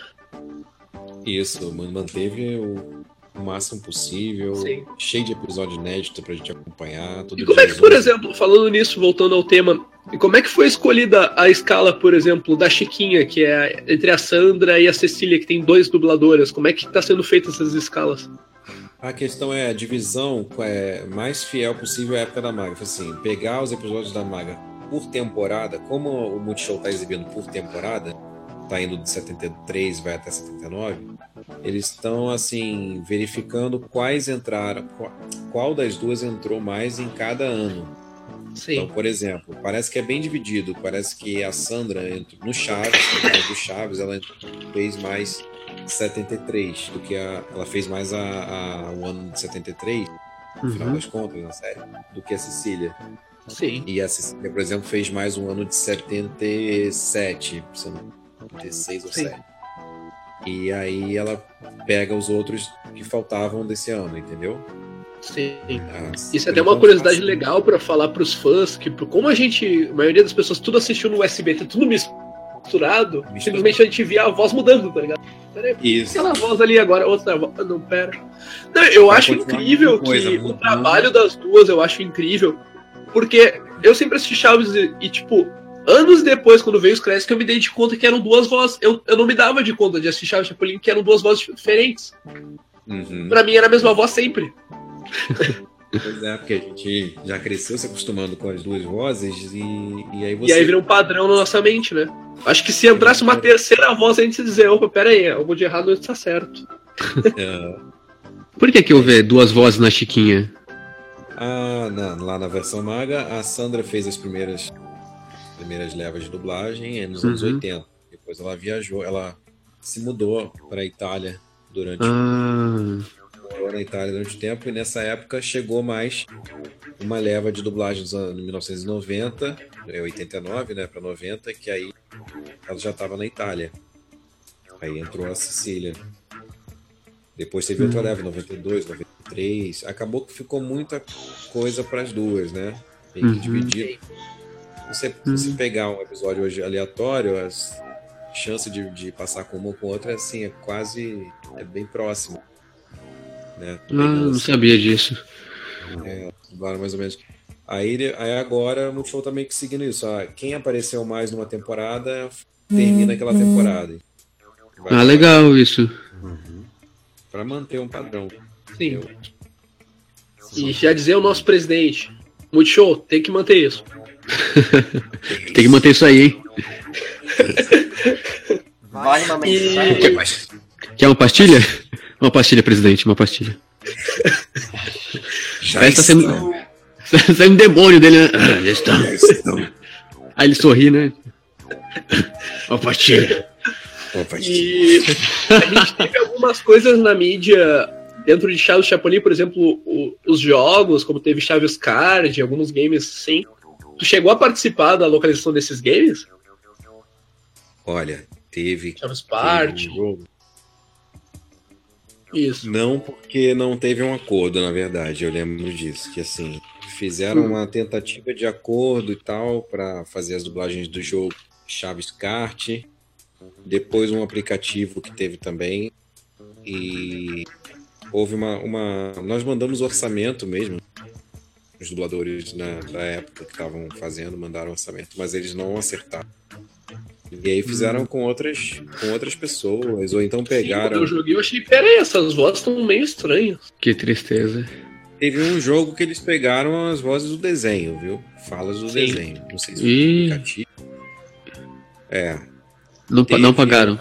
Speaker 4: Isso, manteve o máximo possível.
Speaker 3: Sim.
Speaker 4: Cheio de episódio inédito pra gente acompanhar.
Speaker 3: E como é que, por exemplo, falando nisso, voltando ao tema, e como é que foi escolhida a escala, por exemplo, da Chiquinha, que é entre a Sandra e a Cecília, que tem 2 dubladoras? Como é que tá sendo feitas essas escalas?
Speaker 4: A questão é a divisão mais fiel possível à época da Maga. Assim, pegar os episódios da Maga por temporada, como o Multishow está exibindo por temporada, está indo de 73 vai até 79, eles estão assim verificando quais entraram, qual das duas entrou mais em cada ano.
Speaker 3: Sim.
Speaker 4: Então, por exemplo, parece que é bem dividido. Parece que a Sandra entrou no Chaves, do Chaves, ela fez mais 73 do que ela fez mais o ano de 73, no final das contas, na série, do que a Cecília.
Speaker 3: Sim.
Speaker 4: E a Cecília, por exemplo, fez mais um ano de 77, 76 ou 7. E aí ela pega os outros que faltavam desse ano, entendeu?
Speaker 3: Sim. Isso é até uma curiosidade legal pra falar pros fãs, que como a maioria das pessoas tudo assistiu no SBT, tudo misturado, simplesmente a gente via a voz mudando, tá ligado?
Speaker 4: Isso.
Speaker 3: Aquela voz ali agora, outra voz, não, pera. Não, eu acho incrível que o trabalho das duas, eu acho incrível, porque eu sempre assisti Chaves e tipo, Anos depois, quando veio os créditos, que eu me dei de conta que eram duas vozes. Eu não me dava de conta de assistir Chaves e Chapolin, que eram duas vozes diferentes. Pra mim era a mesma voz sempre.
Speaker 4: Pois é, porque a gente já cresceu se acostumando com as duas vozes e aí você...
Speaker 3: E aí vira um padrão na nossa mente, né? Acho que se entrasse uma terceira voz, a gente ia dizer, opa, pera aí, algo de errado não está certo.
Speaker 5: Por que houve duas vozes na Chiquinha?
Speaker 4: Lá na versão maga, a Sandra fez as primeiras levas de dublagem nos anos 80. Depois ela viajou, ela se mudou para a Itália morou na Itália durante o tempo, e nessa época chegou mais uma leva de dublagens em 1990, 89, né, para 90, que aí ela já estava na Itália. Aí entrou a Cecília. Depois teve outra leva, 92, 93. Acabou que ficou muita coisa para as duas, né? Tem que dividir. Se você pegar um episódio hoje aleatório, as chances de passar com uma ou com outra assim, é bem próximo. Né?
Speaker 5: Não sabia disso.
Speaker 4: Mais ou menos. Aí agora o Multishow tá meio que seguindo isso. Quem apareceu mais numa temporada termina aquela temporada.
Speaker 5: Legal isso.
Speaker 4: Para manter um padrão.
Speaker 3: Sim. E já dizer o nosso presidente, Multishow, tem que manter isso.
Speaker 5: Tem que manter isso aí, hein?
Speaker 6: Vale uma mensagem.
Speaker 5: Quer uma pastilha? Uma pastilha, presidente, uma pastilha. Parece que tá sendo um demônio dele, né? Já estão. Aí ele sorri, né? Uma pastilha.
Speaker 3: E a gente teve algumas coisas na mídia dentro de Chaves e Chapolin, por exemplo, os jogos, como teve Chaves Card, alguns games assim. Tu chegou a participar da localização desses games?
Speaker 4: Olha, teve
Speaker 3: Chaves Party.
Speaker 4: Um jogo.
Speaker 3: Isso.
Speaker 4: Não, porque não teve um acordo, na verdade, eu lembro disso, que assim, fizeram uma tentativa de acordo e tal para fazer as dublagens do jogo Chaves Kart, depois um aplicativo que teve também, e houve nós mandamos orçamento mesmo, os dubladores da época que estavam fazendo mandaram orçamento, mas eles não acertaram. E aí fizeram com outras pessoas, ou então pegaram...
Speaker 3: Sim, quando eu joguei, eu achei, peraí, essas vozes estão meio estranhas.
Speaker 5: Que tristeza.
Speaker 4: Teve um jogo que eles pegaram as vozes do desenho, viu? Falas do desenho. Não sei se foi aplicativo.
Speaker 5: Não pagaram.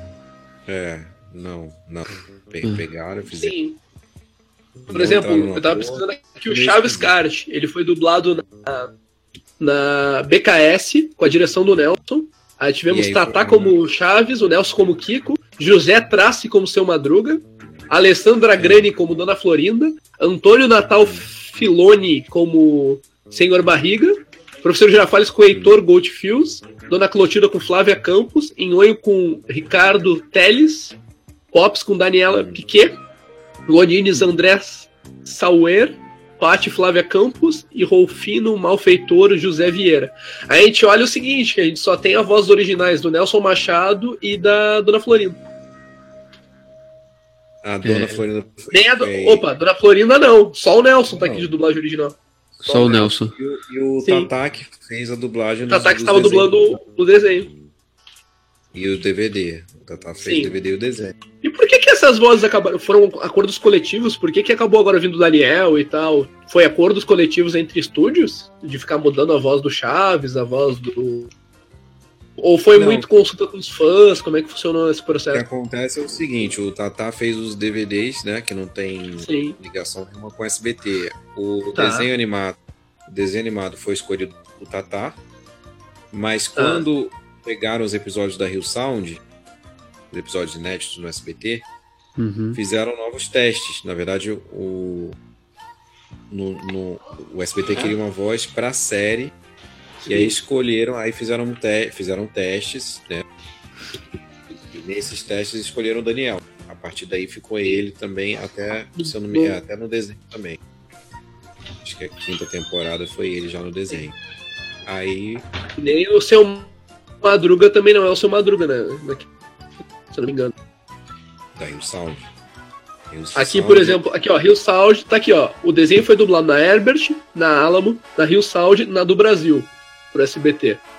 Speaker 4: Não. Pegaram, fizeram.
Speaker 3: Sim. Por exemplo, eu tava pesquisando aqui o Chaves Kart. Ele foi dublado na BKS, com a direção do Nelson. Aí tivemos Tatá como Chaves, o Nelson como Kiko, José Trace como Seu Madruga, Alessandra Grani como Dona Florinda, Antônio Natal Filoni como Senhor Barriga, Professor Girafales com Heitor Goldfields, Dona Clotilda com Flávia Campos, Inhonho com Ricardo Teles, Pops com Daniela Piquet, Lonines André Sauer, Pati Flávia Campos e Rolfino Malfeitor José Vieira. Aí a gente olha o seguinte, que a gente só tem a voz originais do Nelson Machado e da Dona Florinda.
Speaker 4: A Dona Florinda
Speaker 3: Opa, Dona Florinda não. Só o Nelson tá aqui de dublagem original.
Speaker 5: Só o Nelson.
Speaker 4: E o Tatá que fez a dublagem.
Speaker 3: O Tatá que estava dublando o desenho.
Speaker 4: E o DVD. O Tatá fez o DVD e o desenho.
Speaker 3: E por que essas vozes foram acordos coletivos? Por que acabou agora vindo o Daniel e tal? Foi acordos coletivos entre estúdios? De ficar mudando a voz do Chaves, a voz do... Ou foi muito consulta com os fãs? Como é que funcionou esse processo?
Speaker 4: O que acontece é o seguinte, o Tatá fez os DVDs, né, que não tem ligação nenhuma com o SBT. O desenho animado foi escolhido do Tatá, mas quando pegaram os episódios da Rio Sound, os episódios inéditos no SBT, fizeram novos testes. Na verdade, o SBT queria uma voz para a série. E aí escolheram, aí fizeram testes, né? E nesses testes escolheram o Daniel. A partir daí ficou ele também, até no desenho também. Acho que a 5ª temporada foi ele já no desenho. Aí...
Speaker 3: Nem o Seu Madruga também não é o Seu Madruga, né? Se eu não me engano.
Speaker 4: Da Rio Sound.
Speaker 3: Aqui, por exemplo, aqui ó, Rio Sound, tá aqui ó. O desenho foi dublado na Herbert, na Alamo, na Rio Sound, na do Brasil. Pro SBT.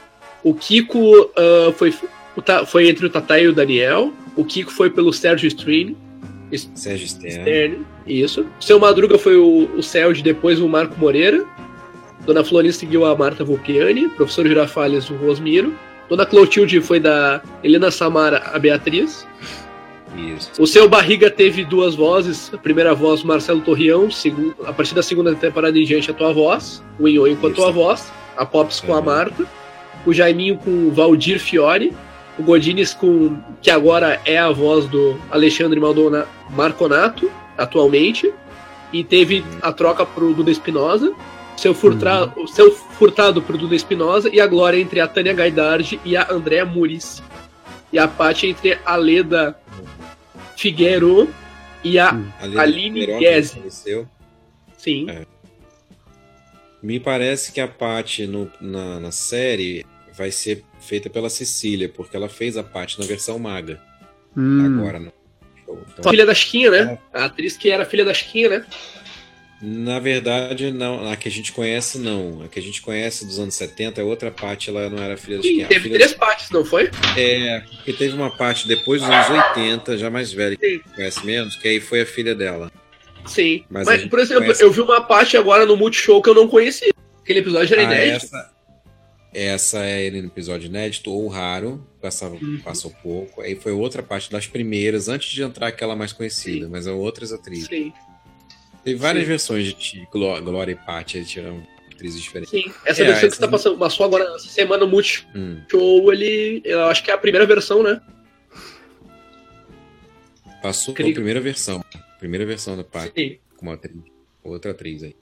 Speaker 3: O Kiko foi entre o Tatá e o Daniel. O Kiko foi pelo Sérgio Stern.
Speaker 4: Sérgio Stern.
Speaker 3: Isso. Seu Madruga foi o Sérgio, depois o Marco Moreira. Dona Florinda seguiu a Marta Volpiani. Professor Girafales, o Rosmiro. Dona Clotilde foi da Helena Samara, a Beatriz.
Speaker 4: Isso.
Speaker 3: O Seu Barriga teve 2 vozes. A primeira voz, Marcelo Torreão. A partir da segunda temporada em diante, a tua voz. O Inho com a tua voz. A Pops com a Marta. O Jaiminho com o Valdir Fiore. O Godines que agora é a voz do Alexandre Marconato, atualmente. E teve a troca pro Duda Espinosa. O seu Furtado pro Duda Espinosa. E a Glória entre a Tânia Gaidardi e a Andréa Murici. E a Paty entre a Leda Figueiredo e a Aline Guese. Sim.
Speaker 4: Me parece que a Paty na série vai ser feita pela Cecília, porque ela fez a Paty na versão maga. Agora no show. Então,
Speaker 3: filha da Chiquinha, né? A atriz que era filha da Chiquinha, né?
Speaker 4: Na verdade, não. A que a gente conhece, não. A que a gente conhece dos anos 70 é outra Paty, ela não era filha da Chiquinha.
Speaker 3: Teve 3 Patys, não foi?
Speaker 4: Porque teve uma Paty depois dos anos 80, já mais velha, que conhece menos, que aí foi a filha dela.
Speaker 3: Sim. Mas por exemplo, eu vi uma Paty agora no Multishow que eu não conhecia. Aquele episódio era inédito.
Speaker 4: Essa é ele no episódio inédito, ou raro, passou pouco. Aí foi outra parte das primeiras, antes de entrar aquela mais conhecida, mas é outras atrizes. Sim. Tem várias versões de Glória e Paty, eles tiram atrizes diferentes. Sim, essa
Speaker 3: versão que você tá passando, passou agora essa semana no Multishow, eu acho que é a primeira versão, né?
Speaker 4: Passou a primeira versão da Paty, com uma atriz, outra atriz aí.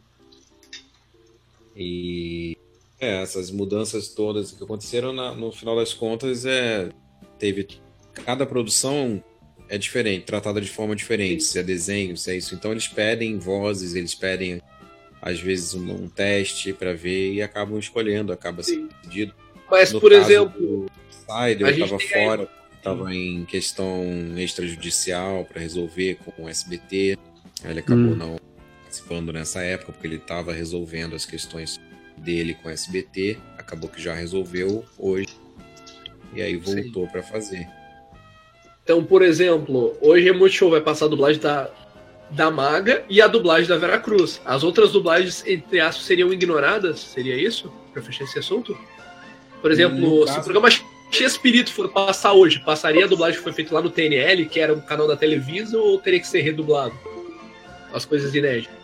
Speaker 4: E essas mudanças todas que aconteceram, no final das contas, teve cada produção é diferente, tratada de forma diferente, se é desenho, se é isso. Então eles pedem vozes, eles pedem às vezes um teste para ver e acabam escolhendo, acaba sendo decidido.
Speaker 3: Mas, por exemplo,
Speaker 4: o Sider estava fora, estava em questão extrajudicial para resolver com o SBT. Aí ele acabou não participando nessa época, porque ele estava resolvendo as questões dele com o SBT, acabou que já resolveu hoje, e aí voltou para fazer.
Speaker 3: Então, por exemplo, hoje o Multishow vai passar a dublagem da Maga e a dublagem da Vera Cruz. As outras dublagens, entre aspas, seriam ignoradas? Seria isso? Para fechar esse assunto? Por exemplo, se o programa X-Espírito for passar hoje, passaria a dublagem que foi feita lá no TNL, que era um canal da Televisa, ou teria que ser redublado? As coisas inéditas.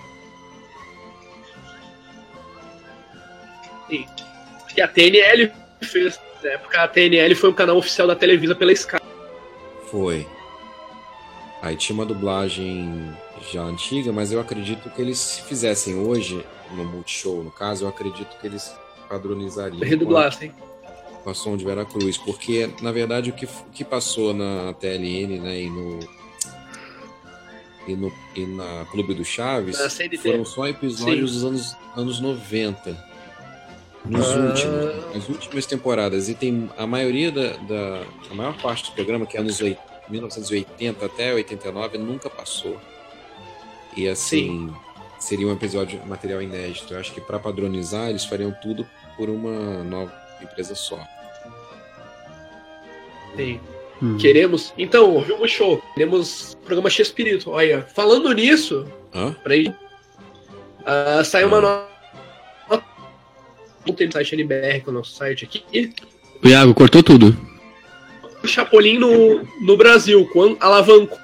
Speaker 3: Sim. Porque a TNL fez, na época a TNL foi um canal oficial da Televisa pela Sky.
Speaker 4: Foi. Aí tinha uma dublagem já antiga, mas eu acredito que eles, se fizessem hoje, no Multishow, no caso, eu acredito que eles padronizariam
Speaker 3: redublassem
Speaker 4: com a som de Vera Cruz, porque, na verdade, o que passou na TLN, né, e na Clube do Chaves foram só episódios dos anos 90. Nas últimas temporadas, e tem a maioria a maior parte do programa, que é anos 1980 até 89, nunca passou. E assim, seria um episódio material inédito. Eu acho que para padronizar, eles fariam tudo por uma nova empresa só.
Speaker 3: Sim. Queremos. Então, viu o show? Queremos programa X-Espírito. Olha, falando nisso, saiu uma nova. Tem no site NBR, que é o nosso site aqui.
Speaker 5: O Iago cortou tudo.
Speaker 3: O Chapolin no Brasil, quando alavancou.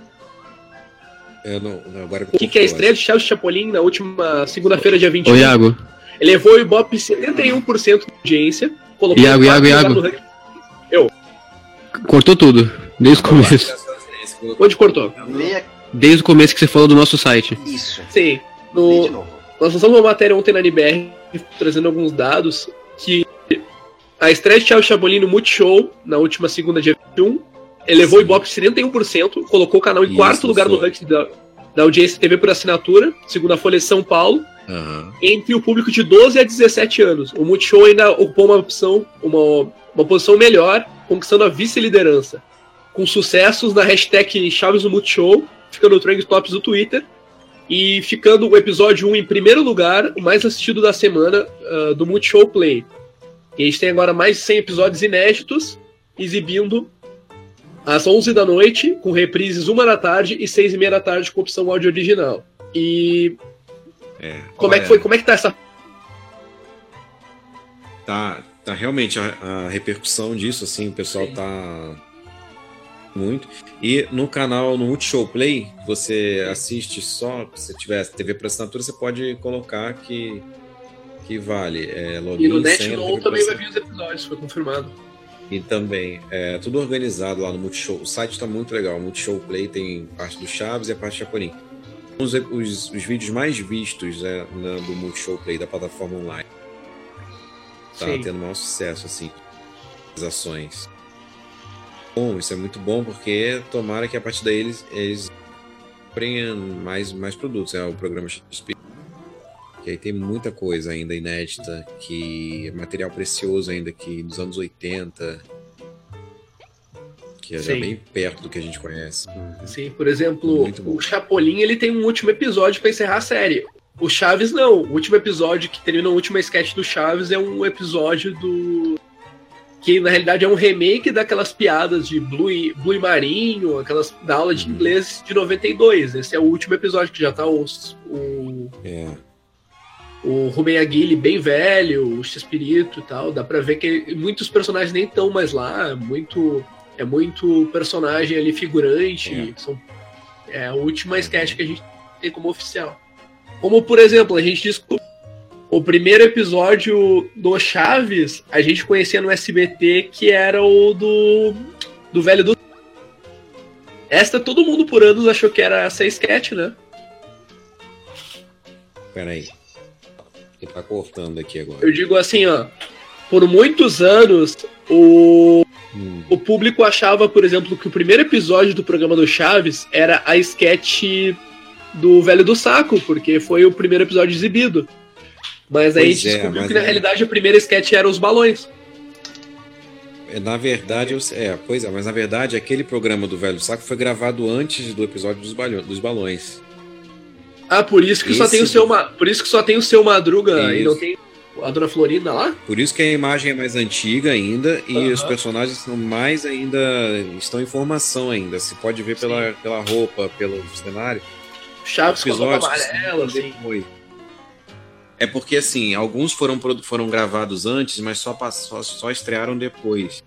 Speaker 4: O
Speaker 3: que é a estreia de Charles Chapolin na última segunda-feira, dia 21?
Speaker 5: Ô, Iago.
Speaker 3: Elevou o Ibope 71% de audiência.
Speaker 5: Colocou Iago.
Speaker 3: Eu.
Speaker 5: Cortou tudo, desde o começo.
Speaker 3: Onde cortou?
Speaker 5: Desde o começo que você falou do nosso site.
Speaker 6: Isso.
Speaker 3: Sim. Nós lançamos uma matéria ontem na NBR, trazendo alguns dados, que a estreia de Charles Chapolin no Multishow, na última segunda, dia 21, elevou o Ibope 71%, colocou o canal em quarto lugar no ranking da audiência TV por assinatura, segundo a Folha de São Paulo, entre o público de 12 a 17 anos. O Multishow ainda ocupou uma posição melhor, conquistando a vice-liderança, com sucessos na hashtag Chaves no Multishow, ficando no Trending Topics do Twitter, e ficando o episódio 1 em primeiro lugar, o mais assistido da semana do Multishow Play. E a gente tem agora mais de 100 episódios inéditos, exibindo às 11 da noite, com reprises 1 da tarde e 6:30 da tarde com opção áudio original. E... Como é que foi? Como é que tá essa...
Speaker 4: Tá realmente a repercussão disso, assim, o pessoal tá muito. E no canal, no Multishow Play, você assiste só, se tiver TV por assinatura, você pode colocar que vale. Login,
Speaker 3: e no
Speaker 4: senha,
Speaker 3: NetNow também vai vir os episódios, foi confirmado.
Speaker 4: E também, tudo organizado lá no Multishow. O site está muito legal. O Multishow Play tem parte do Chaves e a parte do Chapolin. Os vídeos mais vistos do Multishow Play, da plataforma online. Tá tendo maior sucesso, assim, as ações. Bom, isso é muito bom, porque tomara que a partir daí eles comprem mais produtos. O programa XP. Que aí tem muita coisa ainda inédita, que material precioso ainda, que dos anos 80, que é já bem perto do que a gente conhece.
Speaker 3: Sim, por exemplo, o Chapolin, ele tem um último episódio para encerrar a série. O Chaves não, o último episódio que termina o último sketch do Chaves é um episódio que na realidade é um remake daquelas piadas de Blue e Marinho, aquelas da aula de inglês de 92. Esse é o último episódio, que já tá o Rubem Aguilhe bem velho, o X-Pirito e tal. Dá pra ver que muitos personagens nem estão mais lá, é muito personagem ali figurante. É a última sketch que a gente tem como oficial. Como, por exemplo, a gente descobriu o primeiro episódio do Chaves, a gente conhecia no SBT, que era o do velho do... Esta todo mundo por anos achou que era essa sketch, né?
Speaker 4: Peraí. Ele tá cortando aqui agora.
Speaker 3: Eu digo assim, ó. Por muitos anos, o público achava, por exemplo, que o primeiro episódio do programa do Chaves era a sketch do Velho do Saco, porque foi o primeiro episódio exibido. Mas aí a gente descobriu que na realidade a primeira sketch era os balões.
Speaker 4: Na verdade, mas na verdade aquele programa do Velho do Saco foi gravado antes do episódio dos balões.
Speaker 3: Ah, por isso que só tem o Seu Madruga e não tem a Dona Florinda lá?
Speaker 4: Por isso que a imagem é mais antiga ainda e os personagens são mais ainda... estão em formação ainda. Se pode ver pela roupa, pelo cenário.
Speaker 3: Chaves com a roupa amarela, assim.
Speaker 4: É porque, assim, alguns foram gravados antes, mas só estrearam depois.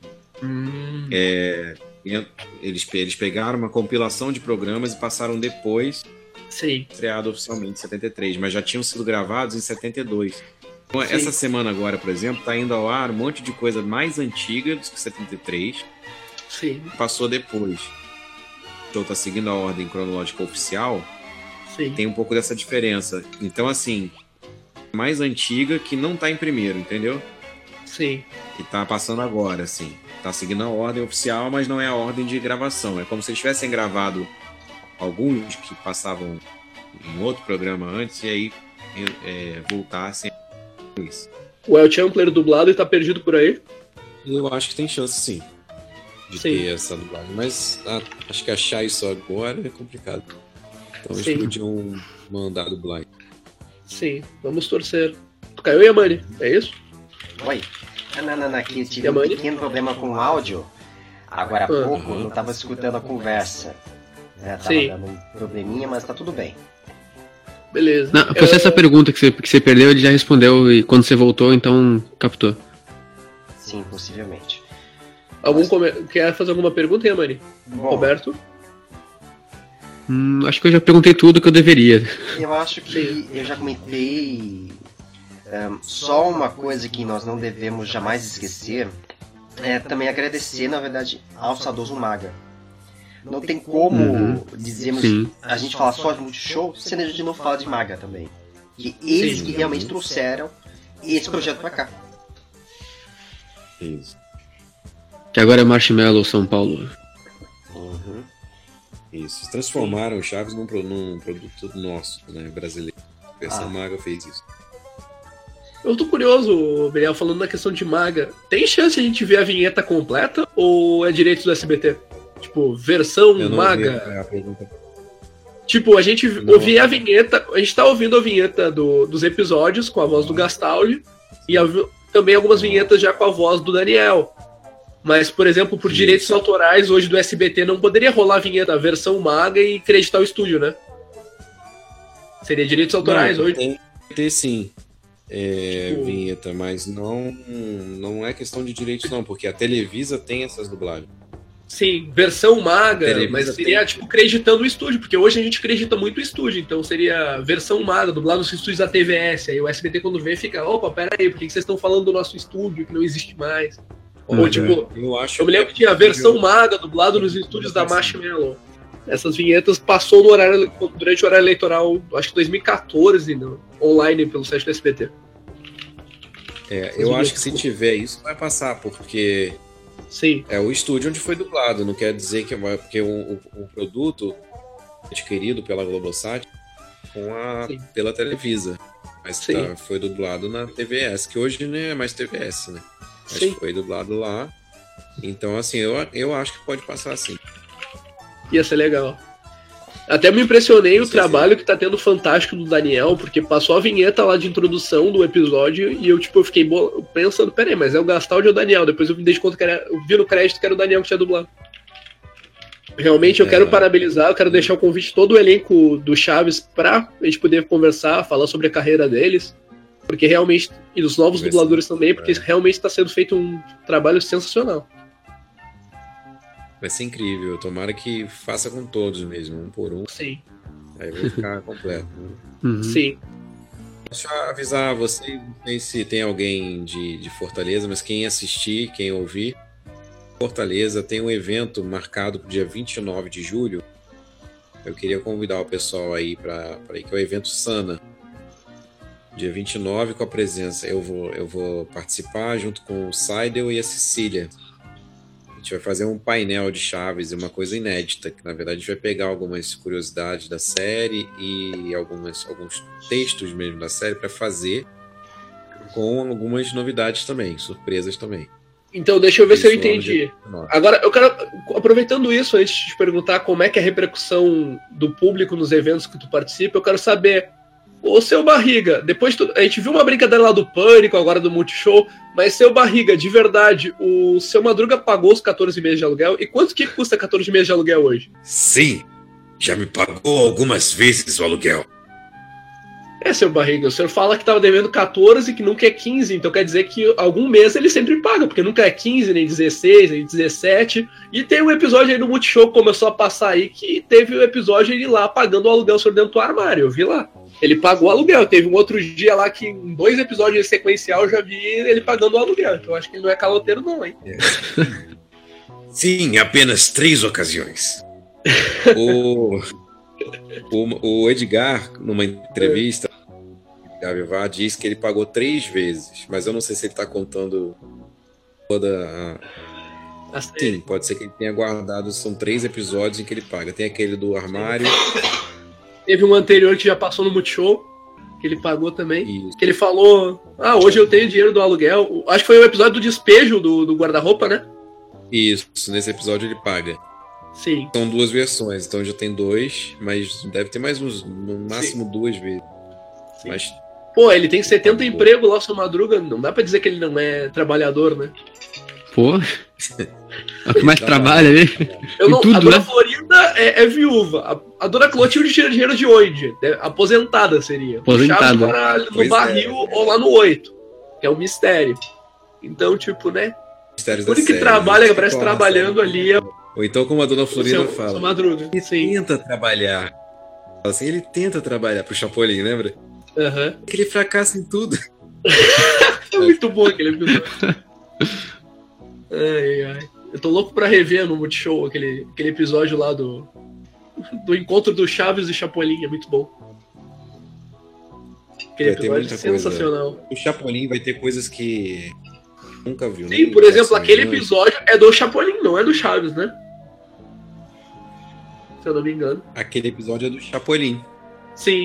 Speaker 4: Eles pegaram uma compilação de programas e passaram depois...
Speaker 3: Sim.
Speaker 4: Estreado oficialmente em 73, mas já tinham sido gravados em 72. Então, essa semana agora, por exemplo, tá indo ao ar um monte de coisa mais antiga do que 73.
Speaker 3: Sim.
Speaker 4: Passou depois. Então tá seguindo a ordem cronológica oficial.
Speaker 3: Sim.
Speaker 4: Tem um pouco dessa diferença. Então, assim, mais antiga que não tá em primeiro, entendeu?
Speaker 3: Sim.
Speaker 4: Que tá passando agora, assim. Tá seguindo a ordem oficial, mas não é a ordem de gravação. É como se eles tivessem gravado alguns que passavam em outro programa antes e aí voltassem a isso.
Speaker 3: O El Chandler dublado e tá perdido por aí?
Speaker 4: Eu acho que tem chance, sim, de ter essa dublagem. Mas acho que achar isso agora é complicado. Então eles podiam mandar dublagem.
Speaker 3: Sim, vamos torcer. Caiu e a Mani, é isso?
Speaker 6: Oi. Não, aqui eu tive um pequeno problema com o áudio. Agora há pouco eu não tava escutando a conversa. Tava dando um probleminha, mas tá tudo bem.
Speaker 3: Beleza.
Speaker 5: Não, essa pergunta que você perdeu, ele já respondeu e quando você voltou, então captou.
Speaker 6: Sim, possivelmente.
Speaker 3: Quer fazer alguma pergunta, hein, Mani? Roberto?
Speaker 5: Acho que eu já perguntei tudo que eu deveria.
Speaker 6: Eu acho que eu já comentei. Só uma coisa que nós não devemos jamais esquecer é também agradecer, na verdade, ao saudoso Maga. Não tem como dizermos, a gente falar só de Multishow, sendo a gente não fala de Maga também. Que eles que realmente trouxeram esse projeto pra cá.
Speaker 4: Isso.
Speaker 5: Que agora é Marshmallow São Paulo.
Speaker 4: Isso. Transformaram o Chaves num produto nosso, né, brasileiro. A versão Maga fez isso.
Speaker 3: Eu tô curioso, Belial, falando na questão de Maga. Tem chance de a gente ver a vinheta completa ou é direito do SBT? Tipo, versão Maga. Tipo, a gente ouvia a vinheta, a gente tá ouvindo a vinheta dos episódios com a voz do Gastaldi também algumas vinhetas já com a voz do Daniel. Mas, por exemplo, por direitos autorais, hoje do SBT não poderia rolar a vinheta, a versão maga e creditar o estúdio, né? Seria direitos autorais hoje.
Speaker 4: Tem que ter sim. Vinheta, mas não é questão de direitos não, porque a Televisa tem essas dublagens.
Speaker 3: Sim, versão maga, mas seria tipo acreditando o estúdio, porque hoje a gente acredita muito o estúdio, então seria versão maga, dublado nos estúdios da TVS. Aí o SBT quando vê fica, opa, pera aí, por que vocês estão falando do nosso estúdio que não existe mais? Ou tipo, eu me lembro que tinha a versão maga dublado nos estúdios da Marshmallow. Essas vinhetas passou durante o horário eleitoral, acho que 2014, online pelo site do SBT.
Speaker 4: Eu acho que se tiver isso vai passar, porque
Speaker 3: sim,
Speaker 4: é o estúdio onde foi dublado, não quer dizer que porque o produto adquirido pela Globosat pela Televisa, mas foi dublado na TVS, que hoje não é mais TVS, né? Mas foi dublado lá, então assim, eu acho que pode passar assim.
Speaker 3: Ia ser legal. Até me impressionei o trabalho que tá tendo fantástico do Daniel, porque passou a vinheta lá de introdução do episódio e eu fiquei pensando, peraí, mas é o Gastaldi ou o Daniel? Depois eu me dei conta eu vi no crédito que era o Daniel que tinha dublado. Realmente eu quero parabenizar, eu quero deixar o convite todo o elenco do Chaves pra a gente poder conversar, falar sobre a carreira deles, porque realmente, e dos novos dubladores também, porque realmente está sendo feito um trabalho sensacional.
Speaker 4: Vai ser incrível, tomara que faça com todos mesmo, um por um.
Speaker 3: Sim.
Speaker 4: Aí vai ficar completo.
Speaker 3: Sim.
Speaker 4: Deixa eu avisar vocês, não sei se tem alguém de Fortaleza, mas quem assistir, quem ouvir, Fortaleza tem um evento marcado para o dia 29 de julho. Eu queria convidar o pessoal aí para ir, que é o evento Sana. Dia 29, com a presença, eu vou participar junto com o Seidel e a Cecília. A gente vai fazer um painel de Chaves, uma coisa inédita, que na verdade a gente vai pegar algumas curiosidades da série e alguns textos mesmo da série para fazer, com algumas novidades também, surpresas também.
Speaker 3: Então, deixa eu ver se eu entendi. Agora, eu quero, aproveitando isso, antes de te perguntar como é que é a repercussão do público nos eventos que tu participa, eu quero saber, ô seu Barriga, depois a gente viu uma brincadeira lá do Pânico, agora do Multishow, mas seu Barriga, de verdade, o seu Madruga pagou os 14 meses de aluguel, e quanto que custa 14 meses de aluguel hoje?
Speaker 1: Sim, já me pagou algumas vezes o aluguel.
Speaker 3: Seu Barriga, o senhor fala que estava devendo 14 e que nunca é 15, então quer dizer que algum mês ele sempre paga, porque nunca é 15, nem 16, nem 17, e tem um episódio aí no Multishow que começou a passar aí, que teve um episódio ele lá pagando o aluguel sobre dentro do armário, eu vi lá. Ele pagou o aluguel, teve um outro dia lá que em 2 episódios sequencial eu já vi ele pagando o aluguel, então eu acho que ele não é caloteiro não, hein?
Speaker 1: Sim, apenas 3 ocasiões.
Speaker 4: O Edgar, numa entrevista, Gavivar diz que ele pagou 3 vezes, mas eu não sei se ele está contando toda a... Sim, pode ser que ele tenha guardado, são 3 episódios em que ele paga. Tem aquele do armário.
Speaker 3: Teve um anterior que já passou no Multishow, que ele pagou também.
Speaker 4: Isso.
Speaker 3: Que ele falou, hoje eu tenho dinheiro do aluguel. Acho que foi o episódio do despejo do guarda-roupa, né?
Speaker 4: Isso, nesse episódio ele paga.
Speaker 3: Sim.
Speaker 4: São 2 versões, então já tem 2, mas deve ter mais uns, no máximo 2 vezes.
Speaker 3: Sim.
Speaker 4: Mas...
Speaker 3: Pô, ele tem 70 empregos lá, seu Madruga, não dá pra dizer que ele não é trabalhador, né?
Speaker 5: Pô, é o que mais trabalha ali.
Speaker 3: A dona Florinda é viúva. A dona Clotilde tira dinheiro de onde? Aposentada seria.
Speaker 5: Aposentada.
Speaker 3: No barril ou lá no 8. Que é um mistério. Então, tipo, né? Por que trabalha, que parece trabalhando ali.
Speaker 4: Ou então, como a dona Florinda fala.
Speaker 3: Seu Madruga.
Speaker 4: Ele tenta trabalhar. Assim, ele tenta trabalhar pro Chapolin, lembra?
Speaker 3: Uhum.
Speaker 4: Que ele fracassa em tudo.
Speaker 3: É muito bom aquele episódio. Ai. Eu tô louco pra rever no Multishow aquele episódio lá do encontro do Chaves e Chapolin, é muito bom. Aquele episódio é sensacional.
Speaker 4: Coisa. O Chapolin vai ter coisas que nunca viu.
Speaker 3: Sim, por exemplo, aquele episódio é do Chapolin, não é do Chaves, né? Se eu não me engano.
Speaker 4: Aquele episódio é do Chapolin.
Speaker 3: Sim.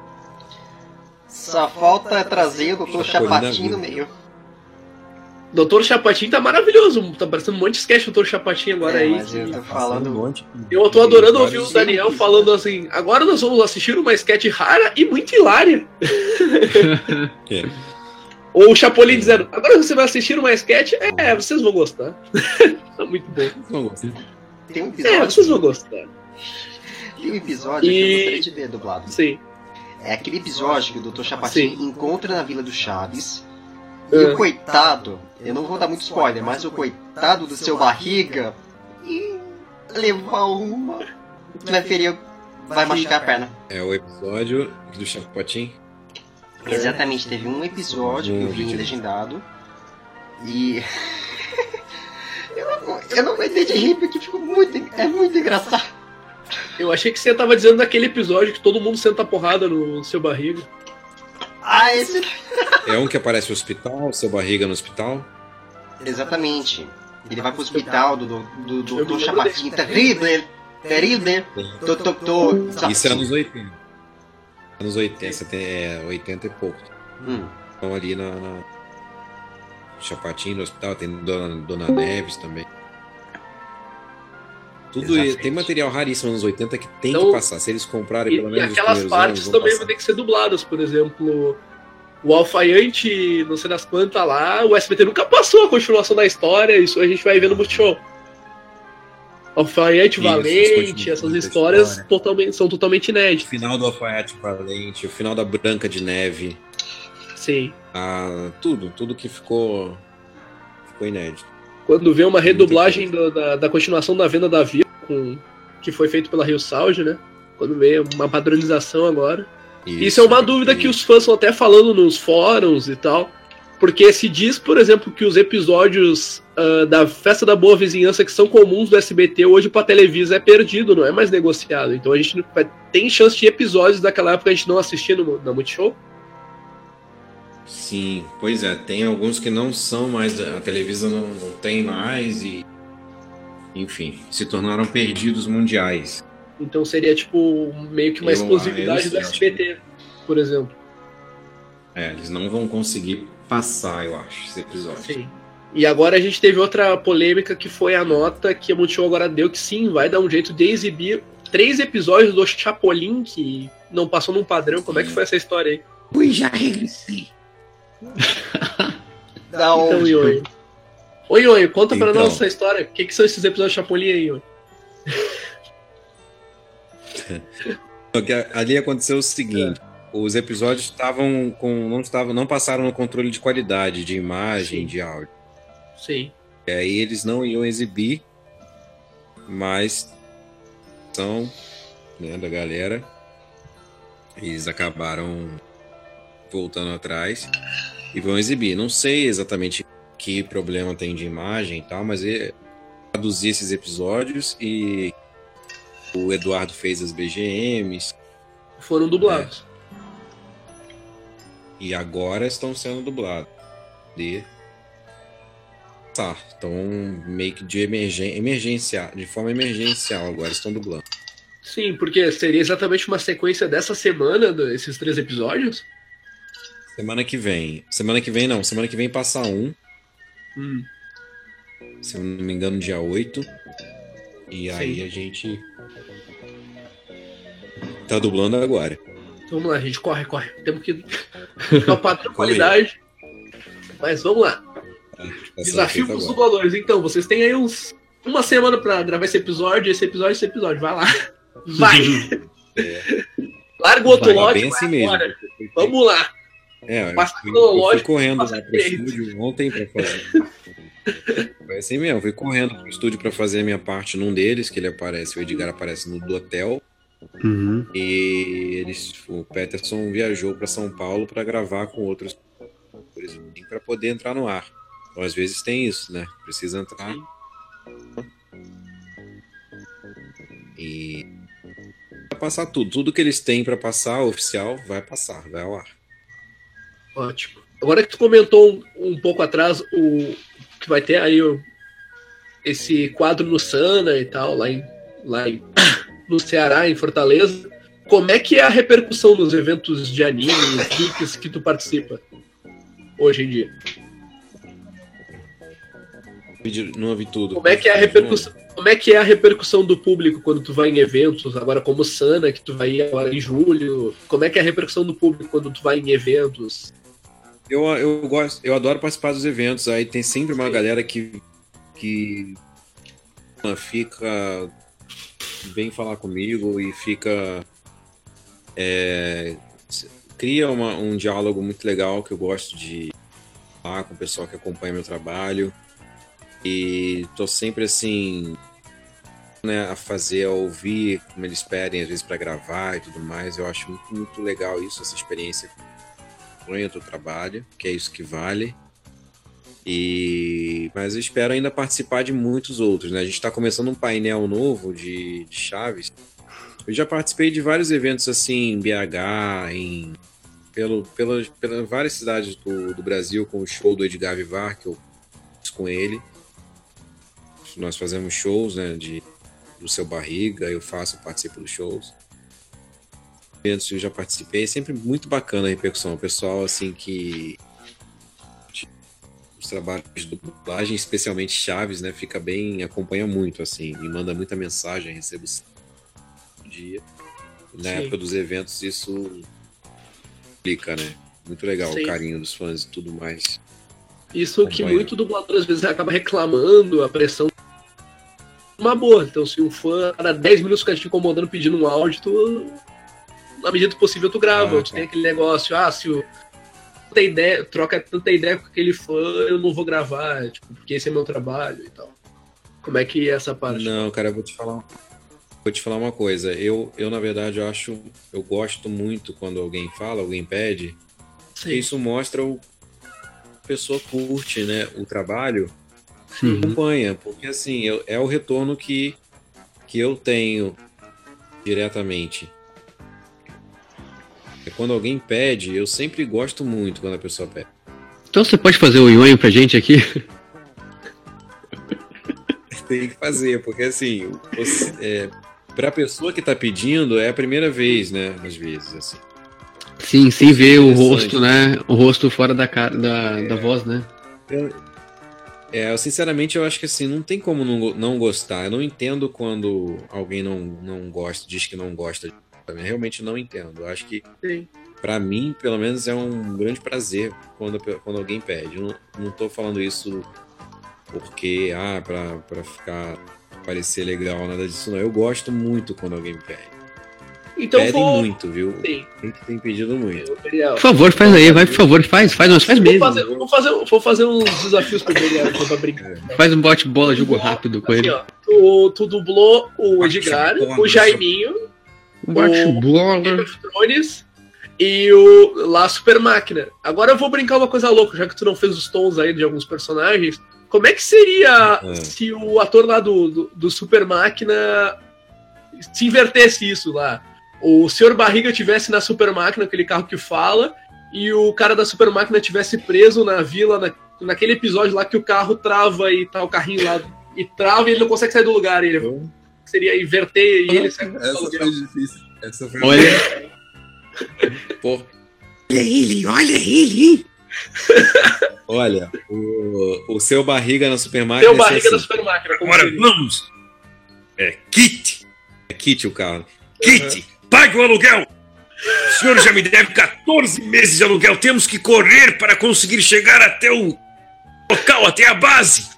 Speaker 6: Só falta trazer o Dr. Chapatin no meio.
Speaker 3: Dr. Chapatin tá maravilhoso, tá parecendo um monte de sketch do Dr. Chapatin agora aí.
Speaker 6: Mas eu tô falando
Speaker 4: um monte.
Speaker 3: Eu tô adorando ouvir o Daniel falando assim, agora nós vamos assistir uma sketch rara e muito hilária. Ou o Chapolin dizendo, agora você vai assistir uma sketch, vocês vão gostar. É muito bom.
Speaker 6: Tem um episódio.
Speaker 3: Vocês vão gostar.
Speaker 6: Tem um episódio que eu gostaria de ver dublado.
Speaker 3: Sim.
Speaker 6: É aquele episódio que o Dr. Chapatin encontra na Vila do Chaves. E o coitado, eu não vou dar muito spoiler, mas o coitado do seu barriga levar uma. Vai machucar a perna.
Speaker 4: É o episódio do Chapatin.
Speaker 6: Exatamente, teve um episódio que eu vi legendado. E. eu não aguentei de rir porque ficou muito engraçado.
Speaker 3: Eu achei que você tava dizendo daquele episódio que todo mundo senta a porrada no seu barriga.
Speaker 6: Ah, esse.
Speaker 4: É um que aparece no hospital, seu barriga no hospital?
Speaker 6: Exatamente. Ele vai pro hospital do Dr. Chapatin. Terrível.
Speaker 4: Isso é anos 80. Anos 80, 80 e pouco. Então ali na Chapatin, no hospital, tem Dona Neves também. Tudo isso, tem material raríssimo nos 80 que tem que passar. Se eles comprarem pelo menos
Speaker 3: e aquelas partes também vão ter que ser dubladas. Por exemplo, o Alfaiante, não sei das quantas lá, o SBT nunca passou a continuação da história. Isso a gente vai ver no Multishow. Alfaiate Valente, essas histórias são totalmente inéditas.
Speaker 4: O final do Alfaiate Valente, o final da Branca de Neve.
Speaker 3: Sim.
Speaker 4: Tudo que ficou inédito.
Speaker 3: Quando vê uma redublagem da continuação da Venda da Vila, que foi feito pela Rio Sound, né? Quando vê uma padronização agora. Isso é uma dúvida que os fãs estão até falando nos fóruns e tal. Porque se diz, por exemplo, que os episódios da Festa da Boa Vizinhança que são comuns do SBT hoje pra Televisa é perdido, não é mais negociado. Então a gente tem chance de episódios daquela época a gente não assistir na Multishow?
Speaker 4: Sim, pois é, tem alguns que não são mais, a Televisa não tem mais e, enfim, se tornaram perdidos mundiais.
Speaker 3: Então seria tipo meio que uma exclusividade do SBT, por exemplo.
Speaker 4: Eles não vão conseguir passar, eu acho, esse episódio.
Speaker 3: Sim. E agora a gente teve outra polêmica que foi a nota que a Multishow agora deu, que sim, vai dar um jeito de exibir 3 episódios do Chapolin que não passou num padrão. Como é que foi essa história aí?
Speaker 1: Pois já regressei.
Speaker 3: Então, Ionho. Ô, Ionho, conta pra nós essa história. O que são esses episódios de Chapolin aí, Ionho?
Speaker 4: Ali aconteceu o seguinte: os episódios não passaram no controle de qualidade de imagem, de áudio.
Speaker 3: Sim.
Speaker 4: E aí eles não iam exibir, mas são, né, da galera. Eles acabaram voltando atrás e vão exibir. Não sei exatamente que problema tem de imagem e tal, mas traduzir esses episódios e o Eduardo fez as BGMs.
Speaker 3: Foram dublados.
Speaker 4: E agora estão sendo dublados. Estão meio que de forma emergencial agora estão dublando.
Speaker 3: Sim, porque seria exatamente uma sequência dessa semana, esses 3 episódios?
Speaker 4: Semana que vem passa um. Se eu não me engano, dia 8. E aí a gente tá dublando agora.
Speaker 3: Vamos lá, gente, corre. Temos que dar o padrão de qualidade. Mas vamos lá. Desafio para os dubladores. Então, vocês têm aí uma semana pra gravar esse episódio. Vai lá. Vai! Larga o outro lote.
Speaker 4: Bem assim mesmo.
Speaker 3: Vamos lá.
Speaker 4: Eu fui correndo lá pro estúdio ontem pra fazer. Foi assim mesmo, fui correndo pro estúdio pra fazer a minha parte num deles, que o Edgar aparece no do hotel. E o Peterson viajou pra São Paulo pra gravar com outros para poder entrar no ar. Então, às vezes tem isso, né? Precisa entrar. E vai passar tudo que eles têm pra passar oficial, vai ao ar.
Speaker 3: Ótimo. Agora que tu comentou um pouco atrás que vai ter aí esse quadro no Sana e tal, lá no Ceará, em Fortaleza, como é que é a repercussão nos eventos de anime, geeks que tu participa hoje em dia?
Speaker 4: Não ouvi tudo.
Speaker 3: Como é que é a repercussão do público quando tu vai em eventos, agora como Sana, que tu vai ir agora em julho? Como é que é a repercussão do público quando tu vai em eventos?
Speaker 4: Eu gosto, eu adoro participar dos eventos. Aí tem sempre uma galera que fica vem falar comigo e fica cria um diálogo muito legal que eu gosto de falar com o pessoal que acompanha meu trabalho e tô sempre assim, né, a ouvir como eles pedem às vezes para gravar e tudo mais. Eu acho muito, muito legal isso, essa experiência do trabalho, que é isso que vale. Mas eu espero ainda participar de muitos outros, né? A gente está começando um painel novo de Chaves. Eu já participei de vários eventos assim em BH, pelas várias cidades do Brasil, com o show do Edgar Vivar, que eu fiz com ele. Nós fazemos shows, né, do Seu Barriga, eu participo dos shows. Eventos que eu já participei, é sempre muito bacana a repercussão. O pessoal, assim, que os trabalhos de dublagem, especialmente Chaves, né, acompanha muito, assim, me manda muita mensagem, recebo dia. Na época dos eventos, isso explica, né? Muito legal. Sim. O carinho dos fãs e tudo mais.
Speaker 3: Isso que muito dublador às vezes acaba reclamando, a pressão. Uma boa. Então, se um fã, a cada 10 minutos fica te incomodando pedindo um áudio, tu, na medida do possível, tu grava. Tu tem aquele negócio, se o troca tanta ideia com aquele fã, eu não vou gravar, tipo, porque esse é meu trabalho e tal. Como é que é essa parte?
Speaker 4: Não, cara, eu vou te falar uma coisa. Eu na verdade, eu gosto muito quando alguém pede. Sim. Isso mostra a pessoa curte, né, o trabalho. Sim. Acompanha, porque assim, é o retorno que eu tenho diretamente. Quando alguém pede, eu sempre gosto muito quando a pessoa pede.
Speaker 5: Então você pode fazer o ionho pra gente aqui?
Speaker 4: Tem que fazer, porque assim, pra pessoa que tá pedindo, é a primeira vez, né, às vezes, assim.
Speaker 5: Sim, sem ver o rosto, né, o rosto fora da cara, da voz, né.
Speaker 4: Eu sinceramente, eu acho que assim, não tem como não gostar. Eu não entendo quando alguém não gosta, diz que não gosta. Eu realmente não entendo. Eu acho que, pra mim, pelo menos, é um grande prazer quando alguém pede. Eu não tô falando isso porque, pra parecer legal, nada disso, não. Eu gosto muito quando alguém pede.
Speaker 3: Então
Speaker 4: pedem muito, viu? Sim. Tem pedido muito.
Speaker 5: Por favor, faz aí, vai, por favor, faz mesmo.
Speaker 3: Vou fazer uns desafios pro Belial pra brincar.
Speaker 5: Faz um bote-bola, jogo rápido com ele.
Speaker 3: Ó, tu dublou o Edgar, o Jaiminho, o Game of Thrones e o lá Super Máquina. Agora eu vou brincar uma coisa louca, já que tu não fez os tons aí de alguns personagens. Como é que seria se o ator lá do Super Máquina se invertesse isso lá? O Sr. Barriga tivesse na Super Máquina, aquele carro que fala, e o cara da Super Máquina tivesse preso na vila, naquele episódio lá que o carro trava e tá o carrinho lá, e trava e ele não consegue sair do lugar. Ele seria inverter e ele sai do lugar.
Speaker 4: Essa foi difícil. Essa foi
Speaker 5: olha.
Speaker 4: Pô. Olha ele! Olha, o seu Barriga na Super Máquina.
Speaker 3: Seu Barriga na Super Máquina.
Speaker 1: Agora vamos! Kit!
Speaker 4: É Kit o carro.
Speaker 1: Kit! Pague o aluguel! O senhor já me deve 14 meses de aluguel. Temos que correr para conseguir chegar até o local, até a base.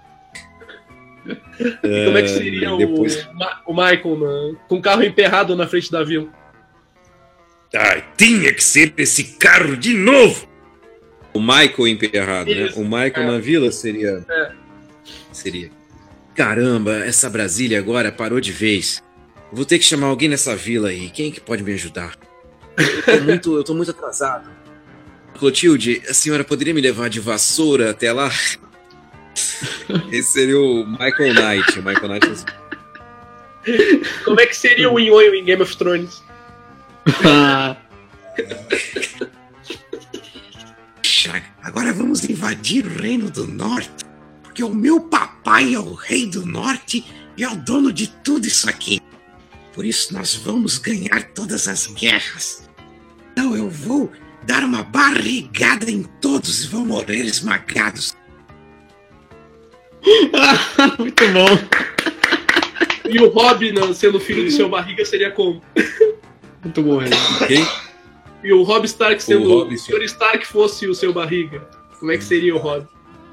Speaker 3: E como é que seria depois... o Michael com o carro emperrado na frente da vila?
Speaker 1: Tinha que ser esse carro de novo.
Speaker 4: O Michael emperrado, né? O Michael na vila seria... Seria. Caramba, essa Brasília agora parou de vez. Vou ter que chamar alguém nessa vila aí. Quem é que pode me ajudar? Eu tô muito atrasado. Clotilde, a senhora poderia me levar de vassoura até lá? Esse seria o Michael Knight. O Michael Knight.
Speaker 3: Como é que seria o Inhoio em Game of Thrones?
Speaker 1: Agora vamos invadir o Reino do Norte, porque o meu papai é o Rei do Norte e é o dono de tudo isso aqui. Por isso nós vamos ganhar todas as guerras. Então eu vou dar uma barrigada em todos e vão morrer esmagados.
Speaker 5: Muito bom.
Speaker 3: E o Rob, sendo filho do seu Barriga, seria como?
Speaker 5: Muito bom,
Speaker 4: Quem?
Speaker 3: E o Robb Stark sendo
Speaker 4: Robb
Speaker 3: o Sr. Stark fosse o seu barriga. Como é que seria o Robb?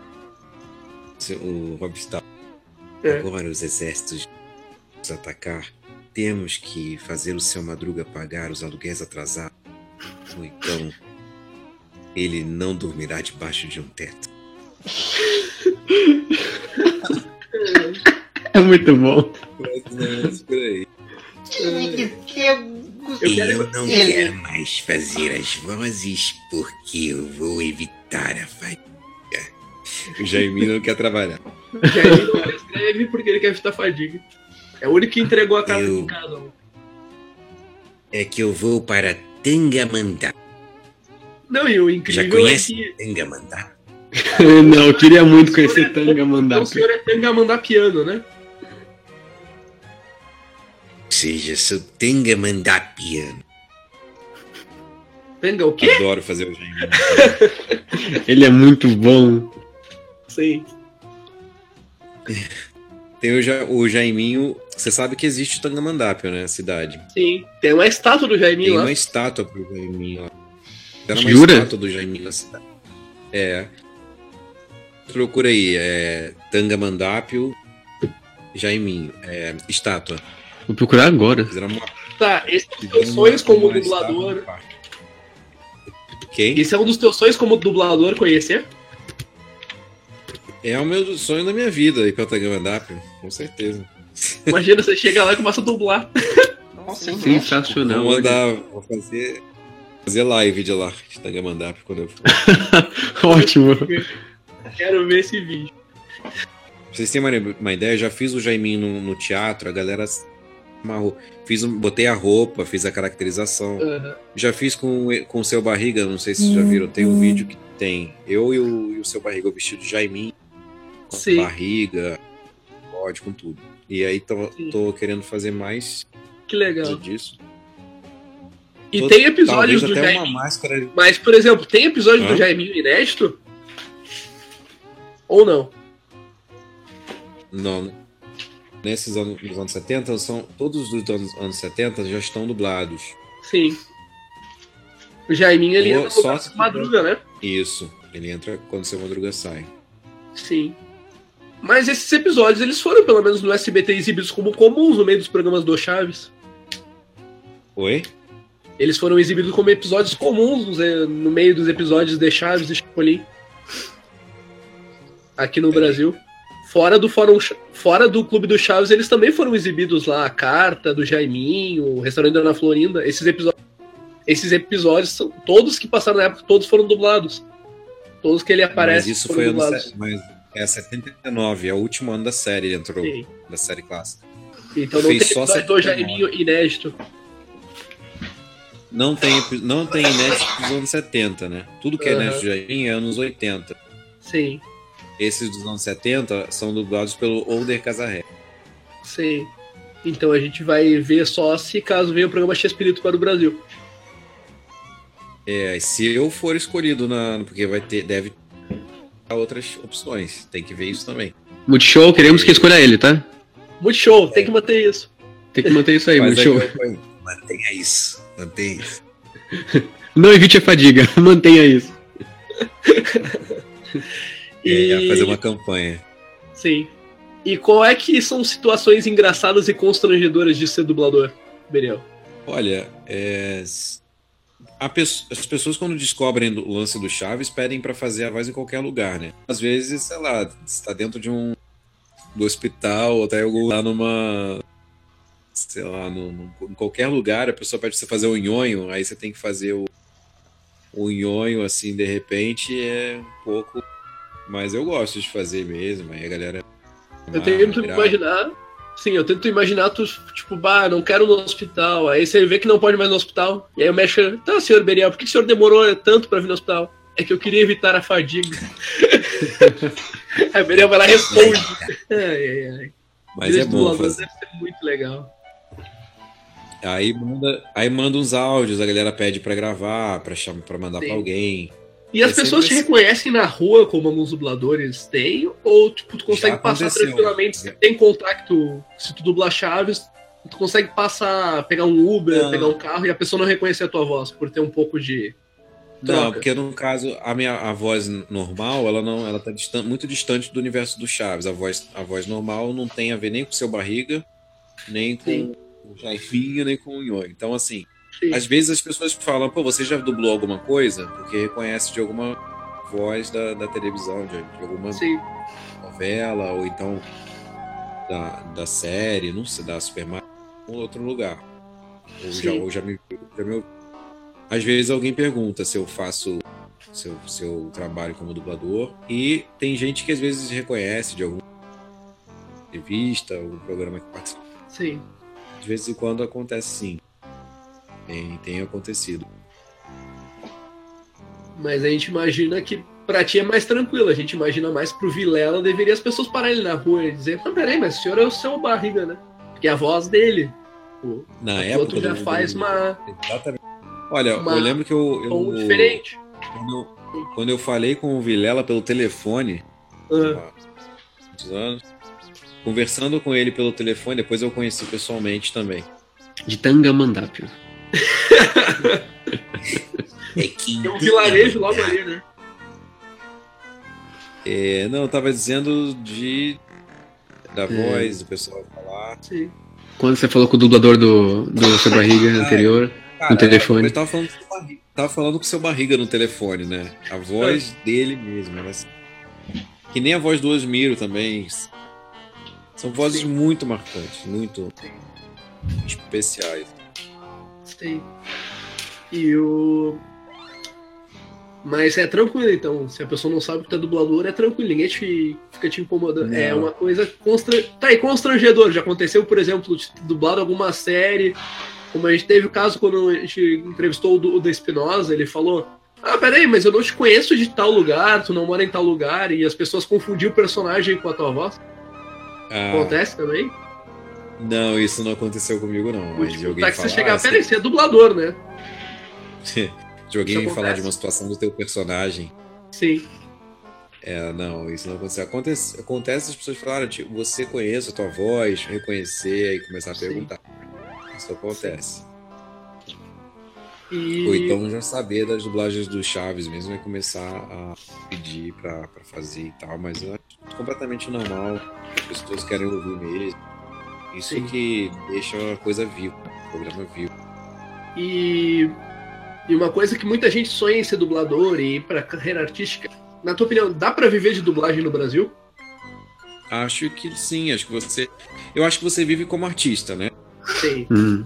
Speaker 4: O Robb Stark.
Speaker 3: É.
Speaker 4: Agora os exércitos nos atacar, temos que fazer o seu Madruga pagar os aluguéis atrasados. Ou então, ele não dormirá debaixo de um teto.
Speaker 5: É muito bom.
Speaker 1: Eu não quero mais fazer as vozes porque eu vou evitar a fadiga.
Speaker 4: O Jaime não quer trabalhar.
Speaker 3: Jaime não escreve porque ele quer evitar fadiga. É o único que entregou a carta em casa.
Speaker 1: É que eu vou para Tangamandá.
Speaker 3: Não, e o
Speaker 1: Já
Speaker 3: incrível
Speaker 1: conhece
Speaker 3: é que
Speaker 1: Tangamandá?
Speaker 5: Não, eu queria muito conhecer Tangamandá.
Speaker 3: o senhor é Tangamandapiano, né?
Speaker 1: Ou seja, sou Tangamandapiano.
Speaker 3: Tanga o quê?
Speaker 4: Adoro fazer o Jaime.
Speaker 5: Ele é muito bom.
Speaker 3: Sim.
Speaker 4: Tem o Jaiminho. Você sabe que existe o Tangamandápio, né? A cidade.
Speaker 3: Sim. Tem uma estátua do Jaiminho
Speaker 4: Tem
Speaker 3: lá.
Speaker 4: uma estátua pro Jaiminho lá. Era uma
Speaker 5: Jura?
Speaker 4: estátua do Jaiminho na cidade. É. Procura aí. Tangamandápio Jaiminho. Estátua.
Speaker 5: Vou procurar agora.
Speaker 4: Fizeram uma.
Speaker 3: Tá, esse é um dos
Speaker 4: fizeram
Speaker 3: teus sonhos como
Speaker 4: uma estátua
Speaker 3: dublador.
Speaker 4: no parque. Quem?
Speaker 3: Esse é um dos teus sonhos como dublador conhecer?
Speaker 4: É o meu sonho da minha vida ir pra Tangamandápio, com certeza.
Speaker 3: Imagina, você chega lá e começa a dublar.
Speaker 6: Nossa, sim,
Speaker 5: Sensacional.
Speaker 4: Vou mandar. Vou fazer live de lá, de Tangamandápio, quando eu for.
Speaker 5: Ótimo.
Speaker 3: Quero ver esse vídeo.
Speaker 4: Pra vocês terem uma ideia, eu já fiz o Jaiminho no teatro, a galera amarrou. Botei a roupa, fiz a caracterização.
Speaker 3: Uhum.
Speaker 4: Já fiz com o Seu Barriga, não sei se vocês já viram, tem um vídeo que tem eu e o Seu Barriga vestido de Jaiminho, com
Speaker 3: Sim.
Speaker 4: barriga, bode, com tudo. E aí tô querendo fazer mais
Speaker 3: Que legal.
Speaker 4: disso.
Speaker 3: E tem episódios
Speaker 4: Talvez
Speaker 3: do
Speaker 4: até
Speaker 3: Jaiminho.
Speaker 4: uma máscara.
Speaker 3: Mas, por exemplo, tem episódio do
Speaker 4: Hã?
Speaker 3: Jaiminho inédito? Ou não?
Speaker 4: Não. Nesses anos, nos anos 70, todos os anos 70 já estão dublados.
Speaker 3: Sim. O Jaiminho, ele entra
Speaker 4: Só
Speaker 3: no
Speaker 4: se-
Speaker 3: Madruga, né?
Speaker 4: Isso. Ele entra quando Seu Madruga sai.
Speaker 3: Sim. Mas esses episódios, eles foram, pelo menos no SBT, exibidos como comuns no meio dos programas do Chaves.
Speaker 4: Oi?
Speaker 3: Eles foram exibidos como episódios comuns no meio dos episódios de Chaves e Chapolin. Aqui no Brasil. Fora do Clube do Chaves, eles também foram exibidos lá. A Carta, do Jaiminho, o Restaurante da Ana Florinda. Esses episódios são todos que passaram na época, todos foram dublados. Todos que ele aparece
Speaker 4: Mas isso
Speaker 3: foram
Speaker 4: foi ano
Speaker 3: dublados.
Speaker 4: mas é 79, é o último ano da série, ele entrou.
Speaker 3: Sim.
Speaker 4: Da série clássica.
Speaker 3: Então não tem
Speaker 4: Fez só
Speaker 3: episódio do
Speaker 4: 79.
Speaker 3: Jaiminho inédito.
Speaker 4: Não tem inédito dos anos 70, né? Tudo que é
Speaker 3: Aham.
Speaker 4: inédito do Jaiminho é anos 80.
Speaker 3: Sim,
Speaker 4: Esses dos anos 70 são dublados pelo Older Casarré.
Speaker 3: sim. Então a gente vai ver só se caso venha o programa Chespirito para o Brasil.
Speaker 4: Se eu for escolhido porque deve ter outras opções. Tem que ver isso também.
Speaker 5: Multishow, queremos que escolha ele, tá?
Speaker 3: Multishow, tem que manter isso.
Speaker 5: Tem que manter isso aí,
Speaker 4: Mas
Speaker 5: Multishow.
Speaker 1: Mantenha isso. Mantenha isso.
Speaker 5: Não evite a fadiga, mantenha isso.
Speaker 4: fazer uma campanha.
Speaker 3: Sim. E qual é que são situações engraçadas e constrangedoras de ser dublador, Beriel?
Speaker 4: Olha, as pessoas quando descobrem o lance do Chaves pedem pra fazer a voz em qualquer lugar, né? Às vezes, sei lá, você tá dentro do hospital ou até lá numa, sei lá, em qualquer lugar, a pessoa pede pra você fazer o nhonho, aí você tem que fazer o nhonho, assim, de repente, é um pouco... Mas eu gosto de fazer mesmo, aí a galera...
Speaker 3: Eu tento imaginar. Sim, eu tento imaginar tu, tipo, não quero no hospital. Aí você vê que não pode mais no hospital. E aí o médico, tá, senhor Beriel, por que o senhor demorou tanto pra vir no hospital? É que eu queria evitar a fadiga. Aí o Beriel vai lá e responde. Ai.
Speaker 4: Mas é bom
Speaker 3: Deve
Speaker 4: fazer.
Speaker 3: ser muito legal.
Speaker 4: Aí manda uns áudios, a galera pede pra gravar, pra mandar
Speaker 3: Sim.
Speaker 4: pra alguém.
Speaker 3: E as
Speaker 4: É sempre
Speaker 3: pessoas te
Speaker 4: assim.
Speaker 3: reconhecem na rua como alguns dubladores têm? Ou tipo, tu consegue
Speaker 4: Já
Speaker 3: passar
Speaker 4: aconteceu.
Speaker 3: tranquilamente? Você tem contato, se tu dublar Chaves, tu consegue pegar um Uber,
Speaker 4: Não.
Speaker 3: pegar um carro e a pessoa não reconhecer a tua voz, por ter um pouco de troca.
Speaker 4: Não, porque no caso, a voz normal, ela tá muito distante do universo do Chaves. A voz normal não tem a ver nem com o Seu Barriga, nem com
Speaker 3: Sim.
Speaker 4: o Jaifinho, nem com o Nhonho. Então, assim,
Speaker 3: Sim.
Speaker 4: às vezes as pessoas falam, pô, você já dublou alguma coisa? Porque reconhece de alguma voz da televisão, de alguma
Speaker 3: Sim.
Speaker 4: novela, ou então da série, não sei, da Super Mario, ou outro lugar. Ou já me ouviu. Às vezes alguém pergunta se eu faço se eu trabalho como dublador, e tem gente que às vezes reconhece de alguma revista, algum programa que participa.
Speaker 3: Sim.
Speaker 4: De vez em quando acontece, sim. Tem acontecido.
Speaker 3: Mas a gente imagina que pra ti é mais tranquilo, a gente imagina mais pro Vilela, deveria as pessoas pararem na rua e dizer, não, peraí, mas o senhor é o Seu Barriga, né? Porque é a voz dele.
Speaker 4: Na
Speaker 3: O
Speaker 4: época
Speaker 3: outro já faz uma
Speaker 4: Exatamente. Olha, eu lembro que
Speaker 3: tom diferente.
Speaker 4: Quando eu falei com o Vilela pelo telefone, há muitos anos, conversando com ele pelo telefone, depois eu conheci pessoalmente também.
Speaker 5: De Tangamandapio.
Speaker 3: Tem um vilarejo logo ali, né?
Speaker 4: Não, eu tava dizendo da voz, do pessoal falar.
Speaker 3: Sim.
Speaker 5: Quando você falou com o dublador do Seu Barriga anterior, no telefone.
Speaker 4: Eu tava falando com o Seu Barriga no telefone, né? A voz dele mesmo. Que nem a voz do Osmiro também. São vozes muito marcantes, muito especiais.
Speaker 3: Sim. Mas é tranquilo, então. Se a pessoa não sabe que tu é dublador, é tranquilo. Ninguém fica te incomodando.
Speaker 4: Não.
Speaker 3: É uma coisa constrangedor. Já aconteceu, por exemplo, de ter dublado alguma série. Como a gente teve o caso quando a gente entrevistou o da Espinosa, ele falou: peraí, mas eu não te conheço de tal lugar, tu não mora em tal lugar, e as pessoas confundiam o personagem com a tua voz. Acontece também?
Speaker 4: Não, isso não aconteceu comigo, não. Mas de alguém
Speaker 3: você chegar, peraí, você é dublador, né?
Speaker 4: De alguém falar de uma situação do teu personagem.
Speaker 3: Sim.
Speaker 4: Não, isso não aconteceu. Acontece as pessoas falarem, tipo, você conhece a tua voz, reconhecer e começar a perguntar. Isso acontece. Ou então já saber das dublagens do Chaves mesmo e começar a pedir pra fazer e tal, mas eu acho completamente normal. As pessoas querem ouvir mesmo. Isso que deixa a coisa viva, o programa vivo.
Speaker 3: E uma coisa que muita gente sonha em ser dublador e ir pra carreira artística. Na tua opinião, dá pra viver de dublagem no Brasil?
Speaker 4: Acho que sim, eu acho que você vive como artista, né?
Speaker 3: Sim.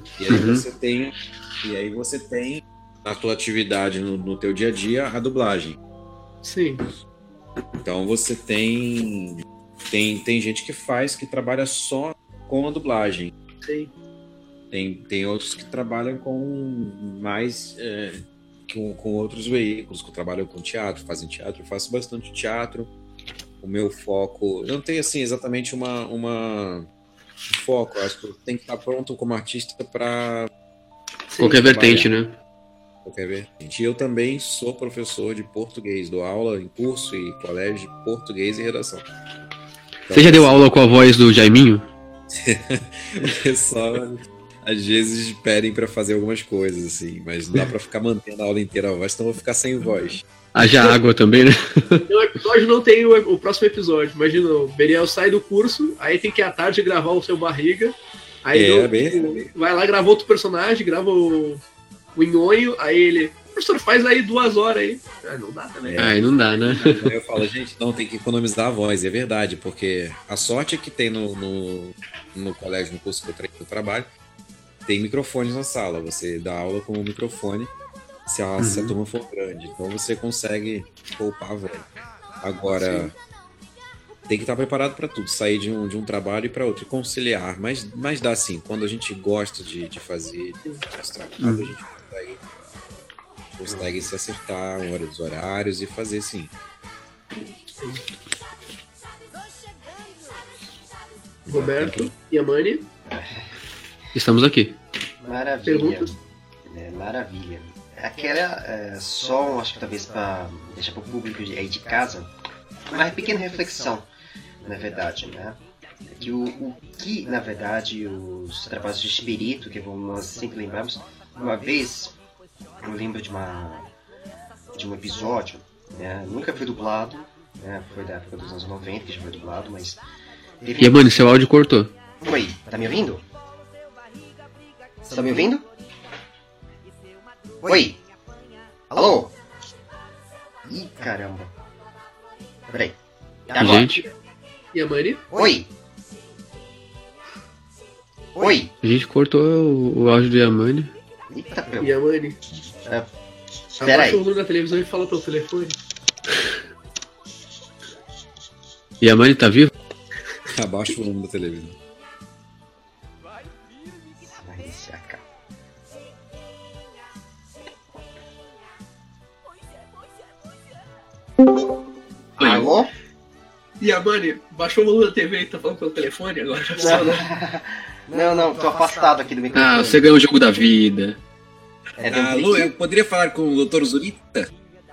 Speaker 4: E aí você tem na tua atividade, no teu dia a dia, a dublagem.
Speaker 3: Sim.
Speaker 4: Então você tem gente que trabalha só com a dublagem.
Speaker 3: Sim.
Speaker 4: Tem outros que trabalham com mais com outros veículos, que trabalham com teatro, fazem teatro. Eu faço bastante teatro. O meu foco, eu não tenho assim exatamente um foco. Eu acho que eu tenho que estar pronto como artista para
Speaker 5: qualquer vertente, né?
Speaker 4: Qualquer vertente. E eu também sou professor de português, dou aula em curso e colégio de português e redação. Então,
Speaker 5: você já deu aula com a voz do Jaiminho?
Speaker 4: O pessoal às vezes pedem para fazer algumas coisas assim, mas não dá para ficar mantendo a aula inteira a voz, senão eu vou ficar sem voz.
Speaker 5: Haja água também, né?
Speaker 3: No episódio não tem o próximo episódio. Imagina, o Beriel sai do curso, aí tem que ir à tarde gravar o Seu Barriga. Aí vai lá, grava outro personagem, grava o Nhonho, aí ele... Professor, faz aí 2 horas aí. Não dá também.
Speaker 5: Aí não dá, né?
Speaker 4: Aí eu falo, gente, não, tem que economizar a voz, é verdade, porque a sorte é que tem no colégio, no curso que eu trabalho, tem microfones na sala, você dá aula com o microfone se a turma for grande, então você consegue poupar a voz. Agora, tem que estar preparado para tudo, sair de um trabalho e para outro, e conciliar, mas dá assim, quando a gente gosta de fazer os trabalhos, a gente consegue se acertar os horários e fazer sim.
Speaker 3: Roberto e a Mani?
Speaker 5: Estamos aqui.
Speaker 6: Maravilha.
Speaker 3: Perguntas?
Speaker 6: Maravilha. Aquela, só acho que talvez para deixar para o público aí de casa, uma pequena reflexão, na verdade, né? que o que, na verdade, os trabalhos de espírito, que nós sempre lembramos, uma vez, eu lembro de um episódio, né, nunca foi dublado, né, foi da época dos anos 90 que já foi dublado, mas...
Speaker 5: E, mano, seu áudio cortou.
Speaker 6: Oi, tá me ouvindo? Você tá me ouvindo? Oi! Alô? Ih, caramba. Peraí. Agora.
Speaker 5: Gente,
Speaker 3: Yamane?
Speaker 6: Oi! Oi!
Speaker 5: a gente cortou o áudio do Yamane.
Speaker 6: Eita, pelo.
Speaker 3: Yamane.
Speaker 6: Pera
Speaker 3: Abaixa
Speaker 6: aí.
Speaker 3: o volume da televisão e fala pelo telefone.
Speaker 5: Yamane tá vivo?
Speaker 4: Abaixa o volume da televisão.
Speaker 6: Vai iniciar cá. Alô?
Speaker 3: Yamane, baixou o volume da TV e tá falando pelo telefone agora?
Speaker 6: Não, tô afastado aqui do microfone.
Speaker 5: Ah, você ganhou o jogo da vida.
Speaker 4: Alô, eu poderia falar com o Dr. Zurita?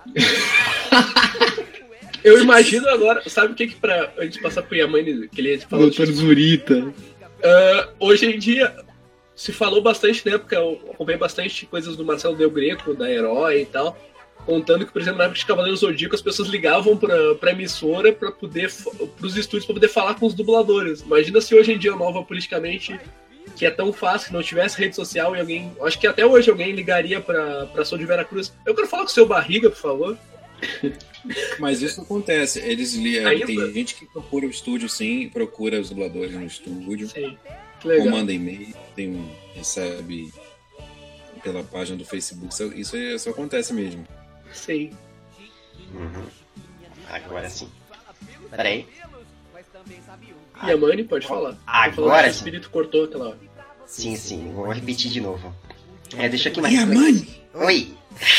Speaker 3: Eu imagino agora, sabe o que pra antes de passar pro Yamane, que ele falou
Speaker 5: Doutor Zurita.
Speaker 3: hoje em dia se falou bastante na época, eu acompanhei bastante coisas do Marcelo Del Greco, da Herói e tal, contando que, por exemplo, na época de Cavaleiros do Zodíaco, as pessoas ligavam pra emissora pros estúdios pra poder falar com os dubladores. Imagina se hoje em dia, nova politicamente, que é tão fácil, que não tivesse rede social e alguém, acho que até hoje alguém ligaria pra Sou de Veracruz. Eu quero falar com o seu Barriga, por favor.
Speaker 4: Mas isso acontece.
Speaker 3: Ainda?
Speaker 4: Tem gente que procura o estúdio, sim, procura os dubladores no estúdio,
Speaker 3: Sim, que legal.
Speaker 4: comanda e-mail, recebe pela página do Facebook. Isso acontece mesmo.
Speaker 3: Sim.
Speaker 6: Uhum. Agora sim. Peraí.
Speaker 3: Yamane, pode falar.
Speaker 6: Agora
Speaker 3: O espírito cortou aquela hora.
Speaker 6: Sim, vou repetir de novo. Deixa aqui mais.
Speaker 1: Yamane!
Speaker 6: Oi!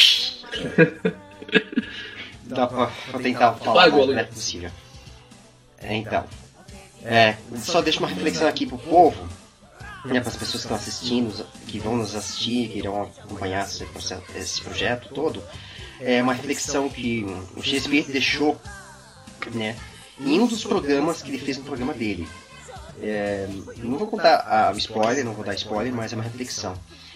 Speaker 6: Dá pra tentar falar o mais breve possível. Então, só deixa uma reflexão aqui pro povo, né, para as pessoas que estão assistindo, que vão nos assistir, que irão acompanhar esse projeto todo. É uma reflexão que o Shakespeare deixou, né, em um dos programas que ele fez no programa dele. Não vou contar spoiler, não vou dar spoiler, mas é uma reflexão.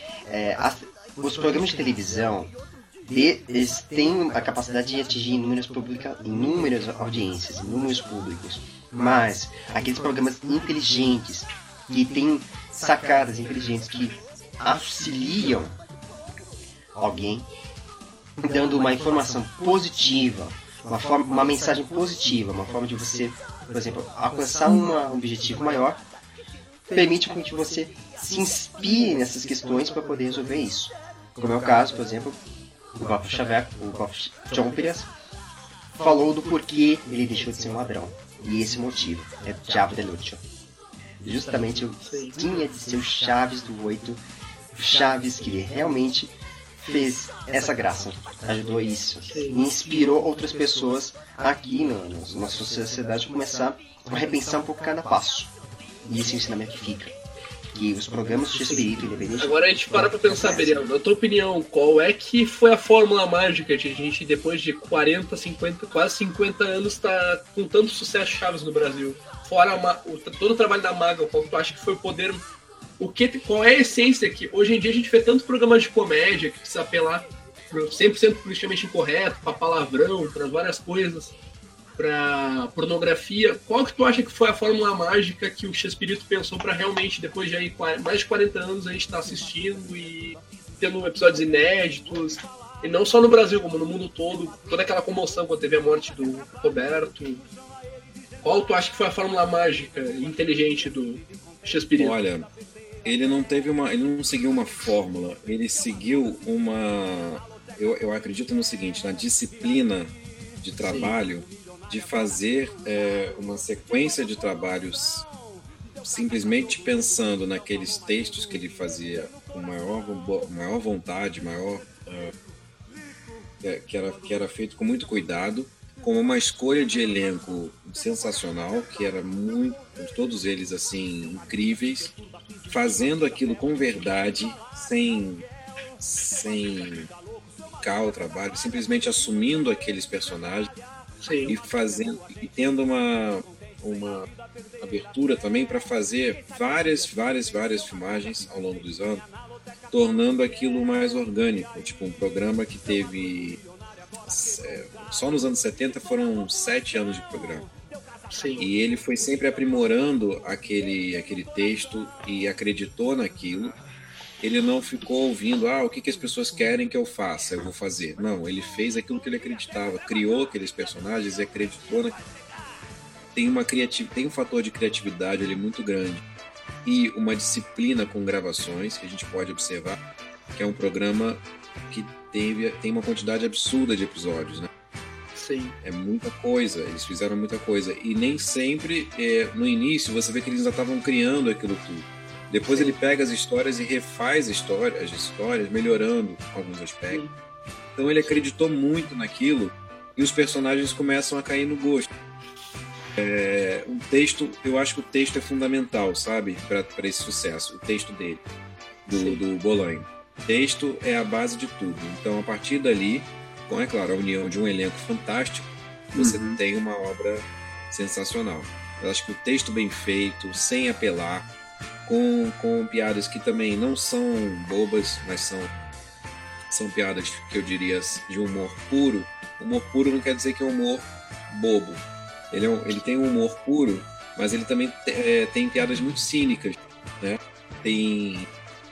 Speaker 6: Os programas de televisão, eles têm a capacidade de atingir inúmeras audiências, inúmeros públicos. Mas aqueles programas inteligentes, que têm sacadas inteligentes, que auxiliam alguém, dando uma informação positiva, uma mensagem positiva, uma forma de você, por exemplo, alcançar um objetivo maior, permite com que você se inspire nessas questões para poder resolver isso. Como é o caso, por exemplo, o Bob Xavier, o Bob Chompiras, falou do porquê ele deixou de ser um ladrão. E esse motivo é o Chavo de Lucho. Justamente eu tinha de ser o Chaves do 8, o Chaves que ele realmente fez essa graça, ajudou isso, e inspirou outras pessoas aqui na nossa sociedade a começar a repensar um pouco cada passo. E esse ensinamento fica. Que os programas de espírito independente...
Speaker 3: Agora a gente para pra pensar, Beriano, na tua opinião, qual é que foi a fórmula mágica de a gente, depois de 40, 50, quase 50 anos, tá com tanto sucesso Chaves no Brasil? Fora todo o trabalho da Maga, qual tu acha que foi o poder... Qual é a essência que hoje em dia a gente vê tantos programas de comédia que precisa apelar pro 100% politicamente incorreto, pra palavrão, pra várias coisas, pra pornografia. Qual que tu acha que foi a fórmula mágica que o Chespirito pensou pra realmente, depois de aí, mais de 40 anos, a gente tá assistindo e tendo episódios inéditos, e não só no Brasil, como no mundo todo, toda aquela comoção quando teve a morte do Roberto? Qual tu acha que foi a fórmula mágica inteligente do Chespirito?
Speaker 4: Olha, ele não seguiu uma fórmula, ele seguiu eu acredito no seguinte, na disciplina de trabalho, de fazer uma sequência de trabalhos simplesmente pensando naqueles textos que ele fazia com maior vontade, que era feito com muito cuidado, com uma escolha de elenco sensacional, que era todos eles assim incríveis, fazendo aquilo com verdade, sem ficar o trabalho, simplesmente assumindo aqueles personagens. Sim. E tendo uma abertura também para fazer várias filmagens ao longo dos anos, tornando aquilo mais orgânico. Tipo, um programa que teve... só nos anos 70 foram 7 anos de programa.
Speaker 3: Sim.
Speaker 4: E ele foi sempre aprimorando aquele texto e acreditou naquilo. Ele não ficou ouvindo, o que as pessoas querem que eu faça, eu vou fazer. Não, ele fez aquilo que ele acreditava, criou aqueles personagens e acreditou naquilo. Tem um fator de criatividade ali muito grande e uma disciplina com gravações que a gente pode observar, que é um programa que tem uma quantidade absurda de episódios, né?
Speaker 3: Sim.
Speaker 4: É muita coisa, eles fizeram muita coisa. E nem sempre, no início, você vê que eles ainda estavam criando aquilo tudo. Depois ele pega as histórias e refaz as histórias, melhorando alguns aspectos. Então ele acreditou muito naquilo e os personagens começam a cair no gosto. Um texto, eu acho que o texto é fundamental, sabe? Para esse sucesso, o texto dele, do Bolanho. O texto é a base de tudo. Então, a partir dali, com, é claro, a união de um elenco fantástico, você tem uma obra sensacional. Eu acho que o texto bem feito, sem apelar, com piadas que também não são bobas, mas são piadas que eu diria de humor puro. Humor puro não quer dizer que é humor bobo. Ele tem um humor puro, mas ele também tem piadas muito cínicas, né? Tem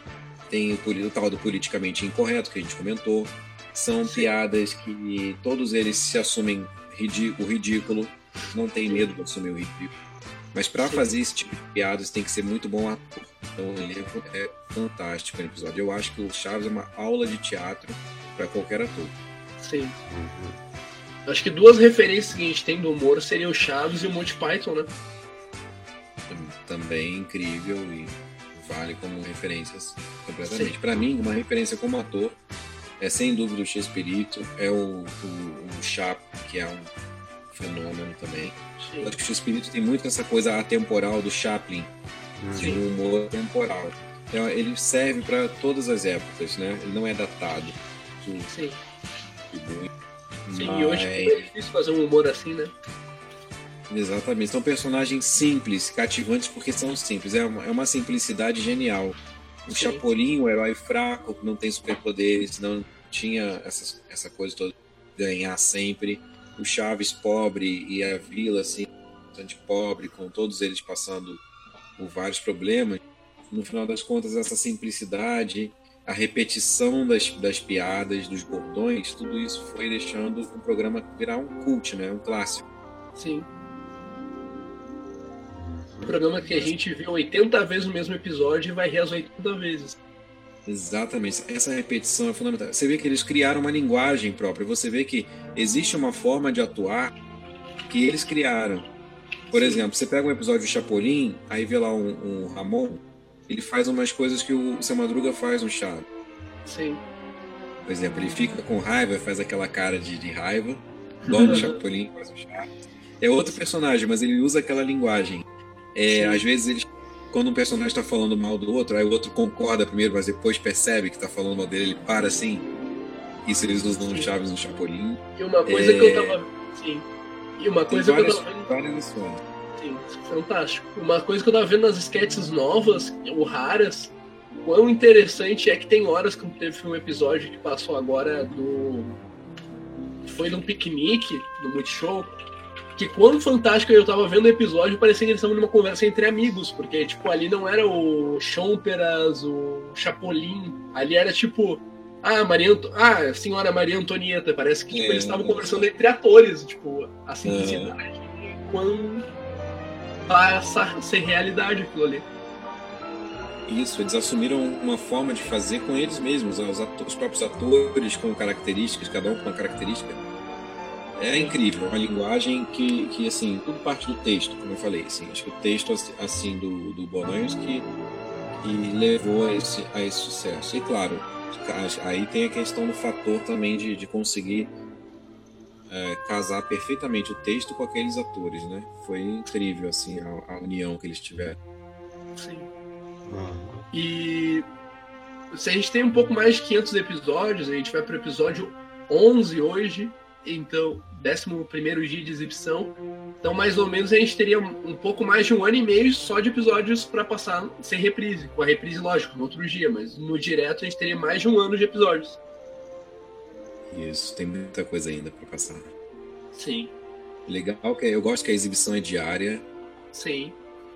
Speaker 4: o tal do politicamente incorreto que a gente comentou. São piadas que todos eles se assumem o ridículo, não tem medo de assumir o ridículo. Mas para fazer esse tipo de piadas tem que ser muito bom ator. Então o elenco é fantástico no episódio. Eu acho que o Chaves é uma aula de teatro para qualquer ator.
Speaker 3: Sim. Acho que 2 referências que a gente tem do humor seriam o Chaves e o Monty Python, né?
Speaker 4: Também incrível e vale como referências completamente. Para mim, uma referência como ator é sem dúvida o Chespirito, é o Chaplin, que é um fenômeno também. Eu acho que o Chespirito tem muito essa coisa atemporal do Chaplin, de um humor temporal. Então, ele serve para todas as épocas, né? Ele não é datado.
Speaker 3: Sim. E hoje é difícil fazer um humor assim, né?
Speaker 4: Exatamente. São personagens simples, cativantes porque são simples. É uma simplicidade genial. O Chapolin, o herói fraco, que não tem superpoderes, não tinha essa coisa toda de ganhar sempre. O Chaves pobre e a Vila, assim, bastante pobre, com todos eles passando por vários problemas. No final das contas, essa simplicidade, a repetição das piadas, dos bordões, tudo isso foi deixando o programa virar um cult, né? Um clássico.
Speaker 3: Sim. Um programa que a gente viu 80 vezes o mesmo episódio e vai rir as 80 vezes.
Speaker 4: Exatamente. Essa repetição é fundamental. Você vê que eles criaram uma linguagem própria. Você vê que existe uma forma de atuar que eles criaram. Por exemplo, você pega um episódio do Chapolin, aí vê lá um Ramon, ele faz umas coisas que o Seu Madruga faz no Chaves.
Speaker 3: Sim.
Speaker 4: Por exemplo, ele fica com raiva, faz aquela cara de raiva, igual no Chapolin faz o Chaves. É outro personagem, mas ele usa aquela linguagem. Às vezes, quando um personagem está falando mal do outro, aí o outro concorda primeiro, mas depois percebe que está falando mal dele, ele para assim. Isso eles usam no Chaves, no Chapolin.
Speaker 3: E uma coisa que eu tava... Sim. E uma coisa que eu tava vendo...
Speaker 4: Várias lições.
Speaker 3: Sim, fantástico. Uma coisa que eu tava vendo nas sketches novas, ou raras, quão interessante é que tem horas, como teve um episódio que passou agora foi num piquenique, no Multishow, que quando fantástico eu tava vendo o episódio, parecia que eles estavam numa conversa entre amigos, porque, tipo, ali não era o Chomperas, o Chapolin, ali era, tipo, a senhora Maria Antonieta, parece que, tipo, eles estavam conversando entre atores, tipo, a simplicidade, quando passa a ser realidade aquilo ali.
Speaker 4: Isso, eles assumiram uma forma de fazer com eles mesmos, os próprios atores com características, cada um com uma característica. É incrível, uma linguagem que assim, tudo parte do texto, como eu falei, assim, acho que o texto assim do Bolanhos que levou a esse sucesso. E claro, aí tem a questão do fator também de conseguir casar perfeitamente o texto com aqueles atores, né? Foi incrível assim a união que eles tiveram.
Speaker 3: Sim. E se a gente tem um pouco mais de 500 episódios, a gente vai para o episódio 11 hoje, então, 11º dia de exibição. Então, mais ou menos, a gente teria um pouco mais de 1 ano e meio só de episódios para passar sem reprise. Com a reprise, lógico, no outro dia, mas no direto a gente teria mais de 1 ano de episódios.
Speaker 4: Isso, tem muita coisa ainda para passar.
Speaker 3: Sim.
Speaker 4: Legal que eu gosto que a exibição é diária.
Speaker 3: Sim.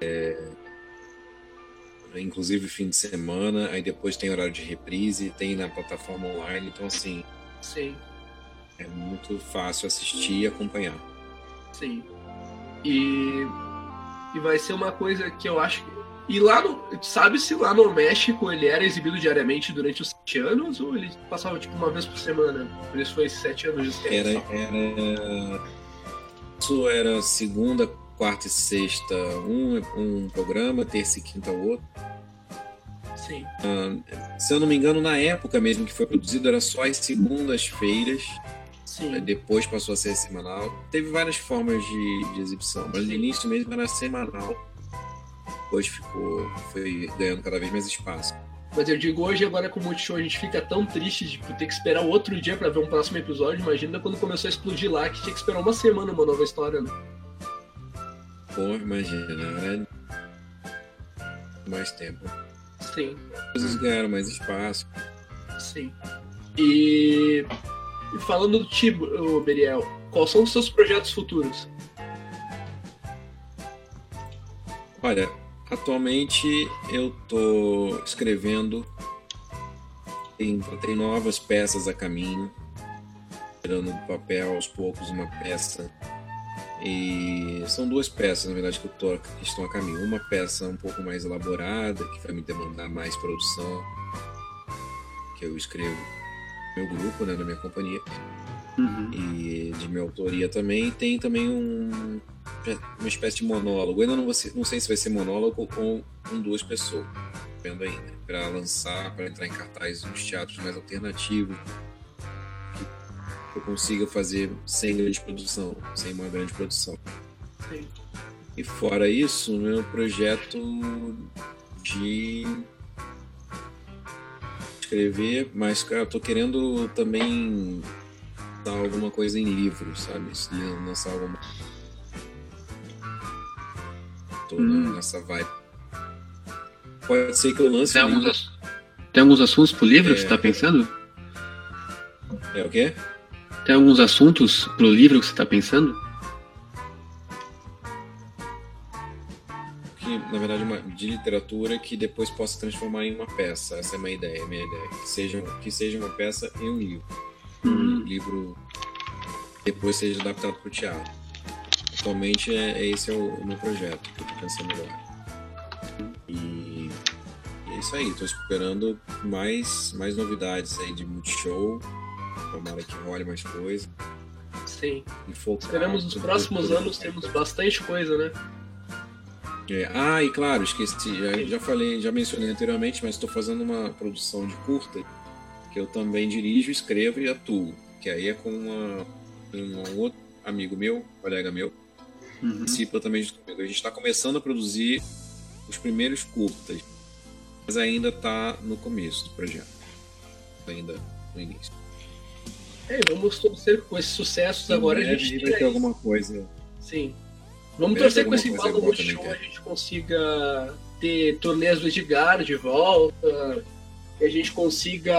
Speaker 4: Inclusive fim de semana, aí depois tem horário de reprise, tem na plataforma online, então assim,
Speaker 3: Sim.
Speaker 4: é muito fácil assistir e acompanhar.
Speaker 3: Sim. E vai ser uma coisa que eu acho que... E lá no... Sabe se lá no México ele era exibido diariamente durante os 7 anos ou ele passava tipo uma vez por semana? Por isso foi 7 anos de série.
Speaker 4: Isso era segunda, quarta e sexta um programa, terça e quinta outro.
Speaker 3: Sim.
Speaker 4: Se eu não me engano, na época mesmo que foi produzido, era só as segundas-feiras.
Speaker 3: Sim.
Speaker 4: Depois passou a ser semanal. Teve várias formas de exibição, mas no início mesmo era semanal. Depois foi ganhando cada vez mais espaço.
Speaker 3: Mas eu digo, hoje agora com o Multishow a gente fica tão triste de ter que esperar o outro dia pra ver um próximo episódio. Imagina quando começou a explodir lá, que tinha que esperar uma semana uma nova história, né?
Speaker 4: Pô, imagina, né? Mais tempo.
Speaker 3: Sim.
Speaker 4: As coisas ganharam mais espaço.
Speaker 3: Sim. E falando do Tibo, Beriel, quais são os seus projetos futuros?
Speaker 4: Olha, atualmente eu tô escrevendo, tem novas peças a caminho, tirando do papel aos poucos uma peça. E são 2 peças, na verdade, que estão a caminho. Uma peça um pouco mais elaborada, que vai me demandar mais produção, que eu escrevo no meu grupo, né, na minha companhia. E de minha autoria também. Tem também uma espécie de monólogo. Eu ainda não sei se vai ser monólogo ou com 2 pessoas, vendo ainda, para lançar, para entrar em cartaz nos teatros mais alternativos, que eu consiga fazer sem uma grande produção.
Speaker 3: Sim.
Speaker 4: E fora isso, meu projeto de escrever, mas cara, eu tô querendo também lançar alguma coisa em livro, sabe? Lançar alguma... Tô nessa vibe. Pode ser que eu lance
Speaker 5: Tem alguns assuntos pro livro que você tá pensando?
Speaker 4: É o quê?
Speaker 5: Tem alguns assuntos pro livro que você tá pensando?
Speaker 4: Que, na verdade, de literatura que depois possa transformar em uma peça. Essa é a minha ideia. Que seja uma peça em um livro. Um livro depois seja adaptado para o teatro. Atualmente esse é o meu projeto que eu tô pensando agora. E é isso aí. Tô esperando mais novidades aí de Multishow. Tomara que role mais coisa.
Speaker 3: Sim.
Speaker 4: E
Speaker 3: esperamos nos próximos anos temos bastante coisa, né?
Speaker 4: E claro, esqueci, já mencionei anteriormente, mas estou fazendo uma produção de curta que eu também dirijo, escrevo e atuo, que aí é com um outro amigo meu, colega meu, participa também junto comigo. A gente está começando a produzir os primeiros curtas, mas ainda está no começo do projeto, ainda no início.
Speaker 3: Vamos torcer com esses sucessos agora. A gente
Speaker 4: vai ter alguma coisa.
Speaker 3: Sim. Vamos torcer com esse igual do Multishow a gente consiga ter turnês do Edgar de volta, que a gente consiga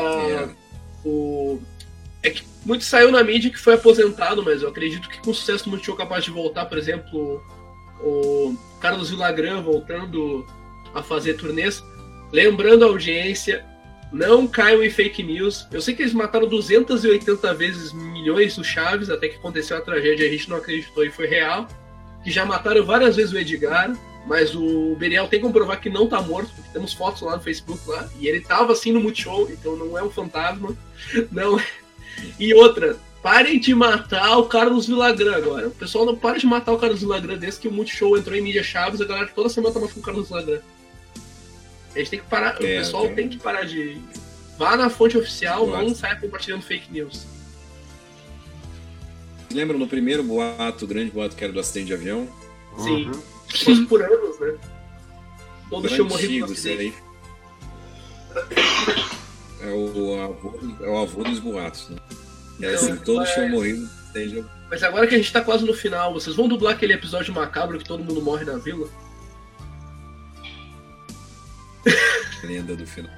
Speaker 3: É que muito saiu na mídia que foi aposentado, mas eu acredito que com o sucesso do Multishow capaz de voltar, por exemplo, o Carlos Villagrán voltando a fazer turnês. Lembrando a audiência, não caiam em fake news. Eu sei que eles mataram 280 vezes milhões do Chaves, até que aconteceu a tragédia, a gente não acreditou e foi real. Que já mataram várias vezes o Edgar, mas o Beriel tem que comprovar que não tá morto, porque temos fotos lá no Facebook lá, e ele tava assim no Multishow, então não é um fantasma, não. E outra, parem de matar o Carlos Villagrán agora. O pessoal não para de matar o Carlos Villagrán desde que o Multishow entrou em mídia Chaves, a galera toda semana tá matando o Carlos Villagrán. A gente tem que parar, o pessoal tem que parar de... Vá na fonte oficial, não saia compartilhando fake news.
Speaker 4: Lembra no primeiro boato, o grande boato que era do acidente de avião?
Speaker 3: Sim. Fosse por anos, né? Todos tinham morrido no
Speaker 4: acidente. É o avô dos boatos, né? Então, assim, todos tinham morrido.
Speaker 3: Mas agora que a gente tá quase no final, vocês vão dublar aquele episódio macabro que todo mundo morre na vila?
Speaker 4: Lenda do final.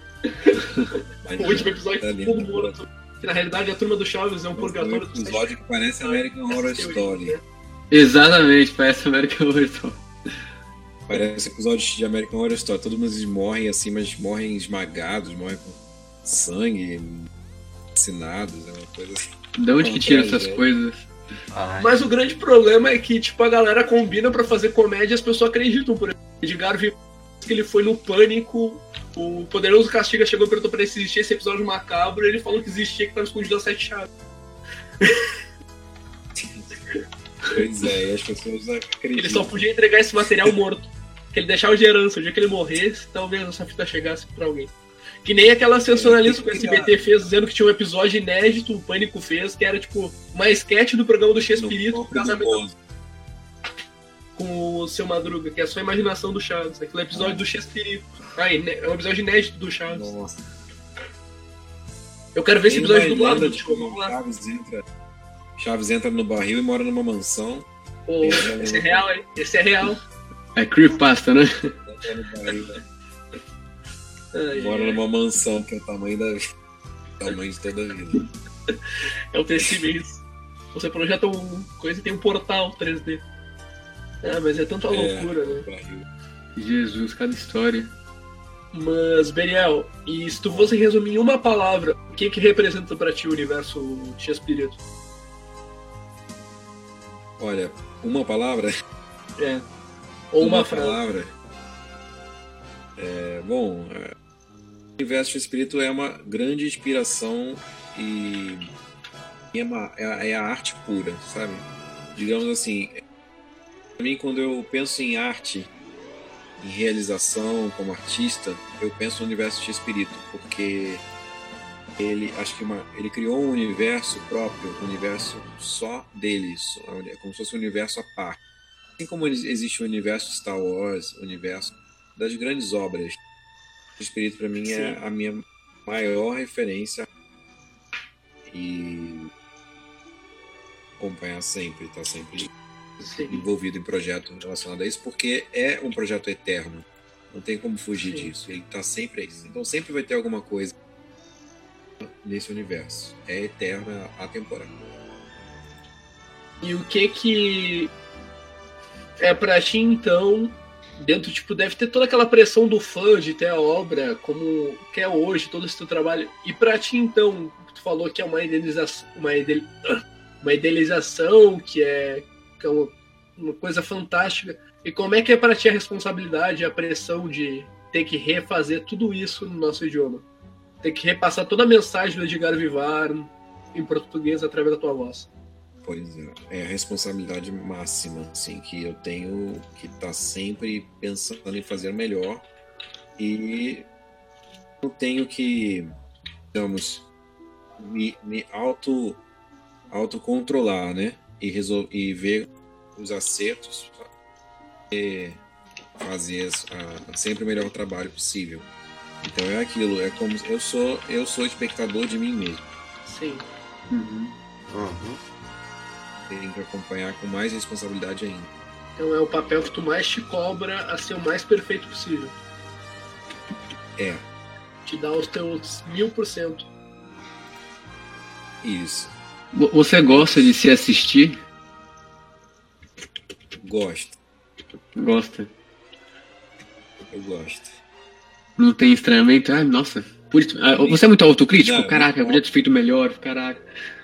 Speaker 3: O último episódio que todo mundo morto. Que na realidade a turma do Chaves é um purgatório.
Speaker 4: Um episódio que parece American Horror Story.
Speaker 5: Exatamente, parece American Horror Story.
Speaker 4: Parece episódio de American Horror Story. Todo mundo morre assim, mas morrem esmagados, morrem com sangue, assinados, é uma coisa assim.
Speaker 5: De onde que tira essas coisas?
Speaker 3: Mas o grande problema é que, tipo, a galera combina pra fazer comédia e as pessoas acreditam. Por exemplo, Edgar viu que ele foi no Pânico, o Poderoso Castiga chegou e perguntou pra ele se existia esse episódio macabro, e ele falou que existia, que tava escondido às 7 chaves.
Speaker 4: Pois é, e as pessoas acreditam.
Speaker 3: Ele só podia entregar esse material morto, que ele deixava de herança. O dia que ele morresse, talvez essa fita chegasse pra alguém. Que nem aquela sensacionalista que o SBT fez, dizendo que tinha um episódio inédito, o Pânico fez, que era tipo uma esquete do programa do Chespirito, com o Seu Madruga, que é a sua imaginação do Chaves. Aquele episódio do Chespirito. É um episódio inédito do Chaves.
Speaker 4: Nossa.
Speaker 3: Eu quero ver esse episódio dublado.
Speaker 4: Chaves entra no barril e mora numa mansão.
Speaker 3: Pô, esse é real, hein? Esse é real.
Speaker 5: É creepypasta, né?
Speaker 4: Entra no barril, né? Mora numa mansão que é o tamanho de toda a vida.
Speaker 3: É o pessimismo. Você projeta um coisa e tem um portal 3D. Ah, mas é tanta loucura, né?
Speaker 5: Jesus, cada história.
Speaker 3: Mas, Beniel, e se tu fosse resumir em uma palavra, o que representa pra ti o universo Chespirito?
Speaker 4: Olha, uma palavra?
Speaker 3: Ou uma frase.
Speaker 4: Palavra? Bom, o universo Chespirito é uma grande inspiração e é a arte pura, sabe? Digamos assim, pra mim, quando eu penso em arte, em realização como artista, eu penso no universo Chespirito, porque ele criou um universo próprio, um universo só dele, como se fosse um universo à parte. Assim como existe o universo Star Wars, o universo das grandes obras, o Espírito para mim é a minha maior referência e acompanhar sempre, tá sempre envolvido em projeto relacionado a isso, porque é um projeto eterno, não tem como fugir disso, ele tá sempre aí, então sempre vai ter alguma coisa nesse universo, é eterno, é atemporal.
Speaker 3: E o que é pra ti, então, dentro, tipo, deve ter toda aquela pressão do fã de ter a obra como que é hoje, todo esse teu trabalho. E pra ti, então, tu falou que é uma idealização, que é uma coisa fantástica. E como é que é pra ti a responsabilidade, a pressão de ter que refazer tudo isso no nosso idioma? Ter que repassar toda a mensagem do Edgar Vivar em português através da tua voz.
Speaker 4: Pois é a responsabilidade máxima, assim, que eu tenho que estar sempre pensando em fazer melhor e eu tenho que, digamos, me autocontrolar, né? E ver os acertos e fazer sempre o melhor trabalho possível. Então é aquilo, é como eu sou espectador de mim mesmo.
Speaker 3: Sim.
Speaker 4: Tem que acompanhar com mais responsabilidade ainda.
Speaker 3: Então é o papel que tu mais te cobra a ser o mais perfeito possível. Te dá os teus 1000%.
Speaker 4: Isso.
Speaker 5: Você gosta de se assistir?
Speaker 4: Gosto.
Speaker 5: Gosta.
Speaker 4: Eu gosto.
Speaker 5: Não tem estranhamento? Ah, nossa. Você é muito autocrítico?
Speaker 4: Não,
Speaker 5: caraca, eu podia ter feito melhor, caraca.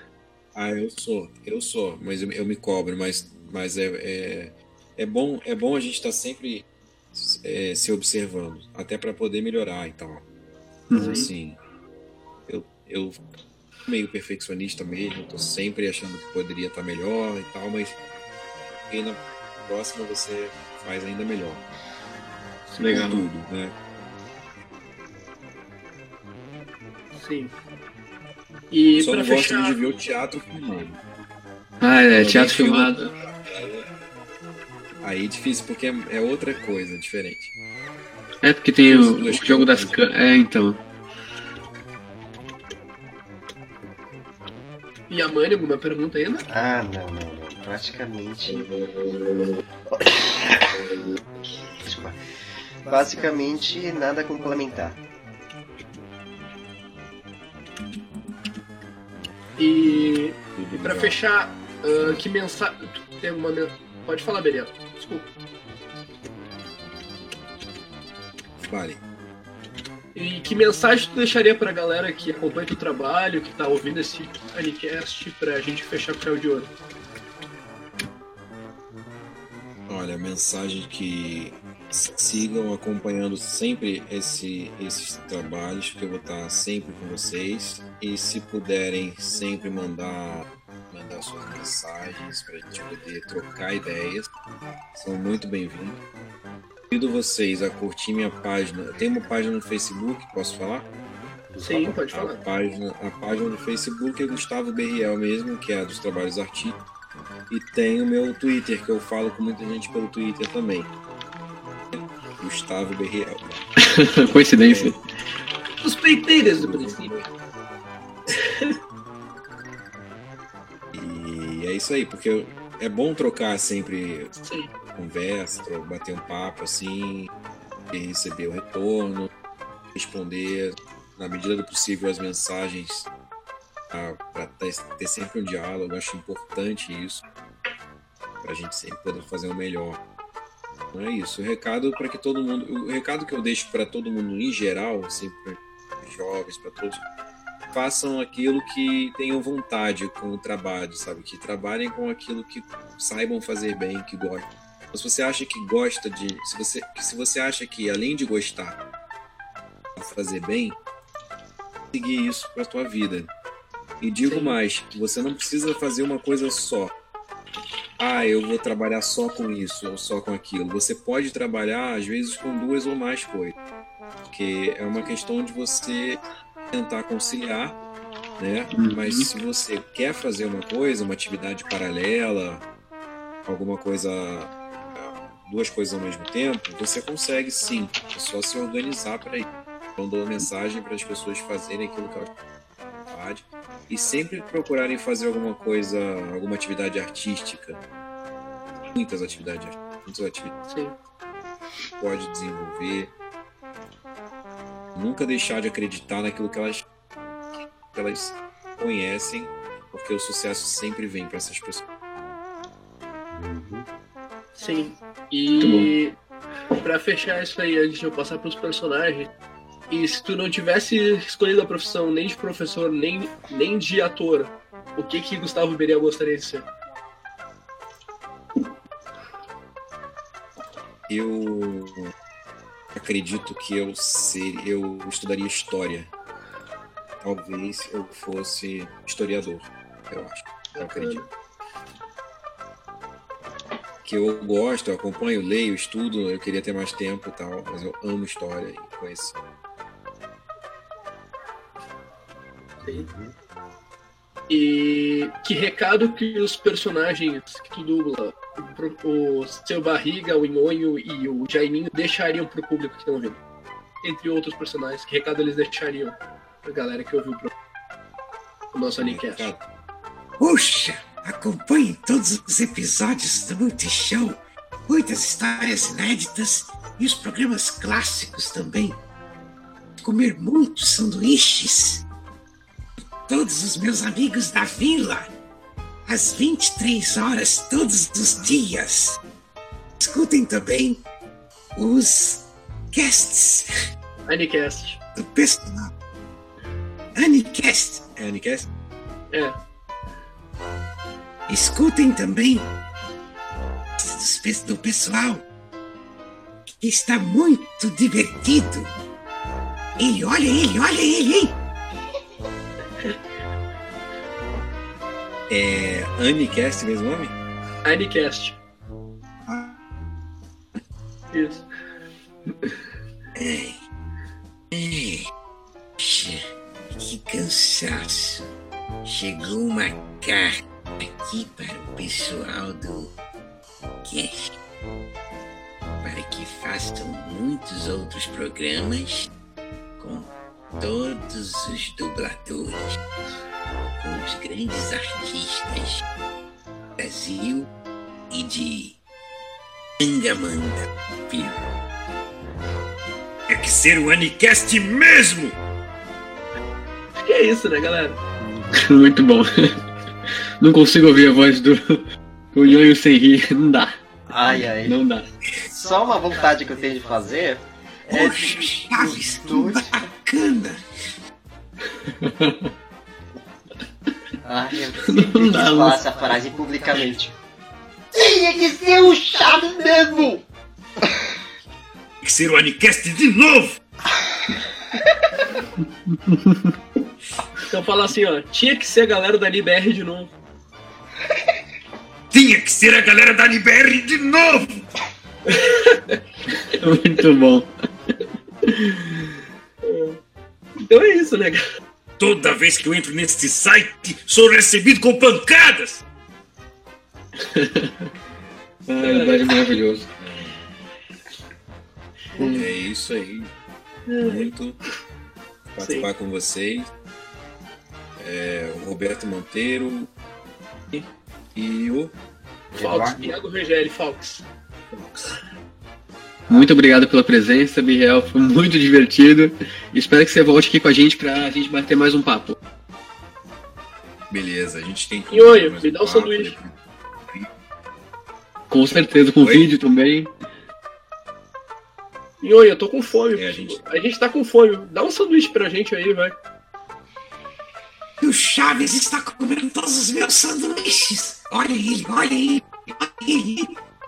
Speaker 4: Eu sou, mas eu me cobro, mas é bom a gente estar sempre se observando, até para poder melhorar e tal. Então, assim, eu meio perfeccionista mesmo, tô sempre achando que poderia estar melhor e tal, mas e na próxima você faz ainda melhor.
Speaker 5: Legal.
Speaker 4: Tudo, né?
Speaker 3: Sim. E
Speaker 4: só
Speaker 3: pra
Speaker 4: não
Speaker 3: fechar...
Speaker 4: gosto de ver o teatro filmado.
Speaker 5: Teatro filmado.
Speaker 4: Aí é difícil, porque é outra coisa, diferente.
Speaker 5: É porque tem o jogo das câmeras. Então.
Speaker 3: E a Mãe, alguma pergunta ainda?
Speaker 6: Ah, não. Praticamente. Desculpa. Basicamente, nada a complementar.
Speaker 3: E pra fechar, que mensagem. Tem alguma. Pode falar, Bereto. Desculpa.
Speaker 4: Vale.
Speaker 3: E que mensagem tu deixaria pra galera que acompanha teu trabalho, que tá ouvindo esse Anicast, pra gente fechar com o chave de ouro?
Speaker 4: Olha, mensagem que sigam acompanhando sempre esses trabalhos, que eu vou estar sempre com vocês. E se puderem sempre mandar suas mensagens para a gente poder trocar ideias, são muito bem-vindos. Convido vocês a curtir minha página. Eu tenho uma página no Facebook, posso falar?
Speaker 3: Sim, pode falar.
Speaker 4: A página do Facebook é Gustavo Berriel mesmo, que é a dos trabalhos artísticos. E tem o meu Twitter, que eu falo com muita gente pelo Twitter também. Gustavo Berriel.
Speaker 5: Coincidência.
Speaker 3: Suspeitei desde o princípio.
Speaker 4: E é isso aí, porque é bom trocar sempre
Speaker 3: Sim.
Speaker 4: conversa, bater um papo assim, e receber o retorno, responder na medida do possível as mensagens, para ter sempre um diálogo. Eu acho importante isso, para a gente sempre poder fazer o melhor. Não é isso. O recado que eu deixo para todo mundo em geral, assim, para os jovens, para todos, façam aquilo que tenham vontade com o trabalho, sabe? Que trabalhem com aquilo que saibam fazer bem, que gostam. Se você acha que gosta de... Se você acha que, além de gostar, fazer bem, seguir isso para a tua vida. E digo mais, você não precisa fazer uma coisa só. Eu vou trabalhar só com isso ou só com aquilo. Você pode trabalhar, às vezes, com 2 ou mais coisas. Porque é uma questão de você tentar conciliar, né? Mas se você quer fazer uma coisa, uma atividade paralela, alguma coisa, 2 coisas ao mesmo tempo, você consegue sim. É só se organizar para isso. Então dou mensagem para as pessoas fazerem aquilo que elas vontade e sempre procurarem fazer alguma coisa, alguma atividade artística. Muitas atividades
Speaker 3: Sim.
Speaker 4: Pode desenvolver. Nunca deixar de acreditar naquilo que elas conhecem, porque o sucesso sempre vem para essas pessoas.
Speaker 3: Sim. E pra fechar isso aí, antes de eu passar pros personagens, e se tu não tivesse escolhido a profissão nem de professor, nem de ator, o que Gustavo Berriel gostaria de ser?
Speaker 4: Eu acredito que eu estudaria história. Talvez eu fosse historiador, eu acho. Eu acredito. Que eu gosto, eu acompanho, leio, estudo, eu queria ter mais tempo e tal, mas eu amo história e conhecer.
Speaker 3: Sim. E que recado que os personagens que tu dubla, o Seu Barriga, o Inhonho e o Jaiminho, deixariam pro público que estão ouvindo? Entre outros personagens, que recado eles deixariam pra galera que ouviu o nosso Anicast?
Speaker 1: Puxa, acompanhe todos os episódios do Multishow, muitas histórias inéditas e os programas clássicos também. Comer muitos sanduíches. Todos os meus amigos da vila, às 23 horas todos os dias. Escutem também os casts
Speaker 3: Anicast.
Speaker 1: do pessoal. Anicast.
Speaker 4: É Anicast?
Speaker 3: É.
Speaker 1: Escutem também do pessoal, que está muito divertido. Olha ele, hein?
Speaker 4: É Anicast mesmo nome?
Speaker 3: Anicast. Isso.
Speaker 1: Que cansaço. Chegou uma carta aqui para o pessoal do Cast, para que façam muitos outros programas com todos os dubladores. com os grandes artistas do Brasil e de Angamanga, filho. Tem que ser o Anicast mesmo!
Speaker 3: Acho que é isso, né, galera?
Speaker 5: Muito bom. Não consigo ouvir a voz do Nhonho sem rir. Não dá.
Speaker 6: Ai.
Speaker 5: Não dá.
Speaker 6: Só uma vontade que eu tenho de fazer é
Speaker 1: Poxa, Chaves, que bacana!
Speaker 6: Ai, eu sempre
Speaker 5: Não dá,
Speaker 6: quis
Speaker 5: não.
Speaker 6: falar essa frase publicamente. Tinha que ser o Chaves mesmo!
Speaker 1: Tem que ser o Anicast de novo!
Speaker 3: Então fala assim, ó, tinha que ser a galera da NBR de novo.
Speaker 1: Tinha que ser a galera da NBR de novo!
Speaker 5: Muito bom.
Speaker 3: Então é isso, né, cara?
Speaker 1: Toda vez que eu entro nesse site, sou recebido com pancadas!
Speaker 5: É maravilhoso.
Speaker 4: É isso aí. Muito participar com vocês. O Roberto Monteiro e o
Speaker 3: Falks, Thiago Regeli, Falks.
Speaker 5: Muito obrigado pela presença, Biel. Foi muito divertido. Espero que você volte aqui com a gente pra gente bater mais um papo.
Speaker 4: Beleza, a gente tem que.
Speaker 3: Nhonho, me dá um sanduíche.
Speaker 5: Com certeza, com
Speaker 4: Oi?
Speaker 5: vídeo também.
Speaker 3: Nhonho, eu tô com fome.
Speaker 4: A gente
Speaker 3: tá com fome. Dá um sanduíche pra gente aí, vai.
Speaker 1: E o Chaves está comendo todos os meus sanduíches! Olha ele, olha ele, olha ele!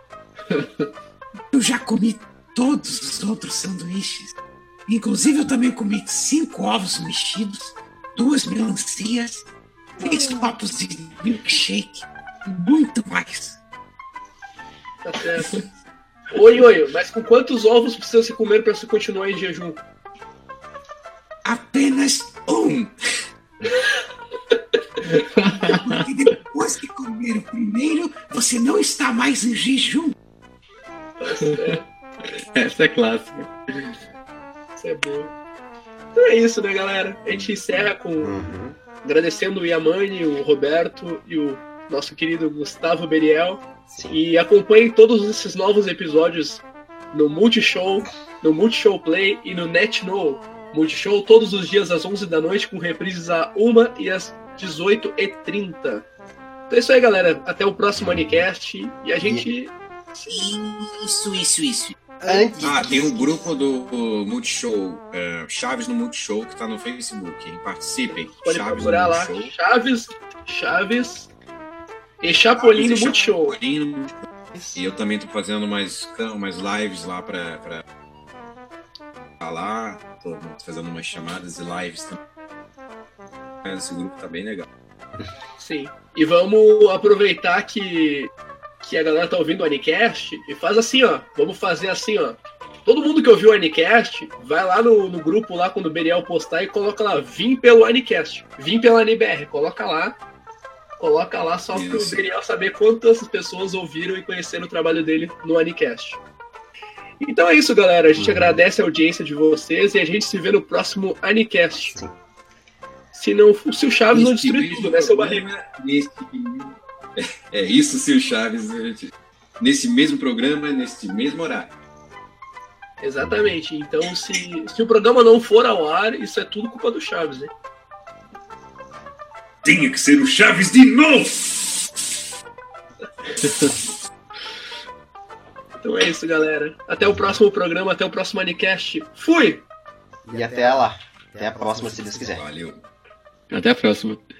Speaker 1: Eu já comi todos os outros sanduíches. Inclusive, eu também comi 5 ovos mexidos, 2 melancias, 3 copos de milkshake e muito mais.
Speaker 3: Tá certo. Oi, mas com quantos ovos precisa se comer pra você continuar em jejum?
Speaker 1: Apenas um! Porque depois que comer o primeiro, você não está mais em jejum.
Speaker 5: Essa é clássica.
Speaker 3: Isso é bom. Então é isso, né, galera? A gente encerra com agradecendo o Yamane, o Roberto e o nosso querido Gustavo Beriel.
Speaker 6: Sim.
Speaker 3: E acompanhem todos esses novos episódios no Multishow, no Multishow Play e no NetNow. Multishow todos os dias às 11 da noite, com reprises às 1 e às 18h30. Então é isso aí, galera. Até o próximo Anicast. E a gente...
Speaker 1: Isso.
Speaker 6: Antes
Speaker 4: tem um grupo do Multishow, Chaves no Multishow, que tá no Facebook, hein? Participem.
Speaker 3: Pode
Speaker 4: Chaves
Speaker 3: procurar
Speaker 4: no
Speaker 3: lá.
Speaker 4: Multishow.
Speaker 3: Chaves e Chapolin no
Speaker 4: Chaves e
Speaker 3: Multishow.
Speaker 4: Chapolin no Multishow. E eu também tô fazendo mais lives lá pra falar. Tô fazendo umas chamadas e lives também. Esse grupo tá bem legal.
Speaker 3: Sim. E vamos aproveitar que a galera tá ouvindo o Anicast e faz assim, ó. Vamos fazer assim, ó. Todo mundo que ouviu o Anicast, vai lá no grupo lá quando o Beriel postar e coloca lá, vim pelo Anicast, vim pela NBR, coloca lá só para o Beriel saber quantas pessoas ouviram e conheceram o trabalho dele no Anicast. Então é isso, galera. A gente agradece a audiência de vocês e a gente se vê no próximo Anicast.
Speaker 6: Sim.
Speaker 3: Se o Chaves não destruir tudo, né, seu barriga?
Speaker 4: É isso, se o Chaves. Nesse mesmo programa, nesse mesmo horário.
Speaker 3: Exatamente. Então, se o programa não for ao ar, isso é tudo culpa do Chaves, né?
Speaker 1: Tinha que ser o Chaves de novo!
Speaker 3: Então é isso, galera. Até o próximo programa, até o próximo Anicast. Fui!
Speaker 6: e até lá. Até a próxima, se Deus quiser.
Speaker 4: Valeu.
Speaker 5: Até a próxima.